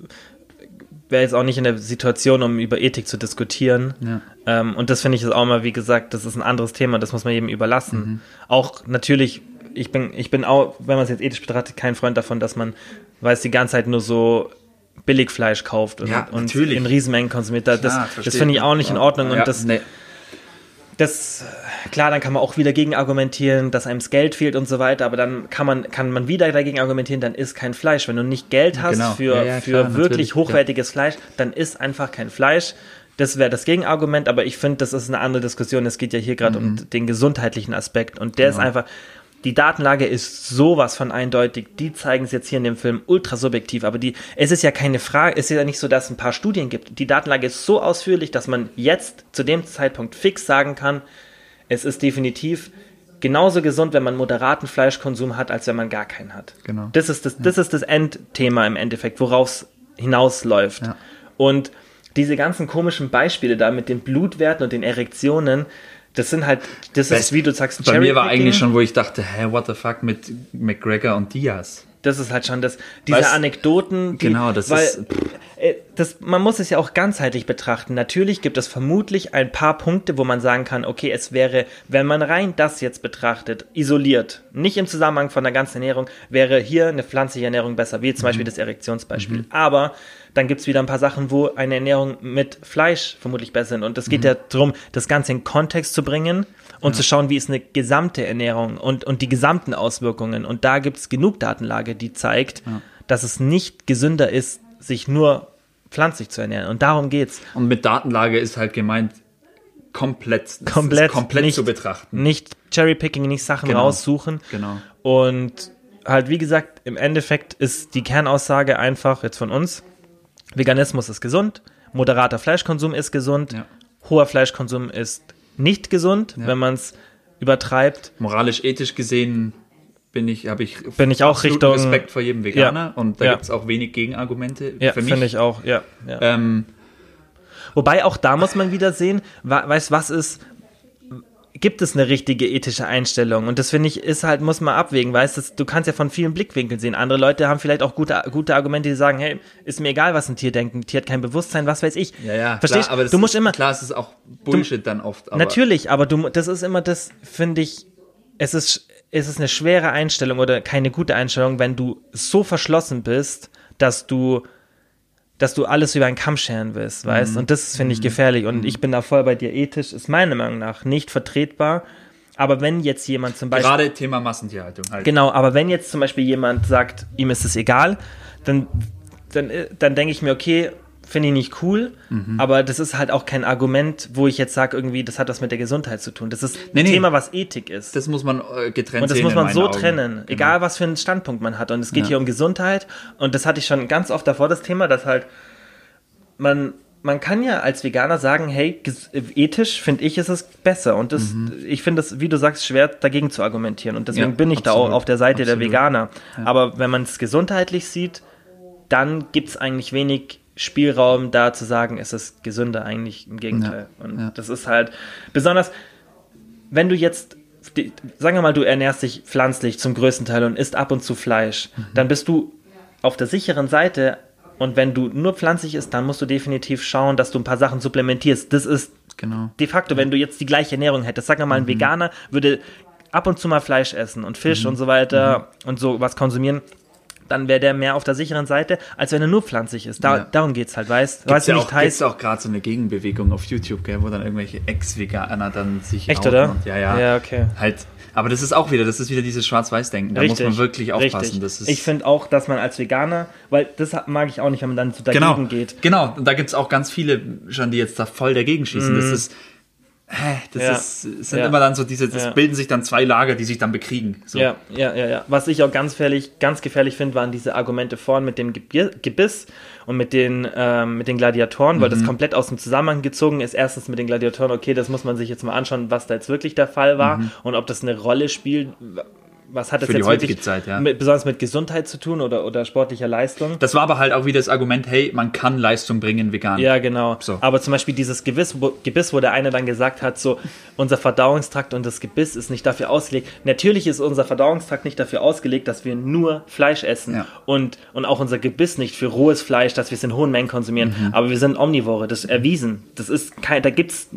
wäre jetzt auch nicht in der Situation, um über Ethik zu diskutieren. Ja. Und das finde ich ist auch mal, wie gesagt, das ist ein anderes Thema, das muss man jedem überlassen. Auch natürlich, ich bin auch, wenn man es jetzt ethisch betrachtet, kein Freund davon, dass man, die ganze Zeit nur so Billigfleisch kauft und in Riesenmengen konsumiert. Das finde ich auch nicht in Ordnung. Und das, klar, dann kann man auch wieder gegen argumentieren, dass einem das Geld fehlt und so weiter, aber dann kann man wieder dagegen argumentieren, dann ist kein Fleisch. Wenn du nicht Geld hast für wirklich hochwertiges Fleisch, dann ist einfach kein Fleisch. Das wäre das Gegenargument, aber ich finde, das ist eine andere Diskussion. Es geht ja hier gerade um den gesundheitlichen Aspekt und der ist einfach, die Datenlage ist sowas von eindeutig, die zeigen es jetzt hier in dem Film ultra subjektiv, aber es ist ja keine Frage, es ist ja nicht so, dass es ein paar Studien gibt. Die Datenlage ist so ausführlich, dass man jetzt zu dem Zeitpunkt fix sagen kann, es ist definitiv genauso gesund, wenn man moderaten Fleischkonsum hat, als wenn man gar keinen hat. Genau. Das ist das Endthema im Endeffekt, worauf es hinausläuft. Ja. Und diese ganzen komischen Beispiele da mit den Blutwerten und den Erektionen, das ist, wie du sagst, bei mir war eigentlich schon, wo ich dachte, what the fuck mit McGregor und Diaz. Das ist halt schon diese Anekdoten. Man muss es ja auch ganzheitlich betrachten. Natürlich gibt es vermutlich ein paar Punkte, wo man sagen kann, okay, es wäre, wenn man rein das jetzt betrachtet, isoliert, nicht im Zusammenhang von der ganzen Ernährung, wäre hier eine pflanzliche Ernährung besser, wie zum Beispiel das Erektionsbeispiel. Aber dann gibt es wieder ein paar Sachen, wo eine Ernährung mit Fleisch vermutlich besser sind. Und es geht ja darum, das Ganze in Kontext zu bringen und zu schauen, wie ist eine gesamte Ernährung und die gesamten Auswirkungen. Und da gibt es genug Datenlage, die zeigt, dass es nicht gesünder ist, sich nur pflanzlich zu ernähren. Und darum geht's. Und mit Datenlage ist halt gemeint, komplett nicht, zu betrachten. Nicht Cherrypicking, nicht Sachen raussuchen. Genau. Und halt, wie gesagt, im Endeffekt ist die Kernaussage einfach jetzt von uns, Veganismus ist gesund, moderater Fleischkonsum ist gesund, hoher Fleischkonsum ist nicht gesund, wenn man es übertreibt. Moralisch, ethisch gesehen bin ich auch Richtung Respekt vor jedem Veganer und da gibt es auch wenig Gegenargumente. Ja, finde ich auch, wobei auch da muss man wieder sehen, gibt es eine richtige ethische Einstellung? Und das finde ich, muss man abwägen, du kannst ja von vielen Blickwinkeln sehen. Andere Leute haben vielleicht auch gute Argumente, die sagen, hey, ist mir egal, was ein Tier denkt. Ein Tier hat kein Bewusstsein, was weiß ich. Ja, verstehst klar, aber du? Musst immer. Klar, es ist auch Bullshit dann oft. Aber natürlich, aber das ist immer das, finde ich, es ist eine schwere Einstellung oder keine gute Einstellung, wenn du so verschlossen bist, dass du alles über einen Kamm scheren willst, weißt? Und das finde ich gefährlich. Und ich bin da voll bei dir. Ethisch ist meiner Meinung nach nicht vertretbar. Aber wenn jetzt jemand zum Beispiel... Gerade Thema Massentierhaltung halt. Genau, aber wenn jetzt zum Beispiel jemand sagt, ihm ist es egal, dann denke ich mir, okay, finde ich nicht cool, aber das ist halt auch kein Argument, wo ich jetzt sage, irgendwie, das hat was mit der Gesundheit zu tun. Das ist ein Thema, was Ethik ist. Das muss man getrennt sehen. Und das muss man so Augen. trennen, egal was für einen Standpunkt man hat. Und es geht hier um Gesundheit. Und das hatte ich schon ganz oft davor, das Thema, dass halt man kann ja als Veganer sagen, hey, ethisch finde ich, ist es besser. Und ich finde es, wie du sagst, schwer dagegen zu argumentieren. Und deswegen bin ich da auch auf der Seite der Veganer. Ja. Aber wenn man es gesundheitlich sieht, dann gibt es eigentlich wenig Spielraum, da zu sagen, es ist gesünder, eigentlich im Gegenteil. Und das ist halt besonders, wenn du jetzt, sagen wir mal, du ernährst dich pflanzlich zum größten Teil und isst ab und zu Fleisch, dann bist du auf der sicheren Seite. Und wenn du nur pflanzlich isst, dann musst du definitiv schauen, dass du ein paar Sachen supplementierst. Das ist de facto, wenn du jetzt die gleiche Ernährung hättest. Sagen wir mal, ein Veganer würde ab und zu mal Fleisch essen und Fisch und so weiter und so was konsumieren, dann wäre der mehr auf der sicheren Seite, als wenn er nur pflanzlich ist. Darum geht's halt, weißt du? Gibt es auch gerade so eine Gegenbewegung auf YouTube, gell, wo dann irgendwelche Ex-Veganer dann sich echt, oder? Und, ja, ja, okay. Halt, Aber das ist wieder dieses Schwarz-Weiß-Denken. Da muss man wirklich aufpassen. Das ist ich finde auch, dass man als Veganer, weil das mag ich auch nicht, wenn man dann so dagegen geht. Genau, und da gibt es auch ganz viele schon, die jetzt da voll dagegen schießen. Das ist sind immer dann so das bilden sich dann zwei Lager, die sich dann bekriegen. So. Ja. Was ich auch ganz gefährlich finde, waren diese Argumente vorn mit dem Gebiss und mit den Gladiatoren, weil das komplett aus dem Zusammenhang gezogen ist. Erstens mit den Gladiatoren, okay, das muss man sich jetzt mal anschauen, was da jetzt wirklich der Fall war und ob das eine Rolle spielt. Was hat das für jetzt die heutige wirklich Zeit, besonders mit Gesundheit zu tun oder sportlicher Leistung? Das war aber halt auch wieder das Argument, hey, man kann Leistung bringen vegan. Ja, genau. So. Aber zum Beispiel dieses Gebiss, wo der eine dann gesagt hat, so, unser Verdauungstrakt und das Gebiss ist nicht dafür ausgelegt. Natürlich ist unser Verdauungstrakt nicht dafür ausgelegt, dass wir nur Fleisch essen und auch unser Gebiss nicht für rohes Fleisch, dass wir es in hohen Mengen konsumieren. Aber wir sind Omnivore, das ist erwiesen. Da gibt's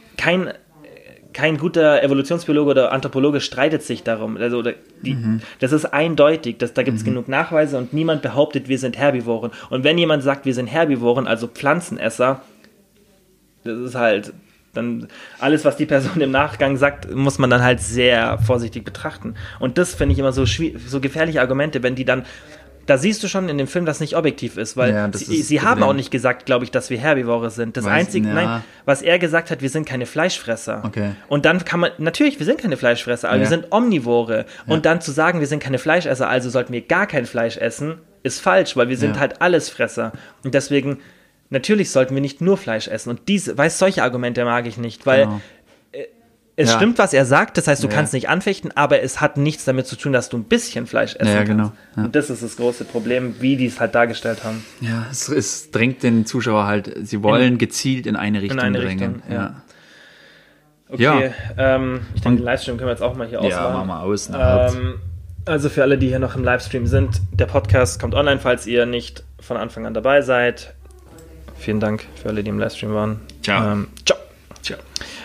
kein guter Evolutionsbiologe oder Anthropologe streitet sich darum. Also, das ist eindeutig. Da gibt es genug Nachweise und niemand behauptet, wir sind Herbivoren. Und wenn jemand sagt, wir sind Herbivoren, also Pflanzenesser, das ist halt dann alles, was die Person im Nachgang sagt, muss man dann halt sehr vorsichtig betrachten. Und das finde ich immer so gefährliche Argumente, wenn die dann. Da siehst du schon in dem Film, dass es nicht objektiv ist, weil sie haben auch nicht gesagt, glaube ich, dass wir Herbivore sind. Das Einzige, was er gesagt hat, wir sind keine Fleischfresser. Okay. Und dann kann man, natürlich, wir sind keine Fleischfresser, aber wir sind Omnivore. Ja. Und dann zu sagen, wir sind keine Fleischesser, also sollten wir gar kein Fleisch essen, ist falsch, weil wir sind halt Allesfresser. Und deswegen, natürlich sollten wir nicht nur Fleisch essen. Und solche Argumente mag ich nicht, weil es stimmt, was er sagt, das heißt, du kannst nicht anfechten, aber es hat nichts damit zu tun, dass du ein bisschen Fleisch essen kannst. Genau. Ja. Und das ist das große Problem, wie die es halt dargestellt haben. Ja, es drängt den Zuschauer halt, sie wollen gezielt in eine Richtung drängen. Ja. Okay, ich denke, den Livestream können wir jetzt auch mal hier ausmachen. Ja, machen wir aus. Also für alle, die hier noch im Livestream sind, der Podcast kommt online, falls ihr nicht von Anfang an dabei seid. Vielen Dank für alle, die im Livestream waren. Ciao. Ciao. Ciao.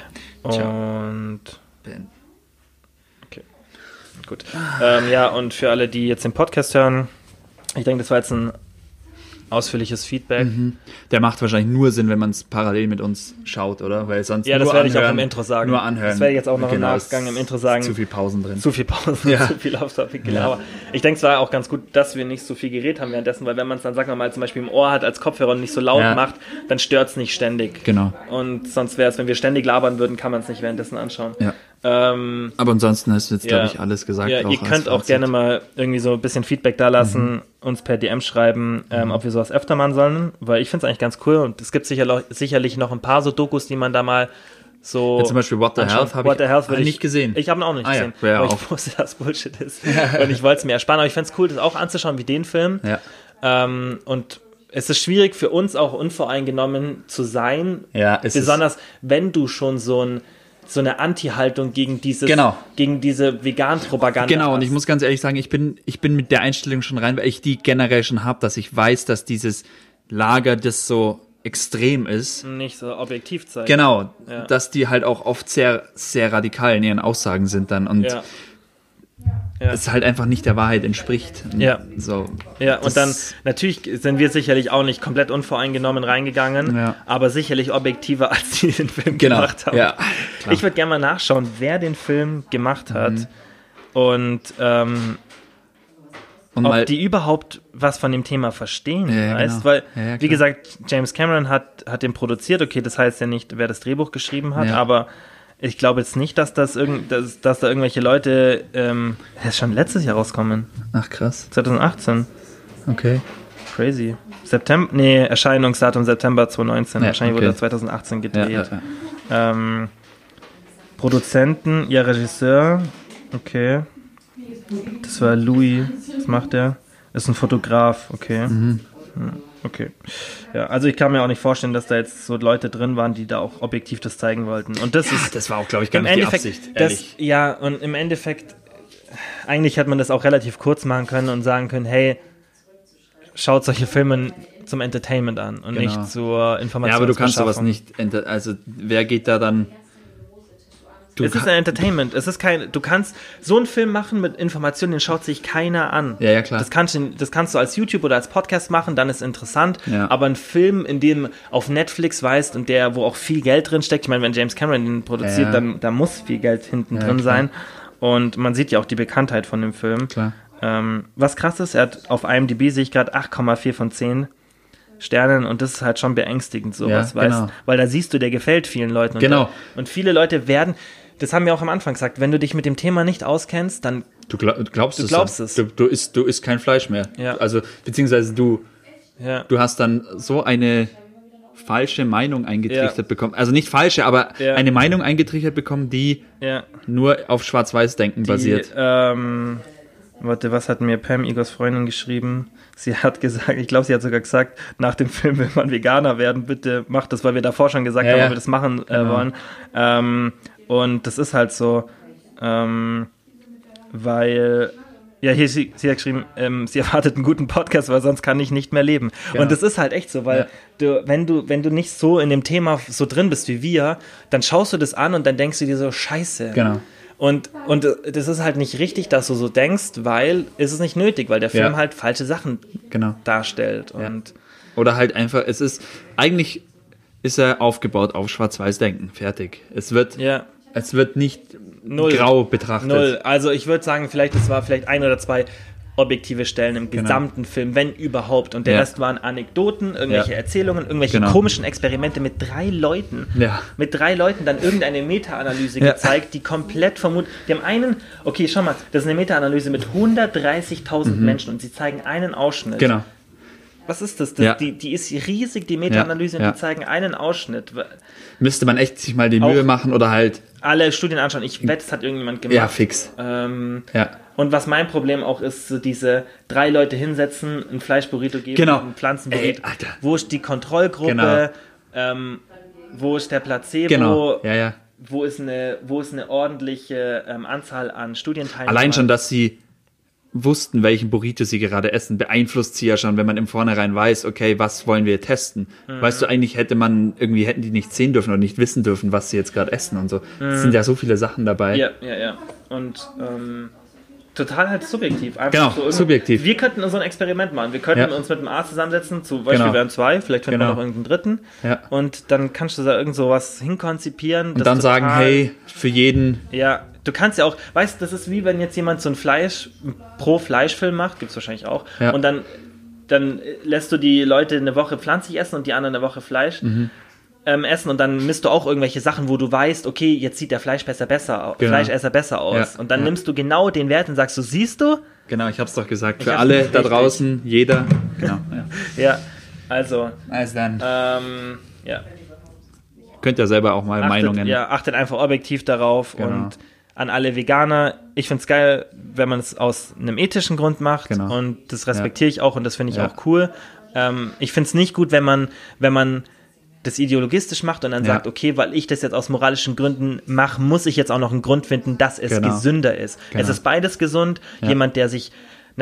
Und Ben. Okay, gut. Und für alle, die jetzt den Podcast hören, ich denke, das war jetzt ein ausführliches Feedback. Der macht wahrscheinlich nur Sinn, wenn man es parallel mit uns schaut, oder? Weil sonst das werde ich auch im Intro sagen. Nur anhören. Das werde ich jetzt auch noch im Nachgang im Intro sagen. Zu viel Pausen drin. Zu viel Off-Topic, genau. Aber ich denke, es war auch ganz gut, dass wir nicht so viel geredet haben währenddessen, weil wenn man es dann, sagen wir mal, zum Beispiel im Ohr hat als Kopfhörer und nicht so laut macht, dann stört es nicht ständig. Genau. Und sonst wäre es, wenn wir ständig labern würden, kann man es nicht währenddessen anschauen. Ja. Aber ansonsten hast du jetzt, glaube ich, alles gesagt. Ja, ihr könnt auch gerne mal irgendwie so ein bisschen Feedback da lassen, uns per DM schreiben, ob wir sowas öfter machen sollen, weil ich finde es eigentlich ganz cool und es gibt sicherlich noch ein paar so Dokus, die man da mal so... Ja, zum Beispiel What the Health habe ich nicht gesehen. Ich habe ihn auch nicht gesehen, weil ich wusste, dass Bullshit ist. Und ich wollte es mir ersparen, aber ich fände es cool, das auch anzuschauen wie den Film. Ja. Und es ist schwierig für uns auch unvoreingenommen zu sein, besonders wenn du schon so eine Anti-Haltung gegen diese Vegan-Propaganda. Genau, und ich muss ganz ehrlich sagen, ich bin mit der Einstellung schon rein, weil ich die generell schon habe, dass ich weiß, dass dieses Lager, das so extrem ist, nicht so objektiv zeigt. Genau, dass die halt auch oft sehr, sehr radikal in ihren Aussagen sind dann und es halt einfach nicht der Wahrheit entspricht. So, und dann natürlich sind wir sicherlich auch nicht komplett unvoreingenommen reingegangen, aber sicherlich objektiver, als die den Film gemacht haben. Ja, ich würde gerne mal nachschauen, wer den Film gemacht hat und ob die überhaupt was von dem Thema verstehen, weißt? Weil, wie gesagt, James Cameron hat den produziert, okay, das heißt ja nicht, wer das Drehbuch geschrieben hat, aber ich glaube jetzt nicht, dass da irgendwelche Leute, der ist schon letztes Jahr rauskommen. Ach krass. 2018. Okay. Crazy. Erscheinungsdatum September 2019. Wahrscheinlich wurde er 2018 gedreht. Produzenten, Regisseur. Okay. Das war Louis. Was macht der? Ist ein Fotograf. Okay. Okay. Ja, also ich kann mir auch nicht vorstellen, dass da jetzt so Leute drin waren, die da auch objektiv das zeigen wollten. Und das war auch, glaube ich, gar nicht die Absicht. Und im Endeffekt, eigentlich hätte man das auch relativ kurz machen können und sagen können, hey, schaut solche Filme zum Entertainment an und nicht zur Informationsbeschaffung. Ja, aber du kannst sowas nicht, also wer geht da dann... Es ist ein Entertainment. Du kannst so einen Film machen mit Informationen, den schaut sich keiner an. Ja, klar. Das kannst du als YouTube oder als Podcast machen, dann ist interessant. Ja. Aber ein Film, in dem auf Netflix weißt und wo auch viel Geld drin steckt, ich meine, wenn James Cameron den produziert, dann muss viel Geld hinten drin sein. Und man sieht ja auch die Bekanntheit von dem Film. Klar. Was krass ist, er hat auf IMDb, sehe ich gerade, 8,4 von 10 Sternen und das ist halt schon beängstigend sowas, genau. weil da siehst du, der gefällt vielen Leuten. Und viele Leute werden, das haben wir auch am Anfang gesagt, wenn du dich mit dem Thema nicht auskennst, dann Du glaubst es. Du isst kein Fleisch mehr. Ja. Also, beziehungsweise du hast dann so eine falsche Meinung eingetrichtert bekommen. Also nicht falsche, aber eine Meinung eingetrichtert bekommen, die nur auf Schwarz-Weiß-Denken basiert. Was hat mir Pam, Igors Freundin, geschrieben? Sie hat gesagt, ich glaube, sie hat sogar gesagt, nach dem Film will man Veganer werden, bitte macht das, weil wir davor schon gesagt haben, ob wir das machen wollen. Und das ist halt so, weil, sie hat geschrieben, sie erwartet einen guten Podcast, weil sonst kann ich nicht mehr leben. Genau. Und das ist halt echt so, weil wenn du nicht so in dem Thema so drin bist wie wir, dann schaust du das an und dann denkst du dir so, scheiße. Genau. Und das ist halt nicht richtig, dass du so denkst, weil ist es nicht nötig, weil der Film halt falsche Sachen darstellt. Und oder halt einfach, eigentlich ist er aufgebaut auf Schwarz-Weiß-Denken. Fertig. Es wird nicht grau betrachtet. Null. Also ich würde sagen, es war vielleicht 1 oder 2 objektive Stellen im gesamten Film, wenn überhaupt. Und der Rest waren Anekdoten, irgendwelche Erzählungen, irgendwelche komischen Experimente mit 3 Leuten. Ja. Mit 3 Leuten dann irgendeine Meta-Analyse gezeigt, die komplett die haben okay, schau mal, das ist eine Meta-Analyse mit 130.000 Menschen und sie zeigen einen Ausschnitt. Genau. Was ist das? Die ist riesig, die Meta-Analyse, und die zeigen einen Ausschnitt. Müsste man echt sich mal die Mühe machen oder halt alle Studien anschauen. Ich wette, es hat irgendjemand gemacht. Ja, fix. Und was mein Problem auch ist, so diese 3 Leute hinsetzen, ein Fleischburrito geben, ein Pflanzenburrito. Wo ist die Kontrollgruppe? Wo ist der Placebo? Wo ist eine ordentliche Anzahl an Studienteilnehmern? Allein schon, dass sie wussten, welchen Burrito sie gerade essen, beeinflusst sie ja schon, wenn man im Vornherein weiß, okay, was wollen wir testen? Weißt du, eigentlich hätten die nicht sehen dürfen oder nicht wissen dürfen, was sie jetzt gerade essen und so. Es sind ja so viele Sachen dabei. Ja. Und total halt subjektiv. Einfach subjektiv. Wir könnten so ein Experiment machen. Wir könnten uns mit einem Arzt zusammensetzen, zum Beispiel wären 2, vielleicht finden wir noch irgendeinen dritten. Ja. Und dann kannst du da irgend so was hinkonzipieren. Und dann sagen, hey, für jeden... Ja, du kannst ja auch, weißt du, das ist wie wenn jetzt jemand so ein Pro-Fleischfilm macht, gibt's wahrscheinlich auch, und dann lässt du die Leute eine Woche pflanzlich essen und die anderen eine Woche Fleisch essen und dann misst du auch irgendwelche Sachen, wo du weißt, okay, jetzt sieht der Fleischesser besser aus. Ja. Und dann nimmst du genau den Wert und sagst, siehst du? Genau, ich hab's doch gesagt, für alle da draußen, jeder. Genau. Ja, also dann. Könnt ihr selber auch mal Meinungen. Ja, achtet einfach objektiv darauf und an alle Veganer. Ich find's geil, wenn man es aus einem ethischen Grund macht und das respektiere ich auch und das finde ich auch cool. Ich find's nicht gut, wenn man das ideologistisch macht und dann sagt, okay, weil ich das jetzt aus moralischen Gründen mache, muss ich jetzt auch noch einen Grund finden, dass es gesünder ist. Es ist beides gesund. Jemand, der sich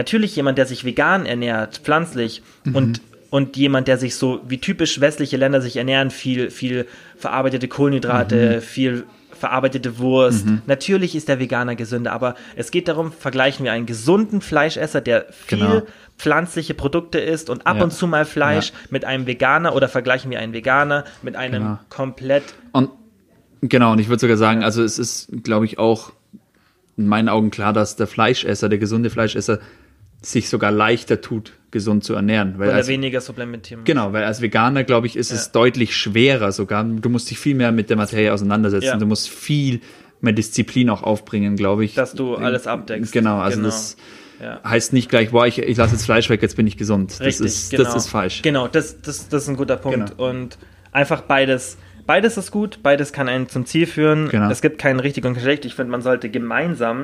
vegan ernährt, pflanzlich und jemand, der sich so, wie typisch westliche Länder sich ernähren, viel verarbeitete Kohlenhydrate, viel verarbeitete Wurst. Natürlich ist der Veganer gesünder, aber es geht darum, vergleichen wir einen gesunden Fleischesser, der viel pflanzliche Produkte isst und ab und zu mal Fleisch mit einem Veganer oder vergleichen wir einen Veganer mit einem komplett... Und ich würde sogar sagen, also es ist, glaube ich, auch in meinen Augen klar, dass der gesunde Fleischesser sich sogar leichter tut, gesund zu ernähren. Weil er weniger supplementieren muss. Genau, weil als Veganer, glaube ich, ist es deutlich schwerer sogar. Du musst dich viel mehr mit der Materie auseinandersetzen. Du musst viel mehr Disziplin auch aufbringen, glaube ich. Dass du alles abdeckst. Genau, also das heißt nicht gleich, ich lasse jetzt Fleisch weg, jetzt bin ich gesund. Richtig, das ist falsch. Genau, das ist ein guter Punkt. Genau. Und einfach beides ist gut, beides kann einen zum Ziel führen. Genau. Es gibt kein richtig und schlecht. Ich finde, man sollte gemeinsam,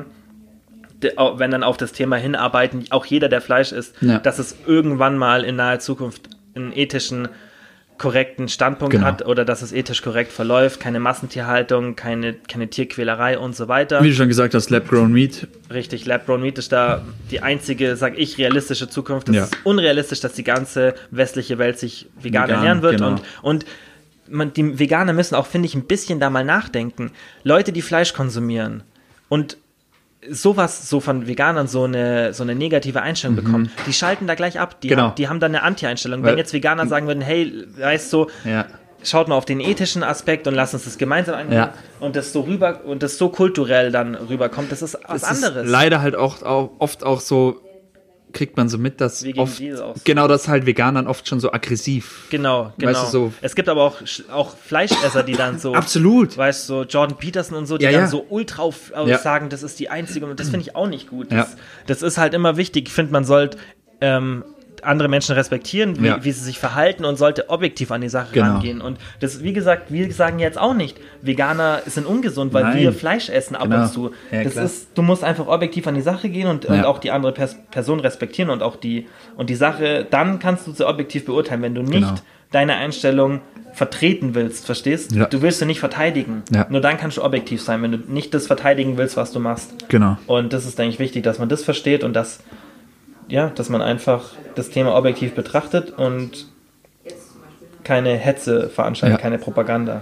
wenn dann auf das Thema hinarbeiten, auch jeder, der Fleisch isst, dass es irgendwann mal in naher Zukunft einen ethischen, korrekten Standpunkt hat oder dass es ethisch korrekt verläuft, keine Massentierhaltung, keine Tierquälerei und so weiter. Wie du schon gesagt hast, Lab-Grown Meat. Richtig, Lab-Grown Meat ist da die einzige, sag ich, realistische Zukunft. Es ist unrealistisch, dass die ganze westliche Welt sich vegan ernähren wird und die Veganer müssen auch, finde ich, ein bisschen da mal nachdenken. Leute, die Fleisch konsumieren und sowas so von Veganern so eine negative Einstellung bekommen, die schalten da gleich ab. Die haben dann eine Anti-Einstellung. Wenn jetzt Veganer sagen würden, hey, weißt du, schaut mal auf den ethischen Aspekt und lasst uns das gemeinsam angehen und das so kulturell dann rüberkommt, das ist was anderes. Ist leider halt auch oft auch so, kriegt man so mit, dass oft, genau, das halt Veganern oft schon so aggressiv. Genau. Weißt du, so. Es gibt aber auch Fleischesser, die dann so, absolut, weißt du, so Jordan Peterson und so, die dann so ultra sagen, das ist die einzige, und das finde ich auch nicht gut. Das ist halt immer wichtig. Ich finde, man sollte andere Menschen respektieren, wie sie sich verhalten, und sollte objektiv an die Sache rangehen. Und das, wie gesagt, wir sagen jetzt auch nicht, Veganer sind ungesund, weil wir Fleisch essen ab und zu. Du musst einfach objektiv an die Sache gehen und auch die andere Person respektieren und auch die Sache, dann kannst du sie objektiv beurteilen, wenn du nicht deine Einstellung vertreten willst, verstehst? Du willst sie nicht verteidigen. Nur dann kannst du objektiv sein, wenn du nicht das verteidigen willst, was du machst. Genau. Und das ist, denke ich, wichtig, dass man das versteht und dass man einfach das Thema objektiv betrachtet und keine Hetze veranstaltet, keine Propaganda.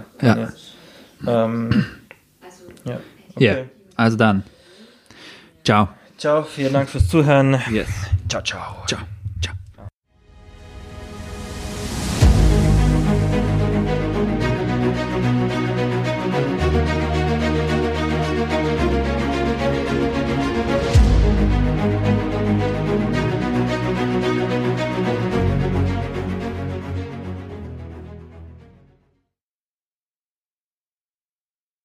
Also dann. Ciao. Ciao, vielen Dank fürs Zuhören. Yes. Ciao.